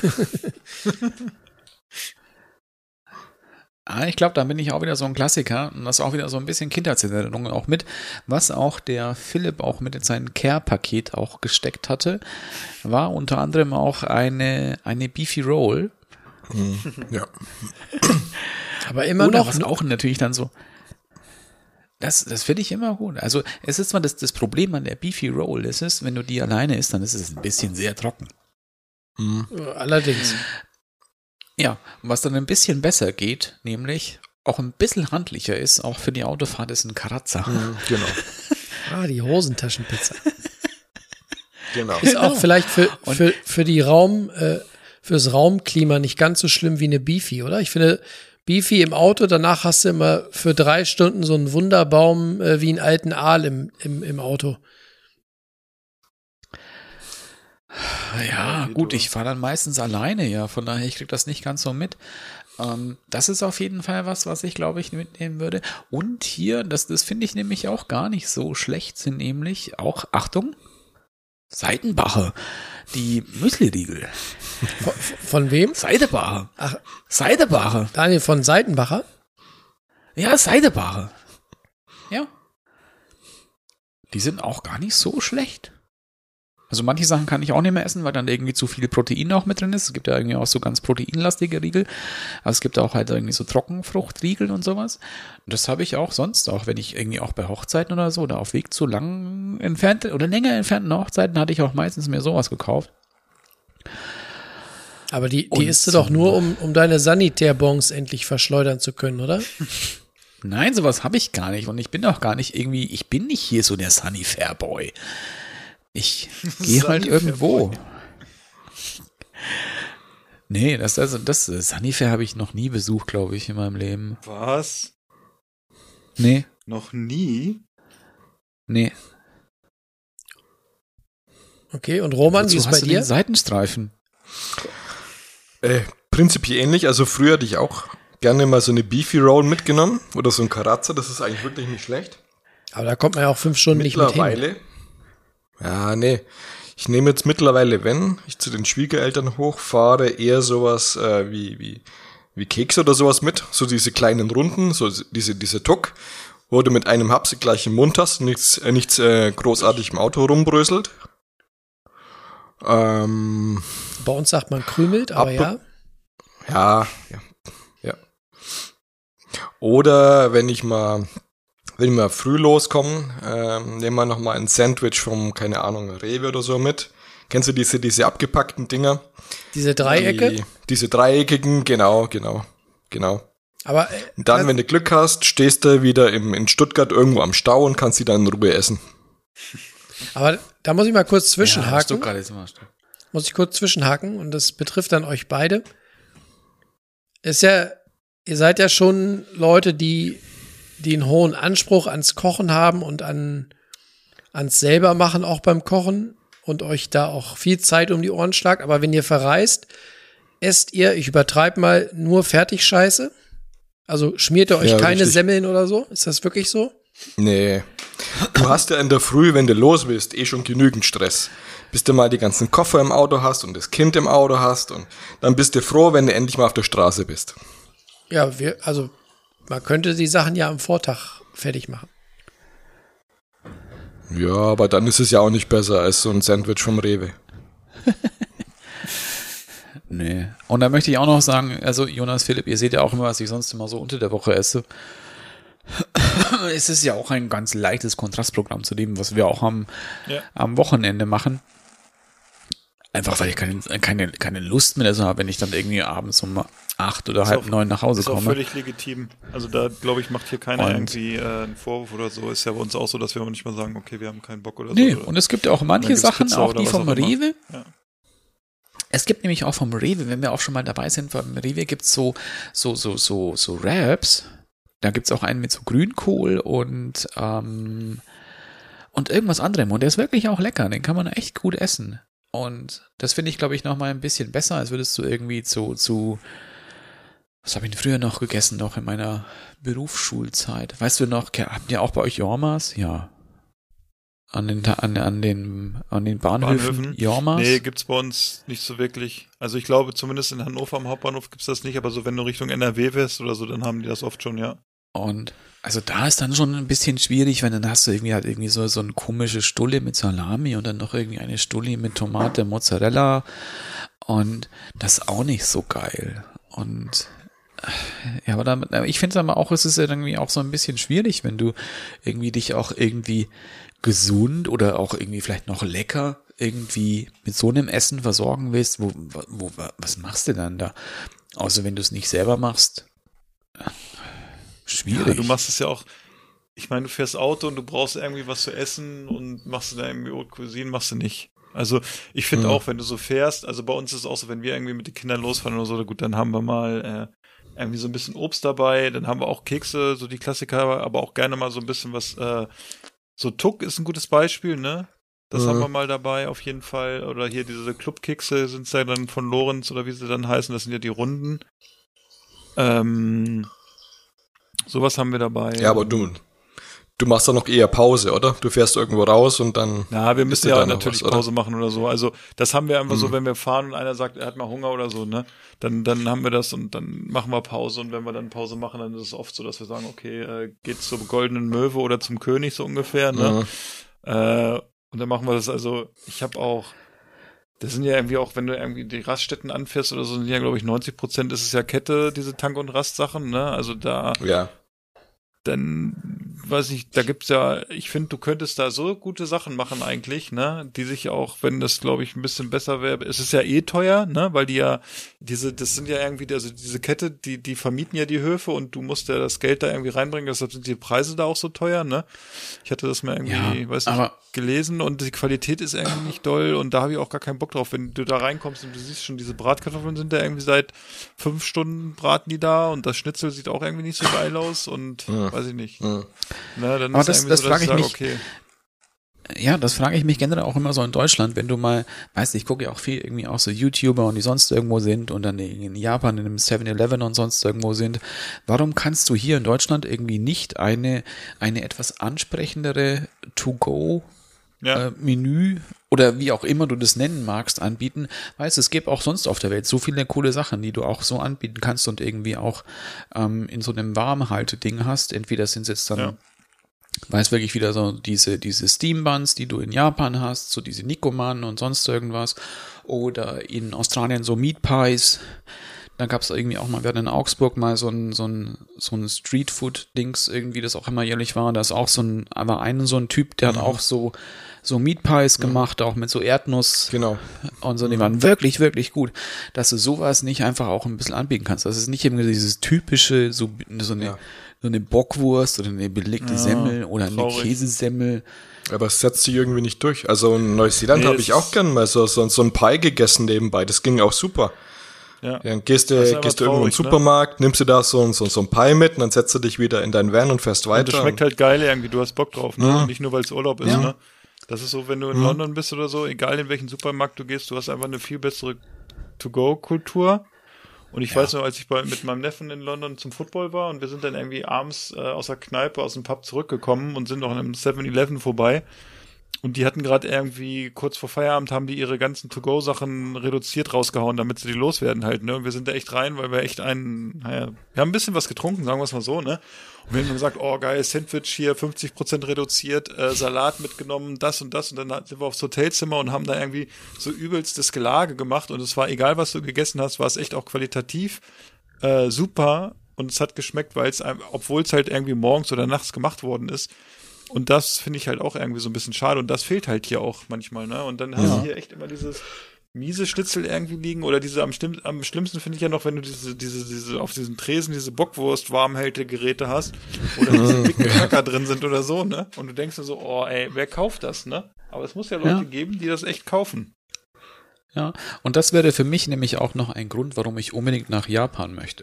Ich glaube, da bin ich auch wieder so ein Klassiker und das ist auch wieder so ein bisschen Kindheitserinnerungen auch mit, was auch der Philipp auch mit in sein Care-Paket auch gesteckt hatte, war unter anderem auch eine Beefy Roll. Ja. Aber immer oder noch. was auch natürlich dann so. Das finde ich immer gut. Also es ist zwar das Problem an der Beefy Roll, ist wenn du die alleine isst, dann ist es ein bisschen sehr trocken. Allerdings. Ja, was dann ein bisschen besser geht, nämlich auch ein bisschen handlicher ist, auch für die Autofahrt, ist ein Karazza. Genau. Die Hosentaschenpizza. Genau. Ist auch vielleicht für die fürs Raumklima nicht ganz so schlimm wie eine Beefy, oder? Ich finde, Beefy im Auto, danach hast du immer für 3 Stunden so einen Wunderbaum wie einen alten Aal im Auto. Ja, gut, ich fahre dann meistens alleine, ja, von daher, ich krieg das nicht ganz so mit. Das ist auf jeden Fall was ich, glaube ich, mitnehmen würde. Und hier, das finde ich nämlich auch gar nicht so schlecht, sind nämlich auch, Achtung, Seidenbacher. Die Müsli-Riegel. Von wem? Seidenbacher. Ach, Seidenbacher. Daniel von Seitenbacher? Ja, Seidenbacher. Ja. Die sind auch gar nicht so schlecht. Also manche Sachen kann ich auch nicht mehr essen, weil dann irgendwie zu viel Protein auch mit drin ist. Es gibt ja irgendwie auch so ganz proteinlastige Riegel. Aber es gibt auch halt irgendwie so Trockenfruchtriegel und sowas. Und das habe ich auch sonst, auch wenn ich irgendwie auch bei Hochzeiten oder so oder auf Weg zu lang entfernt oder länger entfernten Hochzeiten hatte ich auch meistens mir sowas gekauft. Aber die isst du doch nur, um deine Sanitärbons endlich verschleudern zu können, oder? Nein, sowas habe ich gar nicht. Und ich bin auch gar nicht irgendwie, ich bin nicht hier so der Sunny-Fair-Boy. Ich gehe halt irgendwo. Nee, das Sunnyfair habe ich noch nie besucht, glaube ich, in meinem Leben. Was? Nee. Noch nie? Nee. Okay, und Roman, wie ist bei dir? Den Seitenstreifen. Prinzipiell ähnlich. Also früher hatte ich auch gerne mal so eine Beefy Roll mitgenommen oder so ein Karazza. Das ist eigentlich wirklich nicht schlecht. Aber da kommt man ja auch 5 Stunden nicht mit hin. Ja, nee. Ich nehme jetzt mittlerweile, wenn ich zu den Schwiegereltern hochfahre, eher sowas wie Kekse oder sowas mit. So diese kleinen Runden, so diese Tuck, wo du mit einem Hapse gleich im Mund hast, nichts großartig im Auto rumbröselt. Bei uns sagt man krümelt, aber ja. Ja. Oder wenn ich mal früh loskomme, nehmen wir nochmal ein Sandwich vom, keine Ahnung, Rewe oder so mit. Kennst du diese abgepackten Dinger? Diese Dreiecke? Diese dreieckigen, genau. Aber und dann, wenn du Glück hast, stehst du wieder in Stuttgart irgendwo am Stau und kannst die dann in Ruhe essen. Aber da muss ich mal kurz zwischenhaken. Muss ich kurz zwischenhaken und das betrifft dann euch beide. Ist ja, ihr seid ja schon Leute, die einen hohen Anspruch ans Kochen haben und ans selber machen auch beim Kochen und euch da auch viel Zeit um die Ohren schlagt. Aber wenn ihr verreist, esst ihr, ich übertreibe mal, nur Fertigscheiße? Also schmiert ihr euch keine richtig. Semmeln oder so? Ist das wirklich so? Nee. Du hast ja in der Früh, wenn du los bist, schon genügend Stress. Bis du mal die ganzen Koffer im Auto hast und das Kind im Auto hast und dann bist du froh, wenn du endlich mal auf der Straße bist. Ja, man könnte die Sachen ja am Vortag fertig machen. Ja, aber dann ist es ja auch nicht besser als so ein Sandwich vom Rewe. Nee. Und da möchte ich auch noch sagen, also Jonas, Philipp, ihr seht ja auch immer, was ich sonst immer so unter der Woche esse. Es ist ja auch ein ganz leichtes Kontrastprogramm zu dem, was wir auch am Wochenende machen. Einfach, weil ich keine Lust mehr dazu habe, wenn ich dann irgendwie abends um 8 oder halb 9 nach Hause komme. Ist auch völlig legitim. Also da, glaube ich, macht hier keiner irgendwie einen Vorwurf oder so. Ist ja bei uns auch so, dass wir nicht mal sagen, okay, wir haben keinen Bock oder so. Nee, und es gibt ja auch manche Sachen, auch die vom Rewe. Ja. Es gibt nämlich auch vom Rewe, wenn wir auch schon mal dabei sind, vom Rewe gibt es so Wraps. Da gibt es auch einen mit so Grünkohl und irgendwas anderem. Und der ist wirklich auch lecker. Den kann man echt gut essen. Und das finde ich, glaube ich, noch mal ein bisschen besser, als würdest du irgendwie zu was habe ich denn früher noch gegessen, noch in meiner Berufsschulzeit? Weißt du noch, habt ihr auch bei euch Jormas? Ja. An den Bahnhöfen Jormas? Nee, gibt's bei uns nicht so wirklich. Also ich glaube, zumindest in Hannover am Hauptbahnhof gibt's das nicht, aber so wenn du Richtung NRW fährst oder so, dann haben die das oft schon, ja. Und also da ist dann schon ein bisschen schwierig, wenn dann hast du irgendwie so eine komische Stulle mit Salami und dann noch irgendwie eine Stulle mit Tomate, Mozzarella und das ist auch nicht so geil. Und ja, aber ich finde es aber auch, es ist ja irgendwie auch so ein bisschen schwierig, wenn du irgendwie dich auch irgendwie gesund oder auch irgendwie vielleicht noch lecker irgendwie mit so einem Essen versorgen willst. Was machst du dann da? Außer wenn du es nicht selber machst. Schwierig. Ja, du machst es ja auch, ich meine, du fährst Auto und du brauchst irgendwie was zu essen und machst du da irgendwie Haute Cuisine, machst du nicht. Also ich finde auch, wenn du so fährst, also bei uns ist es auch so, wenn wir irgendwie mit den Kindern losfahren oder so, gut, dann haben wir mal irgendwie so ein bisschen Obst dabei, dann haben wir auch Kekse, so die Klassiker, aber auch gerne mal so ein bisschen was, so Tuck ist ein gutes Beispiel, ne? Das haben wir mal dabei, auf jeden Fall. Oder hier diese Clubkekse sind ja dann von Lorenz oder wie sie dann heißen, das sind ja die Runden. Sowas haben wir dabei. Ja, aber du du machst dann noch eher Pause, oder? Du fährst irgendwo raus und dann... Ja, wir müssen ja natürlich was, Pause machen oder so. Also das haben wir einfach so, wenn wir fahren und einer sagt, er hat mal Hunger oder so, ne? Dann haben wir das und dann machen wir Pause. Und wenn wir dann Pause machen, dann ist es oft so, dass wir sagen, okay, geht's zur Goldenen Möwe oder zum König so ungefähr, ne? Und dann machen wir das, also ich habe auch, das sind ja irgendwie auch, wenn du irgendwie die Raststätten anfährst oder so, sind ja, glaube ich, 90% ist es ja Kette, diese Tank- und Rastsachen, ne? Also da, dann, weiß ich, da gibt's ja, ich finde, du könntest da so gute Sachen machen eigentlich, ne? Die sich auch, wenn das, glaube ich, ein bisschen besser wäre, es ist ja eh teuer, ne? Weil die ja, das sind ja irgendwie, also diese Kette, die vermieten ja die Höfe und du musst ja das Geld da irgendwie reinbringen, deshalb sind die Preise da auch so teuer, ne? Ich hatte das mal irgendwie, weiß nicht, gelesen und die Qualität ist irgendwie nicht doll und da habe ich auch gar keinen Bock drauf. Wenn du da reinkommst und du siehst schon, diese Bratkartoffeln sind da irgendwie seit 5 Stunden braten die da und das Schnitzel sieht auch irgendwie nicht so geil aus und weiß ich nicht. Na, dann aber ist das so, frage ich mich. Okay. Ja, das frage ich mich generell auch immer so in Deutschland, wenn du mal, weißt du, ich gucke ja auch viel irgendwie auch so YouTuber und die sonst irgendwo sind und dann in Japan in einem 7-Eleven und sonst irgendwo sind. Warum kannst du hier in Deutschland irgendwie nicht eine etwas ansprechendere To-Go-Menü oder wie auch immer du das nennen magst, anbieten? Weißt du, es gibt auch sonst auf der Welt so viele coole Sachen, die du auch so anbieten kannst und irgendwie auch in so einem Warmhalte-Ding hast. Entweder sind es jetzt dann weiß wirklich wieder so diese Steam Buns, die du in Japan hast, so diese Nikoman und sonst irgendwas. Oder in Australien so Meat Pies. Dann gab es irgendwie auch mal, wir hatten in Augsburg mal so ein Streetfood-Dings irgendwie, das auch immer jährlich war. Da ist auch so ein Typ, der hat auch so Meat Pies gemacht, auch mit so Erdnuss. Genau. Und so, die waren wirklich, wirklich gut. Dass du sowas nicht einfach auch ein bisschen anbieten kannst. Das ist nicht eben dieses typische, so eine Bockwurst oder eine belegte Semmel oder eine Käsesemmel. Aber es setzt sich irgendwie nicht durch. Also in Neuseeland habe ich auch gern mal so ein Pie gegessen nebenbei. Das ging auch super. Ja. Dann gehst du irgendwo in den Supermarkt, nimmst du da so ein Pie mit und dann setzt du dich wieder in dein Van und fährst weiter. Und das schmeckt halt geil irgendwie, du hast Bock drauf, ne? Und nicht nur, weil es Urlaub ist, ne? Das ist so, wenn du in London bist oder so, egal in welchen Supermarkt du gehst, du hast einfach eine viel bessere To-Go-Kultur. Und ich weiß noch, als ich mit meinem Neffen in London zum Football war und wir sind dann irgendwie abends aus der Kneipe, aus dem Pub zurückgekommen und sind noch in einem 7-Eleven vorbei. Und die hatten gerade irgendwie kurz vor Feierabend haben die ihre ganzen To-Go-Sachen reduziert rausgehauen, damit sie die loswerden halt, ne? Und wir sind da echt rein, weil wir echt wir haben ein bisschen was getrunken, sagen wir es mal so, ne? Und wir haben gesagt, oh geil, Sandwich hier, 50% reduziert, Salat mitgenommen, das und das. Und dann sind wir aufs Hotelzimmer und haben da irgendwie so übelstes Gelage gemacht. Und es war egal, was du gegessen hast, war es echt auch qualitativ super. Und es hat geschmeckt, weil obwohl es halt irgendwie morgens oder nachts gemacht worden ist. Und das finde ich halt auch irgendwie so ein bisschen schade. Und das fehlt halt hier auch manchmal, ne? Und dann hast du hier echt immer dieses miese Schnitzel irgendwie liegen. Oder diese am schlimmsten finde ich ja noch, wenn du diese auf diesem Tresen diese Bockwurst-Warmhältegeräte hast. Oder diese dicken Kacker drin sind oder so, ne? Und du denkst dir so, oh ey, wer kauft das, ne? Aber es muss ja Leute geben, die das echt kaufen. Ja, und das wäre für mich nämlich auch noch ein Grund, warum ich unbedingt nach Japan möchte.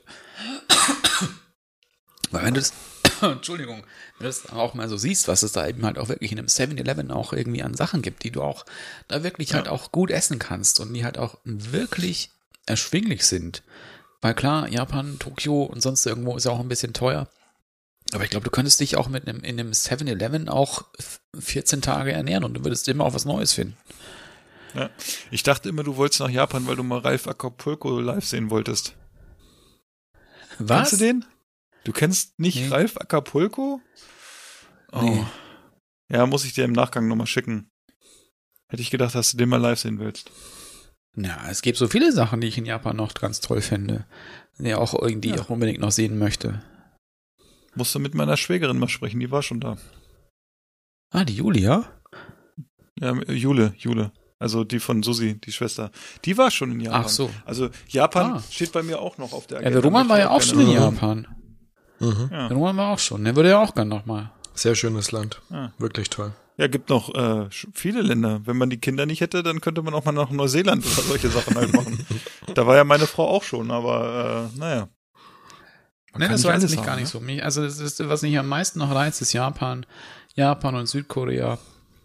Weil wenn du das Entschuldigung, wenn du das auch mal so siehst, was es da eben halt auch wirklich in einem 7-Eleven auch irgendwie an Sachen gibt, die du auch da wirklich halt auch gut essen kannst und die halt auch wirklich erschwinglich sind. Weil klar, Japan, Tokio und sonst irgendwo ist ja auch ein bisschen teuer. Aber ich glaube, du könntest dich auch in einem 7-Eleven auch 14 Tage ernähren und du würdest immer auch was Neues finden. Ja. Ich dachte immer, du wolltest nach Japan, weil du mal Ralf Acapulco live sehen wolltest. Was? Kennst du den? Du kennst nicht Ralf Acapulco? Oh. Nee. Ja, muss ich dir im Nachgang nochmal schicken. Hätte ich gedacht, dass du den mal live sehen willst. Ja, es gibt so viele Sachen, die ich in Japan noch ganz toll finde. Die auch irgendwie auch unbedingt noch sehen möchte. Musst du mit meiner Schwägerin mal sprechen, die war schon da. Ah, die Julia? Ja, Jule. Also die von Susi, die Schwester. Die war schon in Japan. Ach so. Also Japan steht bei mir auch noch auf der Agenda. Ja, der Roman war ja auch schon in Japan. Ja. Der Roman war auch schon. Der würde ja auch gern nochmal. Sehr schönes Land. Ja. Wirklich toll. Ja, gibt noch viele Länder. Wenn man die Kinder nicht hätte, dann könnte man auch mal nach Neuseeland oder solche Sachen halt machen. Da war ja meine Frau auch schon, aber naja. Ne, das weiß ich gar nicht so. Also das ist, was mich am meisten noch reizt, ist Japan. Japan und Südkorea.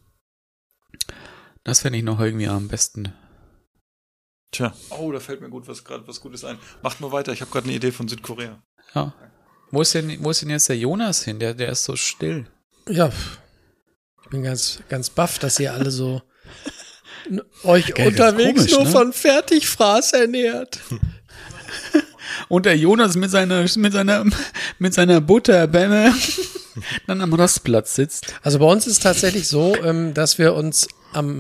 Das fände ich noch irgendwie am besten. Tja. Oh, da fällt mir was Gutes ein. Macht mal weiter, ich habe gerade eine Idee von Südkorea. Ja. Wo ist denn jetzt der Jonas hin? Der ist so still. Ja, ich bin ganz, ganz baff, dass ihr alle so euch Gell, unterwegs komisch, nur ne? von Fertigfraß ernährt. Und der Jonas mit seiner Butterbämme dann am Rastplatz sitzt. Also bei uns ist es tatsächlich so, dass wir uns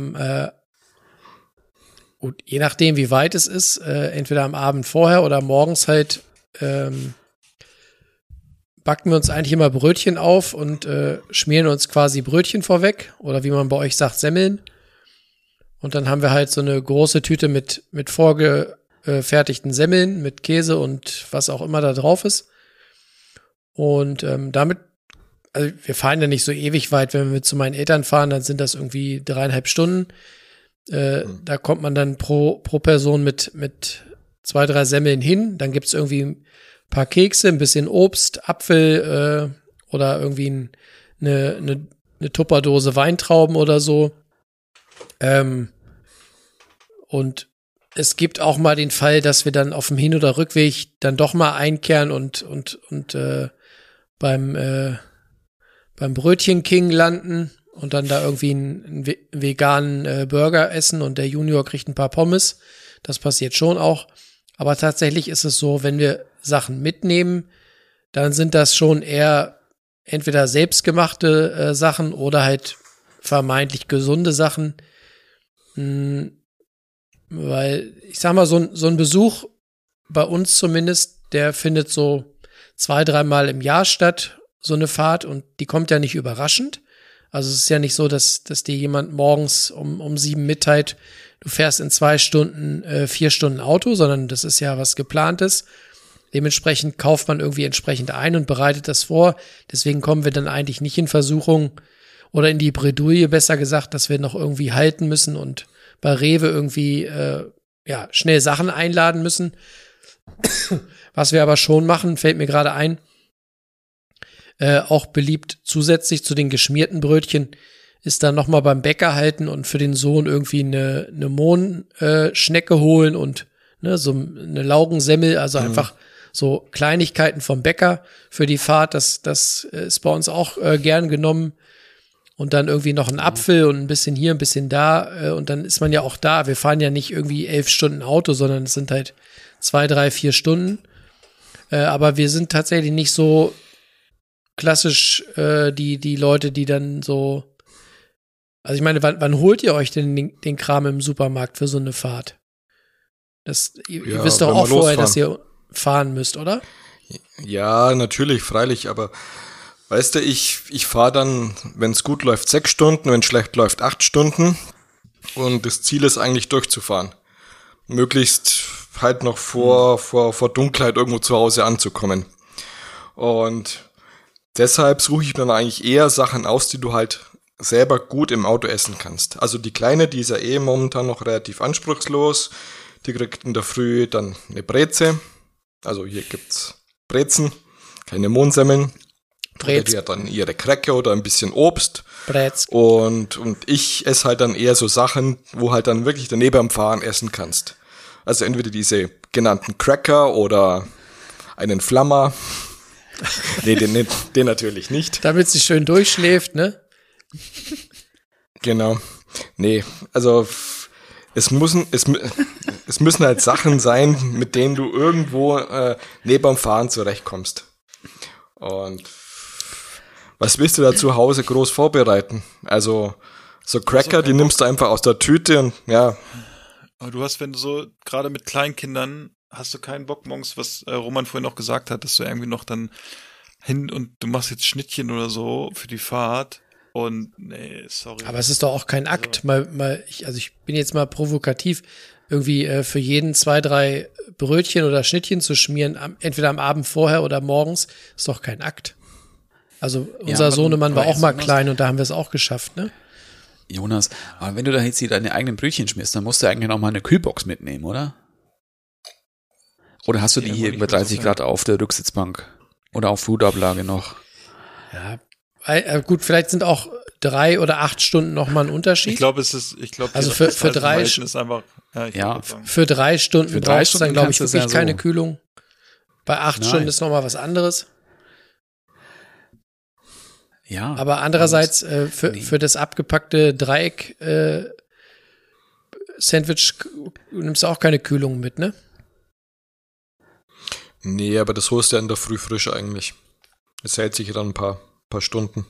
gut, je nachdem wie weit es ist, entweder am Abend vorher oder morgens halt backen wir uns eigentlich immer Brötchen auf und schmieren uns quasi Brötchen vorweg oder wie man bei euch sagt, Semmeln. Und dann haben wir halt so eine große Tüte mit vorgefertigten Semmeln, mit Käse und was auch immer da drauf ist. Und damit, also wir fahren ja nicht so ewig weit, wenn wir zu meinen Eltern fahren, dann sind das irgendwie 3,5 Stunden. Da kommt man dann pro Person mit 2, 3 Semmeln hin. Dann gibt's irgendwie ein paar Kekse, ein bisschen Obst, Apfel oder irgendwie eine Tupperdose Weintrauben oder so. Und es gibt auch mal den Fall, dass wir dann auf dem Hin- oder Rückweg dann doch mal einkehren und beim Brötchen King landen und dann da irgendwie einen veganen Burger essen und der Junior kriegt ein paar Pommes. Das passiert schon auch. Aber tatsächlich ist es so, wenn wir Sachen mitnehmen, dann sind das schon eher entweder selbstgemachte Sachen oder halt vermeintlich gesunde Sachen. Weil, ich sag mal, so ein Besuch bei uns zumindest, der findet so 2, 3 Mal im Jahr statt, so eine Fahrt, und die kommt ja nicht überraschend. Also es ist ja nicht so, dass dir jemand morgens um 7 mitteilt, du fährst in 2 Stunden 4 Stunden Auto, sondern das ist ja was Geplantes. Dementsprechend kauft man irgendwie entsprechend ein und bereitet das vor. Deswegen kommen wir dann eigentlich nicht in Versuchung oder in die Bredouille, besser gesagt, dass wir noch irgendwie halten müssen und bei Rewe irgendwie schnell Sachen einladen müssen. Was wir aber schon machen, fällt mir gerade ein, auch beliebt zusätzlich zu den geschmierten ist dann nochmal beim Bäcker halten und für den Sohn irgendwie eine Mohnschnecke holen und so eine Laugensemmel, also einfach so Kleinigkeiten vom Bäcker für die Fahrt. Das ist bei uns auch gern genommen. Und dann irgendwie noch ein Apfel und ein bisschen hier, ein bisschen da. Und dann ist man ja auch da. Wir fahren ja nicht irgendwie 11 Stunden Auto, sondern es sind halt 2, 3, 4 Stunden. Aber wir sind tatsächlich nicht so klassisch die Leute, die dann so. Also ich meine, wann holt ihr euch denn den Kram im Supermarkt für so eine Fahrt? Ihr wisst doch auch vorher, dass ihr fahren müsst, oder? Ja, natürlich, freilich, aber weißt du, ich fahre dann, wenn es gut läuft, 6 Stunden, wenn es schlecht läuft, 8 Stunden. Und das Ziel ist eigentlich durchzufahren. Möglichst halt noch vor Dunkelheit irgendwo zu Hause anzukommen. Und deshalb suche ich mir dann eigentlich eher Sachen aus, die du halt selber gut im Auto essen kannst. Also die Kleine, die ist ja momentan noch relativ anspruchslos. Die kriegt in der Früh dann eine Breze. Also hier gibt's Brezen, keine Mohnsemmeln. Die hat dann ihre Cracker oder ein bisschen Obst. Und ich esse halt dann eher so Sachen, wo halt dann wirklich daneben am Fahren essen kannst. Also entweder diese genannten Cracker oder einen Flammer. Nee, den natürlich nicht. Damit sie schön durchschläft, ne? Genau. Nee, also es müssen halt Sachen sein, mit denen du irgendwo neben am Fahren zurechtkommst. Und was willst du da zu Hause groß vorbereiten? Also so Cracker, die nimmst du einfach aus der Tüte und ja. Aber du hast, wenn du so, gerade mit Kleinkindern, hast du keinen Bock morgens, was Roman vorhin noch gesagt hat, dass du irgendwie noch dann hin und du machst jetzt Schnittchen oder so für die Fahrt und nee, sorry. Aber es ist doch auch kein Akt. Ich bin jetzt mal provokativ, irgendwie für jeden 2, 3 Brötchen oder Schnittchen zu schmieren, entweder am Abend vorher oder morgens, ist doch kein Akt. Also unser Sohnemann war auch mal klein und da haben wir es auch geschafft, ne? Jonas, aber wenn du da jetzt deine eigenen Brötchen schmierst, dann musst du eigentlich noch mal eine Kühlbox mitnehmen, oder? Oder hast du die hier über 30 Grad auf der Rücksitzbank oder auf Fludablage noch? Ja, gut, vielleicht sind auch 3 oder 8 Stunden noch mal ein Unterschied. Ich glaube, also für 3 ist einfach, für 3 Stunden brauchst du dann, glaube ich, wirklich keine so. Kühlung. Bei 8 Stunden ist noch mal was anderes. Ja. Aber andererseits für das abgepackte Dreieck Sandwich nimmst du auch keine Kühlung mit, ne? Nee, aber das holst du ja in der Früh frisch eigentlich. Es hält sich dann ein paar Stunden.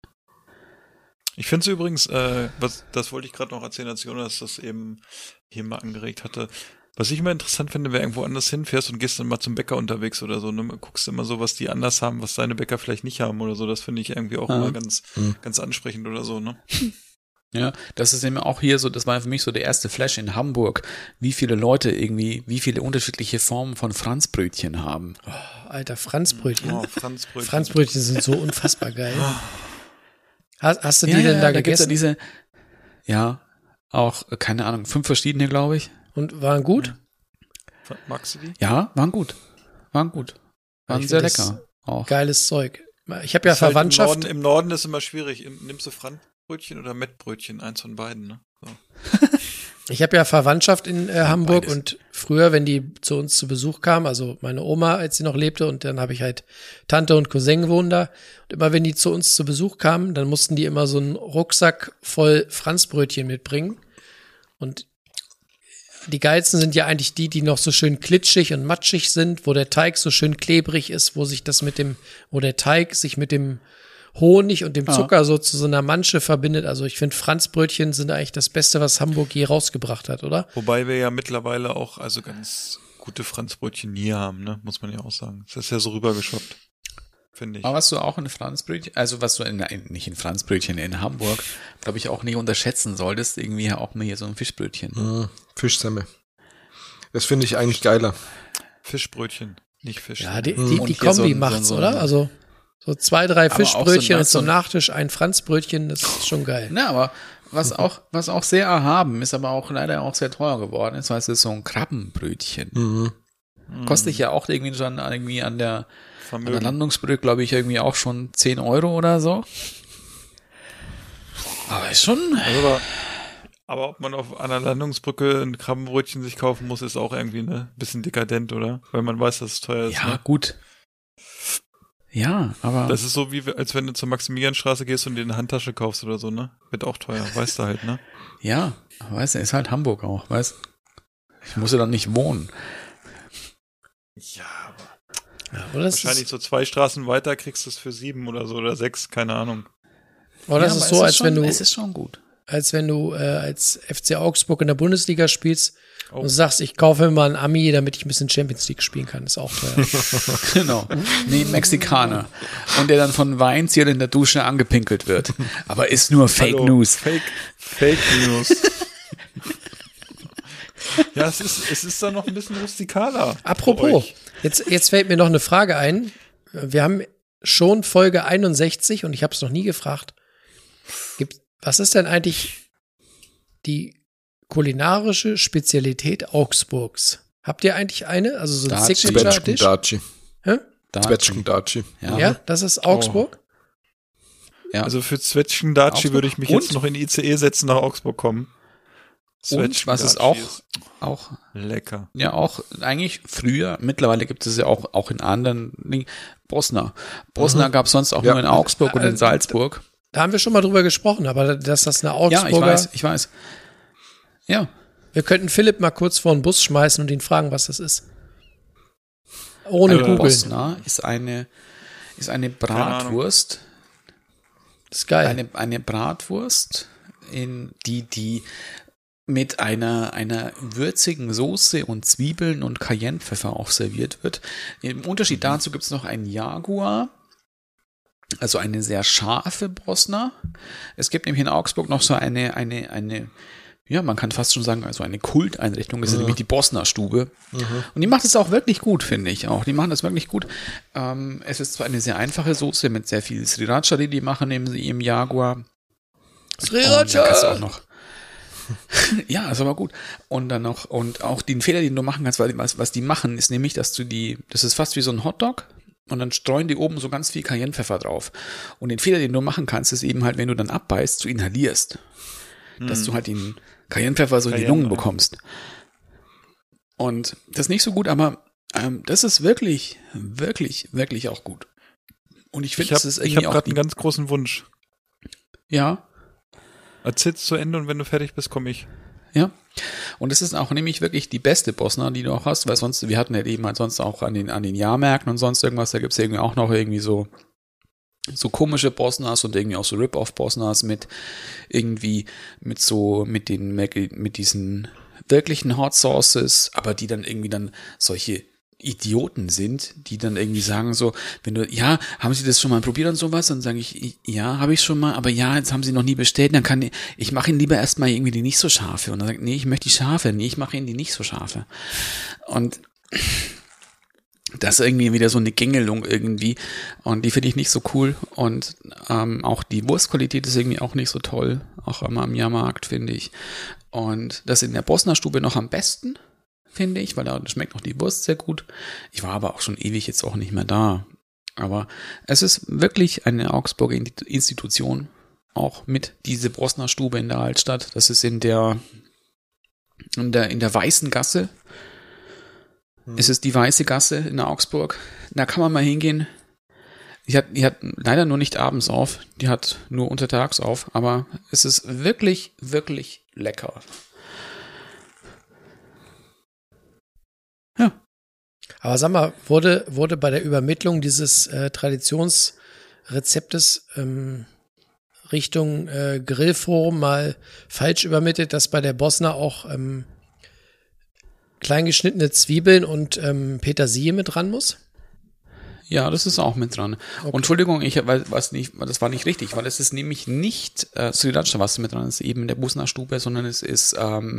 Ich finde es übrigens, das wollte ich gerade noch erzählen, als Jonas das eben hier mal angeregt hatte. Was ich immer interessant finde, wenn du irgendwo anders hinfährst und gehst dann mal zum Bäcker unterwegs oder so, ne, guckst immer so, was die anders haben, was deine Bäcker vielleicht nicht haben oder so. Das finde ich irgendwie auch immer ganz ansprechend oder so, ne? Ja, das ist eben auch hier so, das war für mich so der erste Flash in Hamburg, wie viele Leute irgendwie, wie viele unterschiedliche Formen von Franzbrötchen haben. Oh, Alter, Franzbrötchen. Oh, Franzbrötchen. Franzbrötchen sind so unfassbar geil. Hast du die denn da gegessen? Gibt's ja diese, auch, keine Ahnung, 5 verschiedene, glaube ich. Und waren gut? Magst du die? Ja, waren gut. Waren sehr lecker. Auch. Geiles Zeug. Ich habe ja Verwandtschaft. Halt im Norden ist immer schwierig. Nimmst du Franzbrötchen oder Mettbrötchen? Eins von beiden, ne? So. Ich habe ja Verwandtschaft in Hamburg beides. und früher, wenn die zu uns zu Besuch kam, also meine Oma, als sie noch lebte, und dann habe ich halt Tante und Cousin wohnen da. Und immer wenn die zu uns zu Besuch kamen, dann mussten die immer so einen Rucksack voll Franzbrötchen mitbringen. Und die geilsten sind ja eigentlich die noch so schön klitschig und matschig sind, wo der Teig so schön klebrig ist, wo der Teig sich mit dem Honig und dem Zucker so zu so einer Mansche verbindet. Also ich finde, Franzbrötchen sind eigentlich das Beste, was Hamburg je rausgebracht hat, oder? Wobei wir ja mittlerweile auch also ganz gute Franzbrötchen hier haben, ne? Muss man ja auch sagen. Das ist ja so rübergeschwappt, finde ich. Aber was du auch in Franzbrötchen, also was du nicht in Franzbrötchen, in Hamburg, glaube ich, auch nicht unterschätzen solltest, irgendwie auch mal hier so ein Fischbrötchen. Fischsemmel. Das finde ich eigentlich geiler. Fischbrötchen, nicht Fisch. Ja, die Und Kombi hier macht's, oder? Also so 2, 3 Aber Fischbrötchen auch und zum Nachtisch ein Franzbrötchen, das ist schon geil. Na, aber was auch sehr erhaben ist, aber auch leider auch sehr teuer geworden ist, weil es ist so ein Krabbenbrötchen. Kostet ja auch irgendwie schon irgendwie an der Landungsbrücke, glaube ich, irgendwie auch schon 10 Euro oder so. Aber ist schon. Aber ob man an der Landungsbrücke ein Krabbenbrötchen sich kaufen muss, ist auch irgendwie ein bisschen dekadent, oder? Weil man weiß, dass es teuer ist. Ja, ne? gut. Ja, aber. Das ist so, wie als wenn du zur Maximilianstraße gehst und dir eine Handtasche kaufst oder so, ne? Wird auch teuer, weißt du halt, ne? Ja, weißt du, ist halt Hamburg auch, weißt du? Ich muss ja dann nicht wohnen. Ja, aber Ja, oder wahrscheinlich so 2 Straßen weiter kriegst du es für 7 oder so oder 6, keine Ahnung. Oder das Ja, ist aber so, es ist schon gut. als wenn du als FC Augsburg in der Bundesliga spielst und sagst, ich kaufe mir mal einen Ami, damit ich ein bisschen Champions League spielen kann. Ist auch teuer. Genau. Nee, Mexikaner. Und der dann von Weinziel in der Dusche angepinkelt wird. Aber ist nur Fake News. Fake News. Ja, es ist dann noch ein bisschen rustikaler. Apropos, jetzt fällt mir noch eine Frage ein. Wir haben schon Folge 61 und ich habe es noch nie gefragt. Was ist denn eigentlich die kulinarische Spezialität Augsburgs? Habt ihr eigentlich eine? Also so ein Signature-Dish? Zwetschgen-Daci. Hä? Zwetschgen-Daci. Ja, das ist Augsburg? Ja. Also für Zwetschgen-Daci Augsburg. würde ich mich jetzt noch in die ICE setzen, nach Augsburg kommen. Und was ist auch lecker. Ja, auch eigentlich früher, mittlerweile gibt es ja auch in anderen Dingen, Bosna. Bosna gab es sonst auch nur in Augsburg und in Salzburg. Da haben wir schon mal drüber gesprochen, aber dass das eine Augsburger... Ja, ich weiß. Ja. Wir könnten Philipp mal kurz vor den Bus schmeißen und ihn fragen, was das ist. Ohne googeln. Bosna ist eine Bratwurst. Das ist geil. Eine Bratwurst, die mit einer würzigen Soße und Zwiebeln und Cayennepfeffer auch serviert wird. Im Unterschied dazu gibt es noch einen Jaguar, also eine sehr scharfe Bosna. Es gibt nämlich in Augsburg noch so eine ja, man kann fast schon sagen, also eine Kulteinrichtung, das ist nämlich die Bosna-Stube. Und die macht es auch wirklich gut, finde ich auch. Die machen das wirklich gut. Es ist zwar eine sehr einfache Soße mit sehr viel Sriracha, die machen im Jaguar. Sriracha! Auch noch. Ja, ist aber gut. Und dann noch, und auch den Fehler, den du machen kannst, weil was die machen, ist nämlich, dass das ist fast wie so ein Hotdog und dann streuen die oben so ganz viel Cayennepfeffer drauf. Und den Fehler, den du machen kannst, ist eben halt, wenn du dann abbeißt, du inhalierst. Dass du halt den Cayennepfeffer so in die Lungen bekommst. Und das ist nicht so gut, aber das ist wirklich, wirklich, wirklich auch gut. Und ich finde, Ich es ist habe irgendwie auch gerade einen ganz großen Wunsch. ja, Erzähl's zu Ende und wenn du fertig bist, komme ich. ja. Und es ist auch nämlich wirklich die beste Bosna, die du auch hast, weil sonst, wir hatten ja eben halt sonst auch an den Jahrmärkten und sonst irgendwas, da gibt's ja irgendwie auch noch irgendwie so komische Bosnas und irgendwie auch so Rip-Off-Bosnas mit irgendwie mit diesen wirklichen Hot Sauces, aber die dann irgendwie dann solche Idioten sind, die dann irgendwie sagen so, wenn du, ja, haben Sie das schon mal probiert und sowas? Dann sage ich, ja, habe ich schon mal, aber ja, jetzt haben Sie noch nie bestellt, dann ich mache Ihnen lieber erstmal irgendwie die nicht so scharfe. Und dann sagt, nee, ich möchte die scharfe, nee, ich mache Ihnen die nicht so scharfe. Und das ist irgendwie wieder so eine Gängelung irgendwie und die finde ich nicht so cool und auch die Wurstqualität ist irgendwie auch nicht so toll, auch immer am Jahrmarkt, finde ich. Und das in der Bosner Stube noch am besten, finde ich, weil da schmeckt noch die Wurst sehr gut. Ich war aber auch schon ewig jetzt auch nicht mehr da. Aber es ist wirklich eine Augsburger Institution, auch mit diese Bosner Stube in der Altstadt. Das ist in der Weißen Gasse. Es ist die Weiße Gasse in Augsburg. Da kann man mal hingehen. Die hat leider nur nicht abends auf. Die hat nur untertags auf. Aber es ist wirklich, wirklich lecker. Ja. Aber sag mal, wurde bei der Übermittlung dieses Traditionsrezeptes Richtung Grillforum mal falsch übermittelt, dass bei der Bosna auch kleingeschnittene Zwiebeln und Petersilie mit dran muss? Ja, das ist auch mit dran. Okay. Und Entschuldigung, das war nicht richtig, weil es ist nämlich nicht Sriracha, was mit dran ist, eben in der Bosner Stube, sondern es ist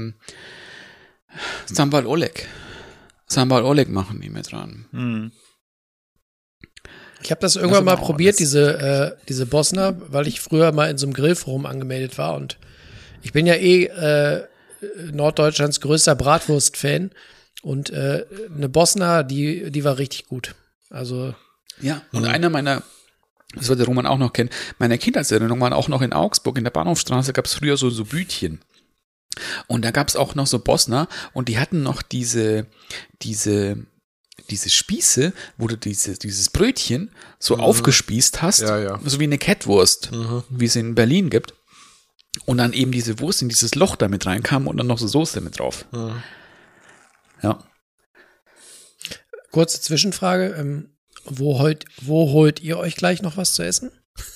Sambal Oleg. Sambal Oleg machen die mit dran. Hm. Ich habe das irgendwann mal probiert, diese Bosna, weil ich früher mal in so einem Grillforum angemeldet war und ich bin ja Norddeutschlands größter Bratwurst-Fan und eine Bosna, die war richtig gut. Also ja, und einer meiner, das wird der Roman auch noch kennen, meiner Kindheitserinnerung waren auch noch in Augsburg, in der Bahnhofstraße gab es früher so Bütchen. Und da gab es auch noch so Bosna und die hatten noch diese Spieße, wo du dieses Brötchen so aufgespießt hast, so wie eine Kettwurst, wie es in Berlin gibt. Und dann eben diese Wurst in dieses Loch da mit reinkam und dann noch so Soße mit drauf. Ja. Kurze Zwischenfrage, wo holt ihr euch gleich noch was zu essen?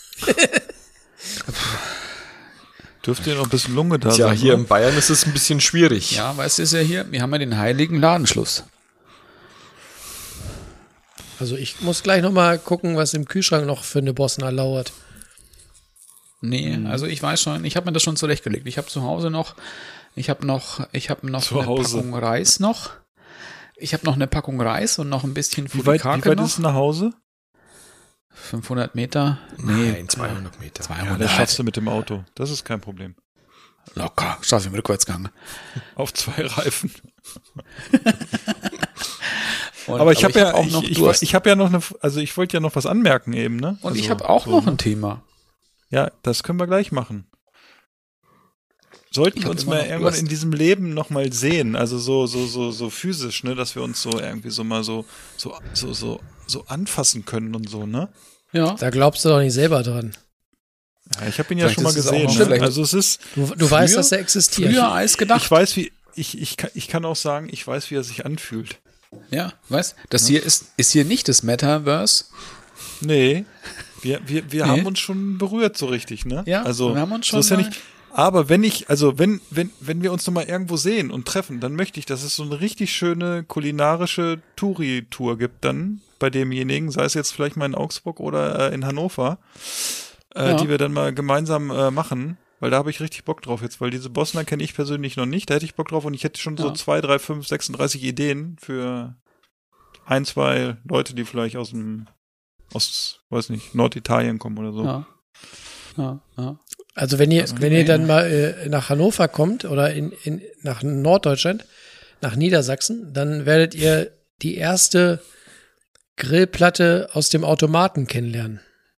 Dürfte ja noch ein bisschen Lunge da sein. Ja, hier in Bayern ist es ein bisschen schwierig. Ja, weißt du, ist ja hier, wir haben ja den heiligen Ladenschluss. Also ich muss gleich noch mal gucken, was im Kühlschrank noch für eine Bosna lauert. Nee, also ich weiß schon, ich habe mir das schon zurechtgelegt. Ich habe zu Hause noch, ich habe noch eine Packung Reis noch. Ich habe noch eine Packung Reis und noch ein bisschen Furikake. Wie weit ist es nach Hause? 500 Meter? Nein, 200 Meter. 200. Das schaffst du mit dem Auto. Das ist kein Problem. Locker. Schaff ich im Rückwärtsgang. Auf 2 Reifen. Aber ich wollte ja noch was anmerken eben, ne? Und also, ich habe auch noch ein Thema. Ja, das können wir gleich machen. Sollten wir uns mal irgendwann in diesem Leben noch mal sehen, also so physisch, ne, dass wir uns so irgendwie so mal so anfassen können und so, ne? Ja. Da glaubst du doch nicht selber dran. Ja, ich habe ihn ja schon mal gesehen, ne? Also es ist du weißt, dass er existiert. Früher als gedacht. Ich weiß, ich kann auch sagen, ich weiß, wie er sich anfühlt. Ja, weißt, das hier ist hier nicht das Metaverse. Nee. Wir haben uns schon berührt so richtig, ne? Ja, also wir haben uns schon so ist ja nicht. Aber wenn wir uns noch mal irgendwo sehen und treffen, dann möchte ich, dass es so eine richtig schöne kulinarische Touri-Tour gibt dann bei demjenigen, sei es jetzt vielleicht mal in Augsburg oder in Hannover, die wir dann mal gemeinsam machen, weil da habe ich richtig Bock drauf jetzt, weil diese Bosna kenne ich persönlich noch nicht, da hätte ich Bock drauf und ich hätte schon so 2, 3, 5, 36 Ideen für 1, 2 Leute, die vielleicht aus weiß nicht, Norditalien kommen oder so. Ja. Also wenn ihr dann mal nach Hannover kommt oder nach Norddeutschland, nach Niedersachsen, dann werdet ihr die erste Grillplatte aus dem Automaten kennenlernen.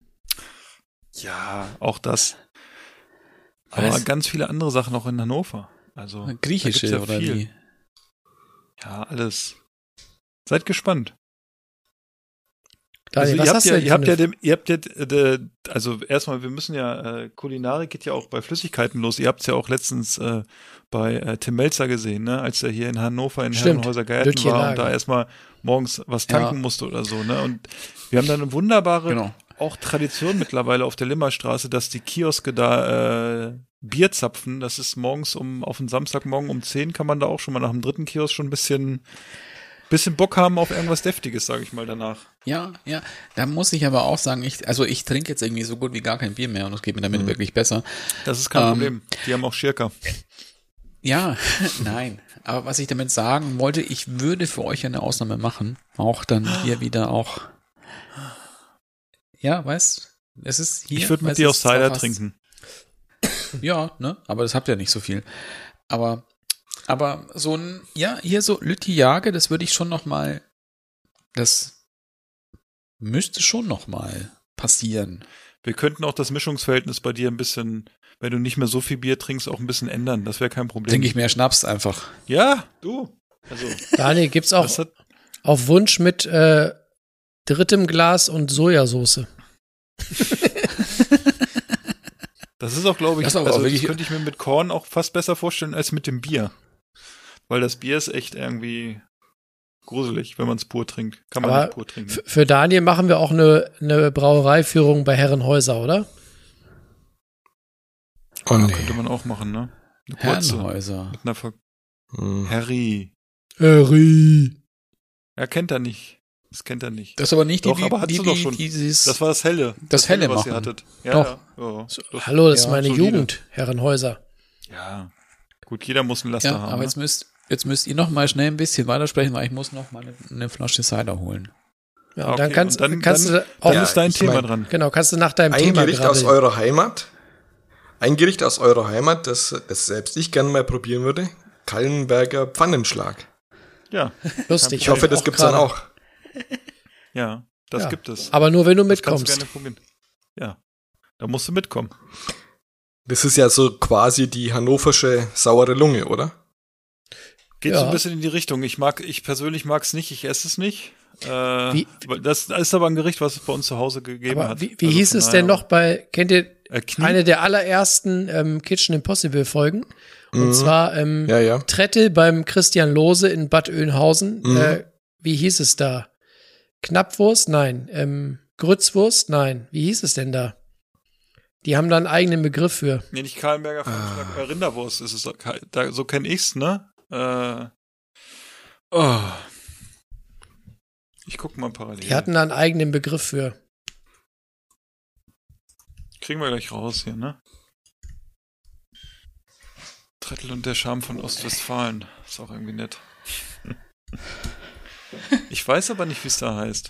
Ja, auch das. Aber ganz viele andere Sachen auch in Hannover. Also griechische ja oder wie? Ja, alles. Seid gespannt. Daniel, was hast du denn? Also erstmal, wir müssen ja, Kulinarik geht ja auch bei Flüssigkeiten los. Ihr habt es ja auch letztens bei Tim Melzer gesehen, ne? Als er hier in Hannover in Herrenhäuser Gärten war und da erstmal morgens was tanken musste oder so, ne? Und wir haben dann eine wunderbare auch Tradition mittlerweile auf der Limmerstraße, dass die Kioske da Bier zapfen. Das ist morgens auf den Samstagmorgen um 10 kann man da auch schon mal nach dem dritten Kiosk schon ein bisschen Bock haben auf irgendwas Deftiges, sage ich mal danach. Ja, da muss ich aber auch sagen, ich trinke jetzt irgendwie so gut wie gar kein Bier mehr und es geht mir damit wirklich besser. Das ist kein Problem. Die haben auch Schirka. Ja, nein. Aber was ich damit sagen wollte, ich würde für euch eine Ausnahme machen. Auch dann hier wieder auch. Ja, weißt, es ist hier. Ich würde mit dir auch Cider trinken. Ja, ne? Aber das habt ihr nicht so viel. Aber so ein, hier so Lütti-Jage, das würde ich schon noch mal, das müsste schon noch mal passieren. Wir könnten auch das Mischungsverhältnis bei dir ein bisschen, wenn du nicht mehr so viel Bier trinkst, auch ein bisschen ändern. Das wäre kein Problem. Trinke ich mehr Schnaps einfach. Ja, du. Also, Daniel, gibt's auch auf Wunsch mit drittem Glas und Sojasauce. Das ist auch, glaube ich, das könnte ich mir mit Korn auch fast besser vorstellen als mit dem Bier. Weil das Bier ist echt irgendwie gruselig, wenn man es pur trinkt. Kann man nicht pur trinken. Für Daniel machen wir auch eine Brauereiführung bei Herrenhäuser, oder? Oh nee. Könnte man auch machen, ne? Herrenhäuser. Mit einer Harry. Er kennt er nicht. Das kennt er nicht. Das ist aber nicht doch, aber hattest du doch schon. Das war das Helle. Das Helle was machen. ihr hattet. Ja, doch. Ja. Hallo, das ist meine Jugend, Herrenhäuser. Ja. Gut, jeder muss einen Laster haben. Aber jetzt müsst ihr noch mal schnell ein bisschen weitersprechen, weil ich muss noch mal eine Flasche Cider holen. Ja, und dann kannst du auch. Dann ist dein Thema dran. Genau, kannst du nach deinem Thema Ein Gericht aus eurer Heimat. Ein Gericht aus eurer Heimat, das selbst ich gerne mal probieren würde. Kallenberger Pfannenschlag. Ja. Lustig. Ich hoffe, das gibt's dann auch. Ja, das gibt es. Aber nur, wenn du das mitkommst. Kannst du gerne probieren. Ja, da musst du mitkommen. Das ist ja so quasi die hannoversche saure Lunge, oder? Geht so ein bisschen in die Richtung. Ich persönlich mag es nicht, ich esse es nicht. Das ist aber ein Gericht, was es bei uns zu Hause gegeben hat. Wie hieß es denn noch kennt ihr eine der allerersten Kitchen Impossible Folgen? Und zwar Trette beim Christian Lose in Bad Oeynhausen. Wie hieß es da? Knappwurst? Nein. Grützwurst? Nein. Wie hieß es denn da? Die haben da einen eigenen Begriff für. Nee, nicht Kallenberger Rinderwurst ist es. So kenne ich's, ne? Ich gucke mal parallel. Die hatten da einen eigenen Begriff für. Kriegen wir gleich raus hier, ne? Trettel und der Charme von Ostwestfalen. Ist auch irgendwie nett. Ich weiß aber nicht, wie es da heißt.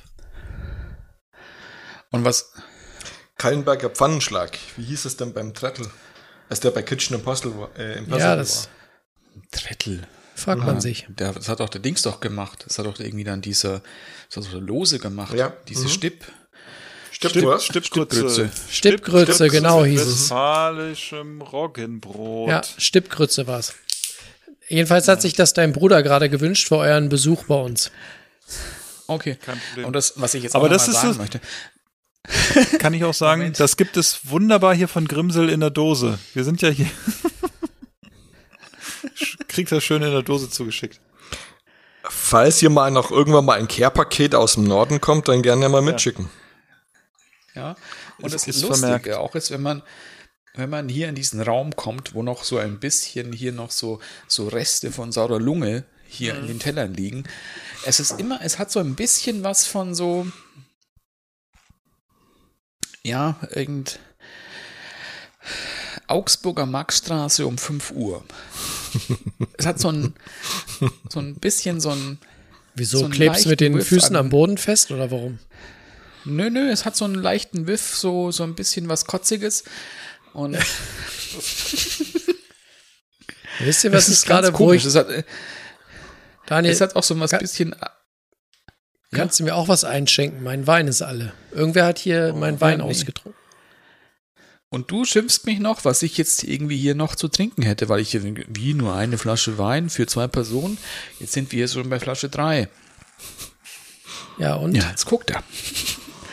Und was? Kallenberger Pfannenschlag. Wie hieß es denn beim Trettel? Als der bei Kitchen Impossible war. Trettel. Fragt man sich. Das hat doch der Dings doch gemacht. Das hat doch irgendwie dann das hat so Lose gemacht. Ja. Diese Stippgrütze. Stippgrütze, genau hieß es. Westfalischem Roggenbrot. Ja, Stippgrütze war's. Jedenfalls hat sich das dein Bruder gerade gewünscht für euren Besuch bei uns. Okay. Kein Problem. Und das, was ich jetzt aber auch noch das mal ist sagen möchte. Kann ich auch sagen, Moment. Das gibt es wunderbar hier von Grimsel in der Dose. Wir sind ja hier. Kriegt das schön in der Dose zugeschickt. Falls hier mal noch irgendwann mal ein Care-Paket aus dem Norden kommt, dann gerne mal mitschicken. Ja, und das ist Lustige vermerkt. auch ist, wenn man hier in diesen Raum kommt, wo noch so ein bisschen hier noch so Reste von saurer Lunge hier in den Tellern liegen. Es hat so ein bisschen was von so, ja, Augsburger Marktstraße um 5 Uhr. Es hat so ein bisschen so ein. Wieso so einen klebst du mit den leichten Füßen Whiff am Boden fest oder warum? Nö, es hat so einen leichten Whiff, so ein bisschen was Kotziges. Und wisst ihr, was das ist gerade, ganz wo komisch. ich. Daniel, es hat auch so was bisschen. Kannst du mir auch was einschenken? Mein Wein ist alle. Irgendwer hat hier meinen Wein ausgetrunken. Und du schimpfst mich noch, was ich jetzt irgendwie hier noch zu trinken hätte, weil ich hier wie nur eine Flasche Wein für 2 Personen. Jetzt sind wir schon bei Flasche 3. Ja, und? Ja, jetzt guckt er.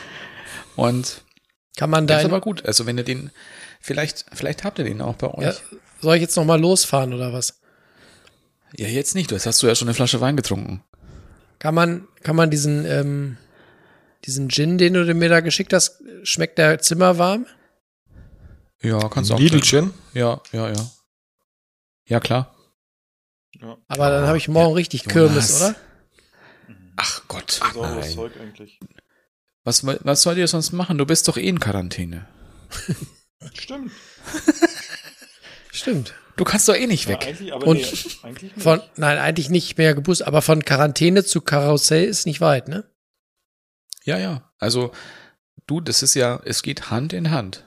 Und Kann man der da ist aber gut. Also wenn ihr den, vielleicht habt ihr den auch bei euch. ja, soll ich jetzt noch mal losfahren oder was? Ja, jetzt nicht. Das hast du ja schon eine Flasche Wein getrunken. Kann man diesen Gin, den du mir da geschickt hast, schmeckt der zimmerwarm? Ja, kannst du auch. Lidl trinken. Gin? Ja. Ja, klar. Aber dann habe ich morgen richtig Kirmes, oder? Ach Gott. Saures Zeug eigentlich. Was soll ihr sonst machen? Du bist doch in Quarantäne. Stimmt. Stimmt. Du kannst doch nicht Ja, weg. eigentlich, aber Und nee, eigentlich nicht. Nein, eigentlich nicht mehr geboostert, aber von Quarantäne zu Karussell ist nicht weit, ne? Ja. Also, das ist ja, es geht Hand in Hand.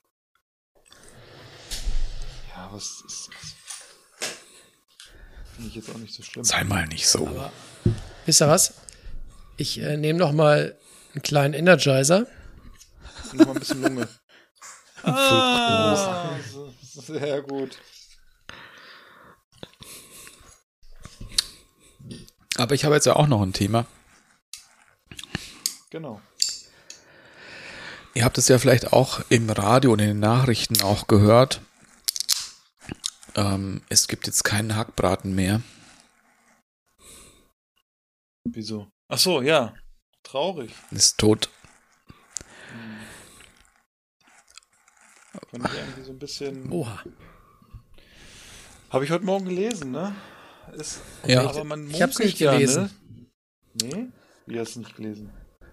Ja, was ist das? Finde ich jetzt auch nicht so schlimm. Sei mal nicht so. Wisst ihr was? Ich nehme noch mal einen kleinen Energizer. Noch mal ein bisschen Lunge. Sehr gut. Aber ich habe jetzt ja auch noch ein Thema. Genau. Ihr habt es ja vielleicht auch im Radio und in den Nachrichten auch gehört. Es gibt jetzt keinen Hackbraten mehr. Wieso? Ach so, ja. Traurig. Ist tot. Fand ich irgendwie so ein bisschen. Oha. Habe ich heute Morgen gelesen, ne? Ja. Aber man Ich hab's nicht munkelt gelesen. Ne? Nee? Wie hast du nicht gelesen?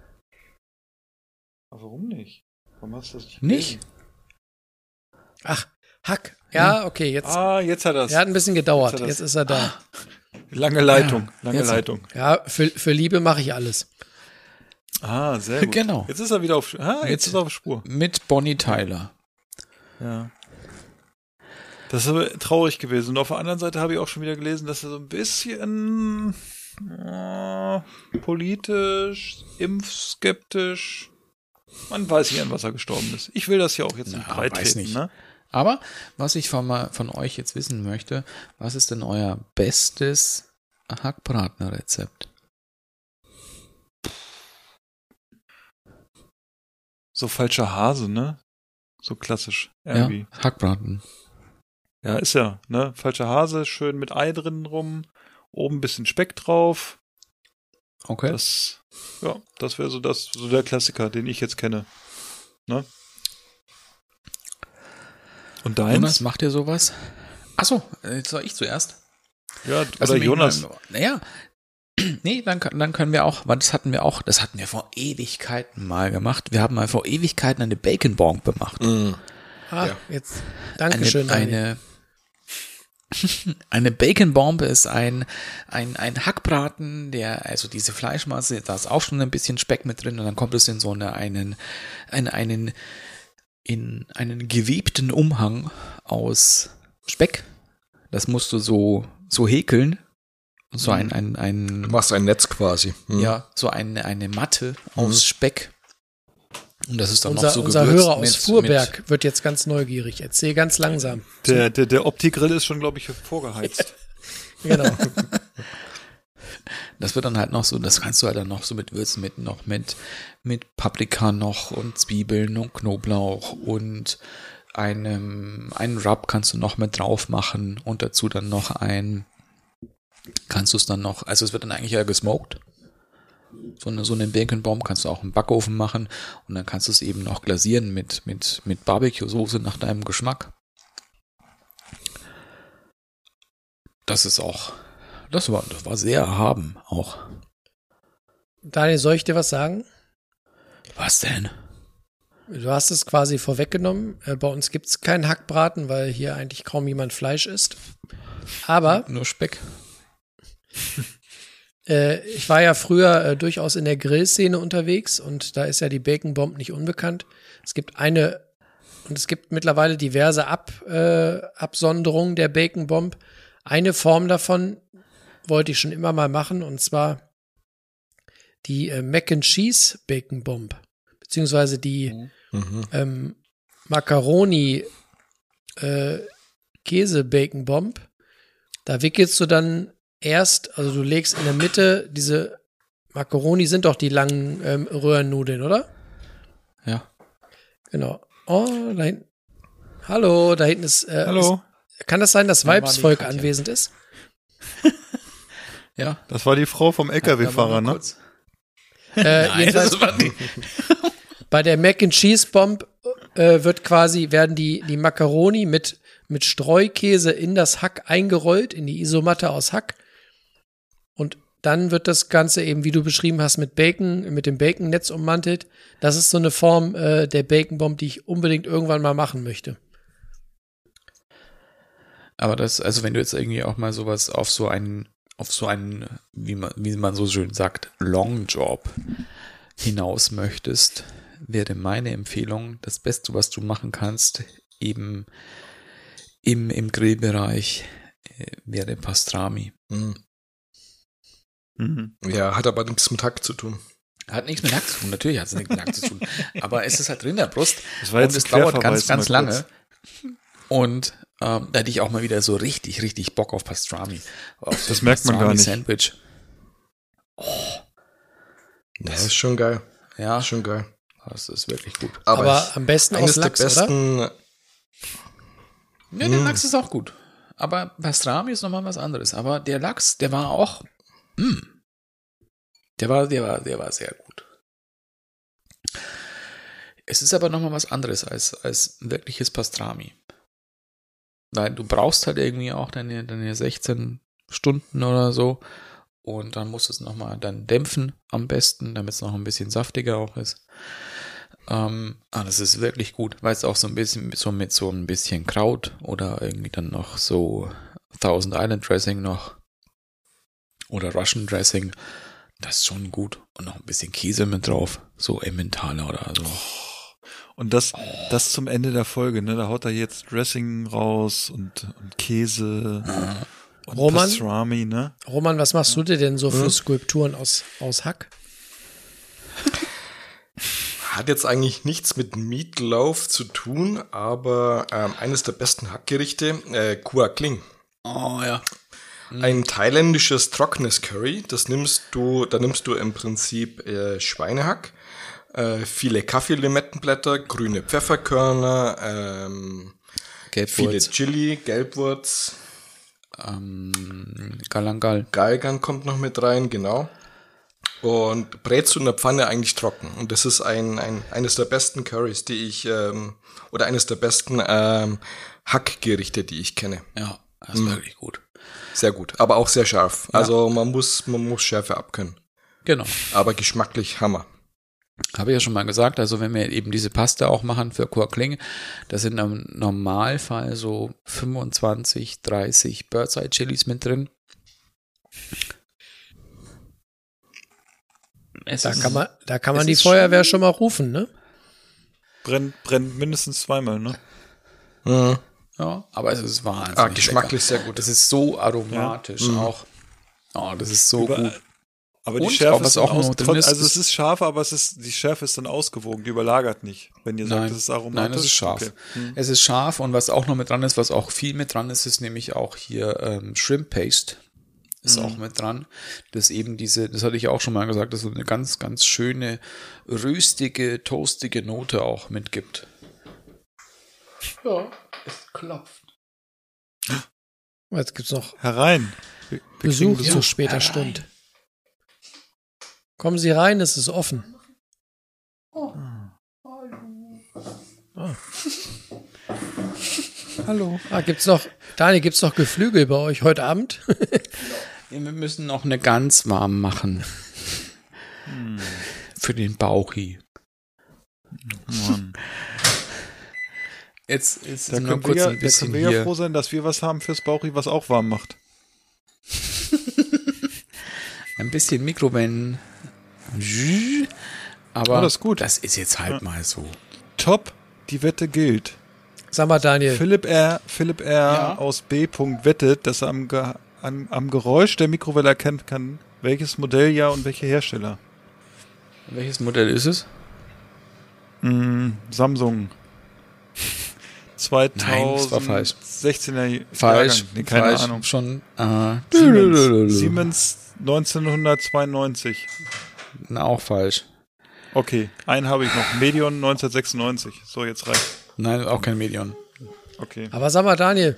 Aber warum nicht? Warum hast du das nicht gelesen? Nicht? Ach, Hack. Ja, okay, jetzt. Jetzt hat er's. Er hat ein bisschen gedauert. Jetzt hat Jetzt ist er da. Lange Leitung. Lange jetzt- Leitung. Ja, für Liebe mache ich alles. Sehr gut. Genau. Jetzt ist er wieder auf jetzt ist er auf Spur. Mit Bonnie Tyler. Ja. Das ist aber traurig gewesen. Und auf der anderen Seite habe ich auch schon wieder gelesen, dass er so ein bisschen politisch, impfskeptisch. Man weiß nicht, an was er gestorben ist. Ich will das ja auch jetzt nicht breit weiß treten, nicht. ne? Aber was ich von euch jetzt wissen möchte, was ist denn euer bestes Hackbratenrezept? So falscher Hase, ne? So klassisch irgendwie. Ja, Hackbraten. Ja, ist ja, ne? Falscher Hase, schön mit Ei drinnen rum, oben ein bisschen Speck drauf. Okay. Das wäre so der Klassiker, den ich jetzt kenne. Ne? Und deins? Jonas, macht ihr sowas? Achso, jetzt soll ich zuerst. Ja, Also oder Jonas. Naja, nee, dann können wir auch, weil das hatten wir vor Ewigkeiten mal gemacht. Wir haben mal vor Ewigkeiten eine Bacon Bomb gemacht. Ah, jetzt. Dankeschön. Daniel. Eine Bacon Bomb ist ein Hackbraten, also diese Fleischmasse, da ist auch schon ein bisschen Speck mit drin und dann kommt es in so einen gewebten Umhang aus Speck. Das musst du so häkeln. So Du machst ein Netz quasi. ja, so eine Matte aus Speck. Und das ist dann noch so Unser gewürzt Hörer aus mit Fuhrberg wird jetzt ganz neugierig. Erzähl ganz langsam. Der Opti-Grill ist schon, glaube ich, vorgeheizt. Genau. Das wird dann halt noch so, das kannst du halt dann noch so mit würzen, mit Paprika noch und Zwiebeln und Knoblauch und einen Rub kannst du noch mit drauf machen und dazu dann noch kannst du es dann noch, also es wird dann eigentlich ja gesmoked. So eine Bacon Bomb kannst du auch im Backofen machen und dann kannst du es eben noch glasieren mit Barbecue-Soße nach deinem Geschmack. Das war sehr erhaben auch. Daniel, soll ich dir was sagen? Was denn? Du hast es quasi vorweggenommen. Bei uns gibt es keinen Hackbraten, weil hier eigentlich kaum jemand Fleisch isst. Aber Nur Speck. ich war ja früher durchaus in der Grillszene unterwegs und da ist ja die Bacon Bomb nicht unbekannt. Es gibt mittlerweile diverse Absonderungen der Bacon Bomb. Eine Form davon wollte ich schon immer mal machen und zwar die Mac and Cheese Bacon Bomb, beziehungsweise die Macaroni Käse Bacon Bomb. Da wickelst du dann also du legst in der Mitte diese Macaroni, sind doch die langen Röhrennudeln, oder? Genau. Oh, da hinten. Hallo, da hinten ist. Hallo. Kann das sein, dass war die Weibsvolk Katja. anwesend ist? Ja. Das war die Frau vom LKW-Fahrer, ne? Nein, Jedenfalls das war die. bei der Mac and Cheese Bomb werden die Macaroni mit Streukäse in das Hack eingerollt, in die Isomatte aus Hack. Und dann wird das Ganze eben, wie du beschrieben hast, mit dem Bacon-Netz ummantelt. Das ist so eine Form der Bacon Bomb, die ich unbedingt irgendwann mal machen möchte. Aber also wenn du jetzt irgendwie auch mal sowas auf so einen, wie man so schön sagt, Long Job hinaus möchtest, wäre meine Empfehlung, das Beste, was du machen kannst, eben im Grillbereich, wäre Pastrami. Ja, hat aber nichts mit Hack zu tun. Hat nichts mit Hack zu tun, natürlich hat es nichts mit Hack zu tun. Aber es ist halt Rinderbrust Das war jetzt und es ein dauert Querverweis ganz mal lange. Und da hätte ich auch mal wieder so richtig, richtig Bock auf Pastrami. Auf so Das merkt man gar nicht. Sandwich. Das ist schon geil. Ja, Schon geil. das ist wirklich gut. Aber am besten aus eines der Lachs, oder? besten, Ja, der Lachs ist auch gut. Aber Pastrami ist nochmal was anderes. Aber der Lachs, der war auch, der war sehr gut. Es ist aber nochmal was anderes als wirkliches Pastrami. Weil du brauchst halt irgendwie auch deine 16 Stunden oder so. Und dann musst du es nochmal dann dämpfen am besten, damit es noch ein bisschen saftiger auch ist. Das ist wirklich gut, weil es auch so ein bisschen mit so ein bisschen Kraut oder irgendwie dann noch so Thousand Island Dressing noch oder Russian Dressing, das ist schon gut. Und noch ein bisschen Käse mit drauf, so Emmentaler oder so. Und das zum Ende der Folge, ne? Da haut er jetzt Dressing raus und Käse und Roman? Pastrami, ne? Roman, was machst du dir denn so für Skulpturen aus Hack? hat jetzt eigentlich nichts mit Meatloaf zu tun, aber eines der besten Hackgerichte, Kua Kling. Oh ja. Ein thailändisches trockenes Curry, da nimmst du im Prinzip Schweinehack, viele Kaffeelimettenblätter, grüne Pfefferkörner, viele Chili, Gelbwurz, Galangal. Galgan kommt noch mit rein, genau. Und brätst du in der Pfanne eigentlich trocken. Und das ist eines der besten Currys, die ich, oder eines der besten Hackgerichte, die ich kenne. Ja, das ist wirklich gut. Sehr gut, aber auch sehr scharf. Ja. Also man muss Schärfe abkönnen. Genau. Aber geschmacklich Hammer. Habe ich ja schon mal gesagt, also wenn wir eben diese Paste auch machen für Kua Kling, da sind im Normalfall so 25, 30 Birdseye Chilis mit drin. Da kann man die Feuerwehr schon mal rufen, ne? Brennt mindestens zweimal, ne? Mhm. Ja, aber es ist wahnsinnig geschmacklich lecker. sehr gut. Das ist so aromatisch auch. Oh, das ist so gut. Aber die und Schärfe ist auch noch drin ist, also es ist scharf, aber die Schärfe ist dann ausgewogen, die überlagert nicht. Wenn ihr sagt, es ist aromatisch. Nein, es ist scharf. Okay. Es ist scharf und was auch noch mit dran ist, was auch viel mit dran ist, ist nämlich auch hier Shrimp Paste. Ist auch mit dran. Das eben das hatte ich auch schon mal gesagt, dass so eine ganz, ganz schöne, röstige, toastige Note auch mitgibt. Ja, es klopft. Jetzt gibt's noch Herein. Besuch zu später Stunde. Kommen Sie rein, es ist offen. Oh. Ah. Hallo. Gibt's noch Geflügel bei euch heute Abend? Ja, wir müssen noch eine ganz warm machen. Für den Bauchi. Mann. Jetzt Da noch können kurz wir, ein bisschen ja hier. froh sein, dass wir was haben fürs Bauchi, was auch warm macht. Ein bisschen Mikrowellen. Aber das ist gut. Das ist jetzt halt mal so. Top, die Wette gilt. Sag mal, Daniel. Philipp R. aus B. wettet, dass er am Geräusch der Mikrowelle erkennen kann, welches Modelljahr und welche Hersteller. Welches Modell ist es? Samsung. Nein, das war falsch. 16er Falsch. Jahrgang. Nee, keine falsch. Ahnung. Schon. Siemens 1992. Na, auch falsch. Okay, einen habe ich noch. Medion 1996. So, jetzt reicht. Nein, auch kein Medion. Okay. Aber sag mal, Daniel,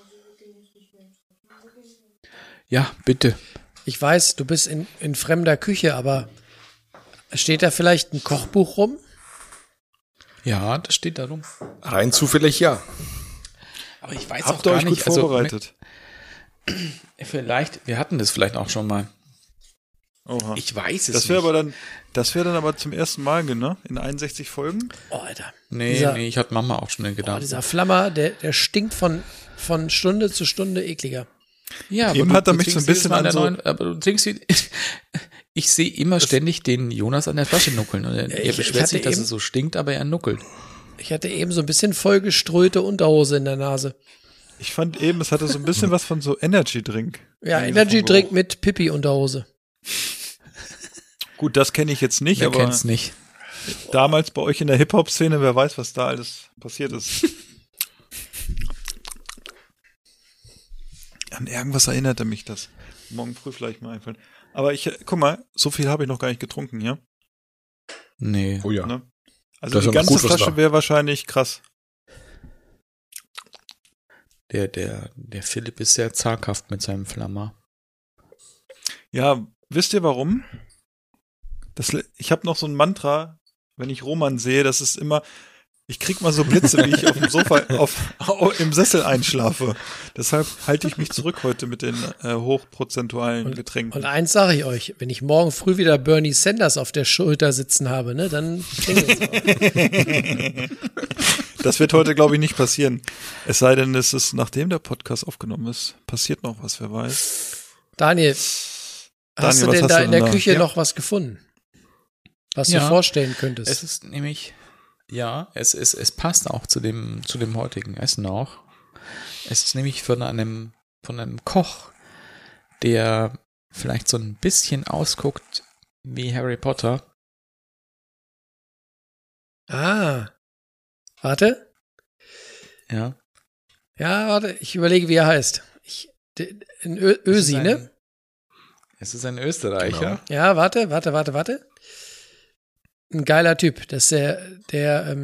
Ja, bitte. ich weiß, du bist in fremder Küche, aber steht da vielleicht ein Kochbuch rum? Ja, das steht da rum. Rein zufällig ja. Aber ich weiß Habt ihr euch gut vorbereitet? Vielleicht, wir hatten das vielleicht auch schon mal. Oha. Ich weiß es Das wäre nicht. dann aber zum ersten Mal, ne? In 61 Folgen? Oh, Alter. Nee, ich hatte Mama auch schon den Oh, Gedanken. dieser Flammer, der stinkt von Stunde zu Stunde ekliger. Ja, aber Eben hat er mich so ein bisschen an so... aber du trinkst ich sehe immer ständig den Jonas an der Flasche nuckeln. Und er Ich beschwert sich, hatte dass eben- es so stinkt, aber er nuckelt. Ich hatte eben so ein bisschen vollgeströte Unterhose in der Nase. Ich fand eben, es hatte so ein bisschen was von so Energy-Drink. Ja, Irgendwie Energy vom Drink Geruch. mit Pipi-Unterhose. Gut, das kenne ich jetzt nicht, Wer aber kennt's nicht? damals bei euch in der Hip-Hop-Szene, wer weiß, was da alles passiert ist. An irgendwas erinnerte mich das. Morgen früh vielleicht mal einfallen. Aber guck mal, so viel habe ich noch gar nicht getrunken, ja? Nee. Oh ja. Ne? Also Das ist die aber ganze gut, was Flasche da. wäre wahrscheinlich krass. Der Philipp ist sehr zaghaft mit seinem Flammer. Ja, wisst ihr warum? Ich habe noch so ein Mantra, wenn ich Roman sehe, das ist immer, ich krieg mal so Blitze, wie ich auf dem Sofa im Sessel einschlafe. Deshalb halte ich mich zurück heute mit den hochprozentualen Getränken. Und eins sage ich euch, wenn ich morgen früh wieder Bernie Sanders auf der Schulter sitzen habe, ne, dann klingelt's auch. Das wird heute, glaube ich, nicht passieren. Es sei denn, es ist, nachdem der Podcast aufgenommen ist, passiert noch was, wer weiß. Daniel, hast du was denn hast da du in denn der da? Küche Ja. noch was gefunden? Was du Ja. vorstellen könntest? Es ist nämlich, ja, es passt auch zu dem heutigen Essen auch. Es ist nämlich von einem Koch, der vielleicht so ein bisschen ausguckt wie Harry Potter. Warte. Ja. Ja, warte, ich überlege, wie er heißt. Ösi, ne? Es ist ein Österreicher. Ja, warte. Ein geiler Typ. Das ist der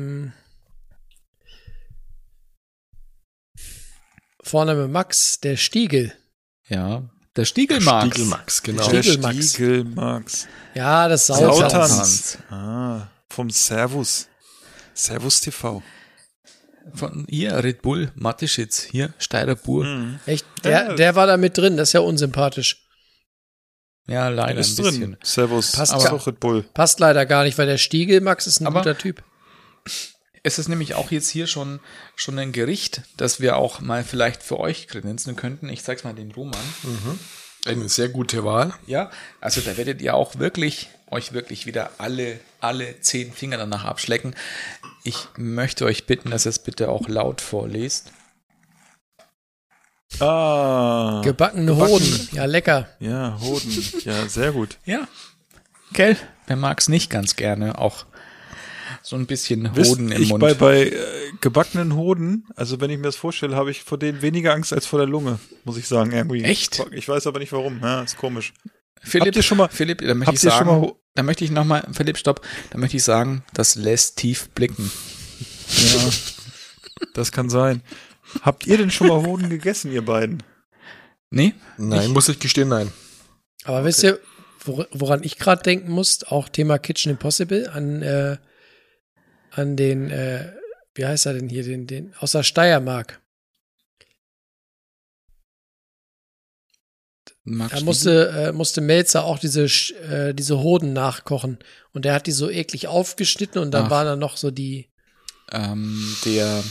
Vorname Max, der Stiegel. Ja. Der Stiegelmax. Stiegelmax, genau. Stiegelmax. Stiegelmax. Ja, das Sautanz. Sautanz. Vom Servus. Servus TV. Von hier, Red Bull, Mateschitz, hier, Steirer Bur. Echt? Der war da mit drin, das ist ja unsympathisch. Ja, leider Ist ein bisschen. drin. Servus. Passt Aber gar- auch Red Bull. Passt leider gar nicht, weil der Stiegelmax ist ein Aber- guter Typ. Es ist nämlich auch jetzt hier schon ein Gericht, das wir auch mal vielleicht für euch kredenzen könnten. Ich zeig's mal dem Roman. Eine sehr gute Wahl. Ja, also da werdet ihr auch euch wirklich wieder alle 10 Finger danach abschlecken. Ich möchte euch bitten, dass ihr es bitte auch laut vorlest. Gebackene Hoden. Ja, lecker. Ja, Hoden. Ja, sehr gut. Ja. Gell? Wer mag's nicht ganz gerne? Auch so ein bisschen Wisst, Hoden im ich Mund. bei gebackenen Hoden, also wenn ich mir das vorstelle, habe ich vor denen weniger Angst als vor der Lunge, muss ich sagen. Irgendwie. Echt? Ich weiß aber nicht warum. Ja, ist komisch. Philipp, Habt ihr schon mal- Philipp, da möchte habt ich ihr schon sagen, mal- da möchte ich nochmal, Philipp, stopp, da möchte ich sagen, das lässt tief blicken. Ja, das kann sein. Habt ihr denn schon mal Hoden gegessen, ihr beiden? Nee? Nein, muss ich gestehen, nein. Aber wisst ihr, woran ich gerade denken muss, auch Thema Kitchen Impossible, an den, wie heißt er denn hier, den aus der Steiermark. Da musste Melzer auch diese Hoden nachkochen. Und der hat die so eklig aufgeschnitten und dann Ach. waren da noch so die Der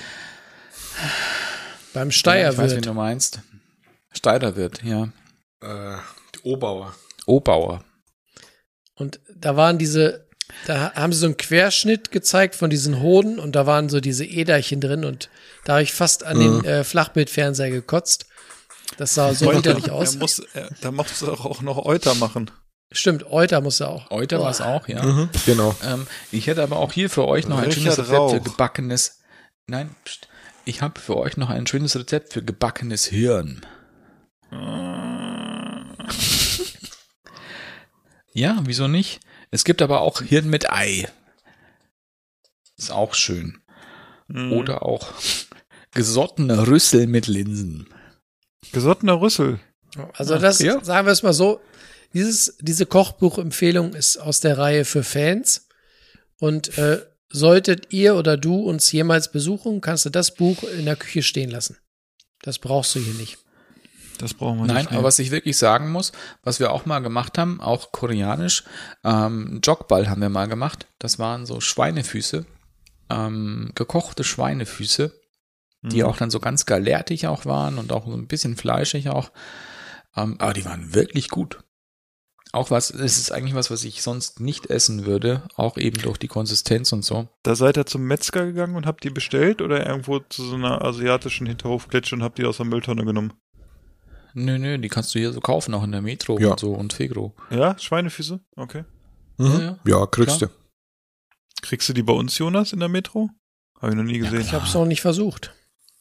beim ich weiß, wen Steierwirt. du meinst. Steiderwirt, ja. Die Obauer. Obauer. Und da waren da haben sie so einen Querschnitt gezeigt von diesen Hoden und da waren so diese Äderchen drin und da habe ich fast an den Flachbildfernseher gekotzt. Das sah so widerlich aus. Da musst du auch noch Euter machen. Stimmt, Euter muss er auch. Euter war es auch, ja. Genau. Ich hätte aber auch hier für euch noch ein Richard schönes Rezept für Rauch. gebackenes. Nein, pst. Ich habe für euch noch ein schönes Rezept für gebackenes Hirn. Ja, wieso nicht? Es gibt aber auch Hirn mit Ei. Ist auch schön. Oder auch gesottener Rüssel mit Linsen. Gesottener Rüssel. Also das, sagen wir es mal so, diese Kochbuchempfehlung ist aus der Reihe für Fans. Und solltet ihr oder du uns jemals besuchen, kannst du das Buch in der Küche stehen lassen. Das brauchst du hier nicht. Das brauchen wir nicht. Nein, aber was ich wirklich sagen muss, was wir auch mal gemacht haben, auch koreanisch, Jogball haben wir mal gemacht. Das waren so Schweinefüße, gekochte Schweinefüße, die auch dann so ganz galertig auch waren und auch so ein bisschen fleischig auch. Aber die waren wirklich gut. Auch es ist eigentlich was ich sonst nicht essen würde, auch eben durch die Konsistenz und so. Da seid ihr zum Metzger gegangen und habt die bestellt oder irgendwo zu so einer asiatischen Hinterhofklitsche und habt die aus der Mülltonne genommen? Nö, die kannst du hier so kaufen, auch in der Metro und so und Fegro. Ja, Schweinefüße? Okay. Ja, kriegst du. Kriegst du die bei uns, Jonas, in der Metro? Habe ich noch nie gesehen. Ich habe es noch nicht versucht.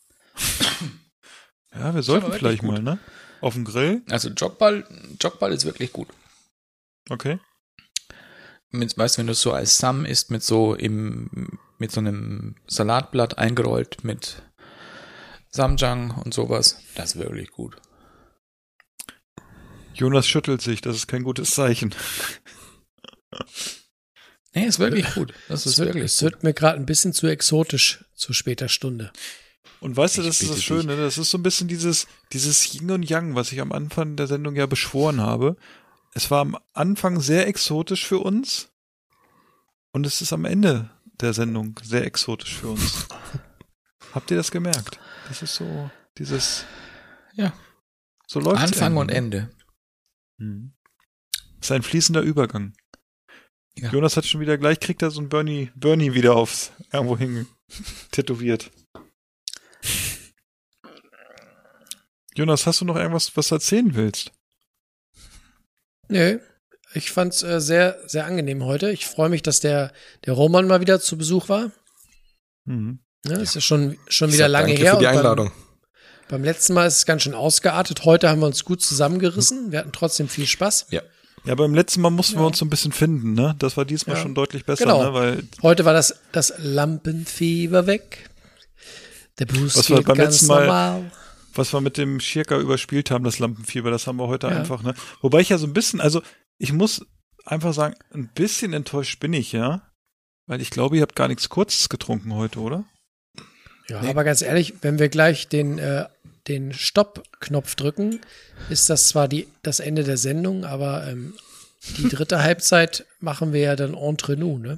Ja, wir sollten vielleicht mal, ne? Auf dem Grill? Also Jogball ist wirklich gut. Okay. Weißt du, wenn du es so als Sam isst, mit so einem Salatblatt eingerollt mit Samjang und sowas, das ist wirklich gut. Jonas schüttelt sich, das ist kein gutes Zeichen. Nee, ist wirklich gut. Das ist wirklich Es wird mir gerade ein bisschen zu exotisch zu später Stunde. Und weißt du, das ist das Schöne, das ist so ein bisschen dieses Yin und Yang, was ich am Anfang der Sendung ja beschworen habe. Es war am Anfang sehr exotisch für uns und es ist am Ende der Sendung sehr exotisch für uns. Habt ihr das gemerkt? Das ist so dieses... Ja. So läuft Anfang und Ende. Das ist ein fließender Übergang. Ja. Jonas hat schon wieder, gleich kriegt er so ein Bernie wieder aufs irgendwo hin tätowiert. Jonas, hast du noch irgendwas, was du erzählen willst? Nö, ich fand's sehr, sehr angenehm heute. Ich freue mich, dass der Roman mal wieder zu Besuch war. Ja, ist ja schon wieder lange her. Danke für die Einladung. Beim letzten Mal ist es ganz schön ausgeartet. Heute haben wir uns gut zusammengerissen. Wir hatten trotzdem viel Spaß. Ja, beim letzten Mal mussten wir uns so ein bisschen finden, ne? Das war diesmal schon deutlich besser, ne? Weil heute war das Lampenfieber weg. Der Blues was wir beim letzten Mal normal. Was wir mit dem Schirka überspielt haben, das Lampenfieber, das haben wir heute einfach, ne? Wobei ich ja so ein bisschen, also ich muss einfach sagen, ein bisschen enttäuscht bin ich, ja? Weil ich glaube, ihr habt gar nichts Kurzes getrunken heute, oder? Ja, aber ganz ehrlich, wenn wir gleich den Stopp-Knopf drücken, ist das zwar das Ende der Sendung, aber die dritte Halbzeit machen wir ja dann entre nous, ne?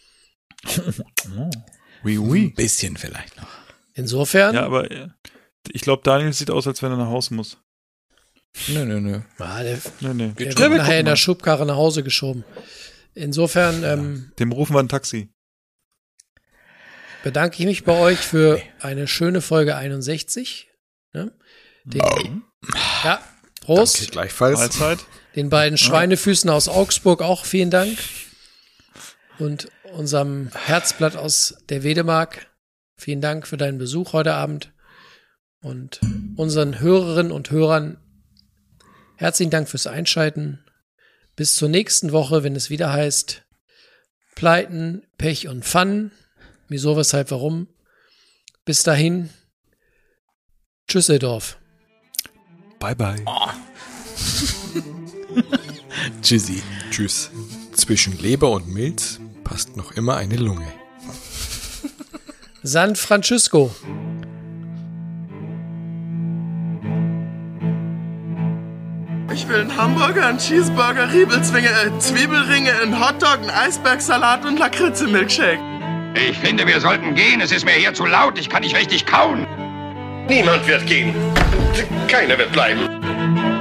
Ein bisschen vielleicht noch. Insofern. Ja, aber ich glaube, Daniel sieht aus, als wenn er nach Hause muss. Nö. Der Nee. wird nachher in der Schubkarre nach Hause geschoben. Insofern dem rufen wir ein Taxi. bedanke ich mich bei euch für eine schöne Folge 61. Ne? Prost. Danke, gleichfalls. Mahlzeit. Den beiden Schweinefüßen aus Augsburg auch vielen Dank. Und unserem Herzblatt aus der Wedemark vielen Dank für deinen Besuch heute Abend. Und unseren Hörerinnen und Hörern herzlichen Dank fürs Einschalten. Bis zur nächsten Woche, wenn es wieder heißt Pleiten, Pech und Fun. Wieso, weshalb, warum. Bis dahin. Tschüsseldorf. Bye, bye. Tschüssi. Tschüss. Zwischen Leber und Milz passt noch immer eine Lunge. San Francisco. Ich will einen Hamburger, einen Cheeseburger, Riebelzwinge, Zwiebelringe, einen Hotdog, einen Eisbergsalat und Lakritze-Milkshake. Ich finde, wir sollten gehen. Es ist mir hier zu laut. Ich kann nicht richtig kauen. Niemand wird gehen. Keiner wird bleiben.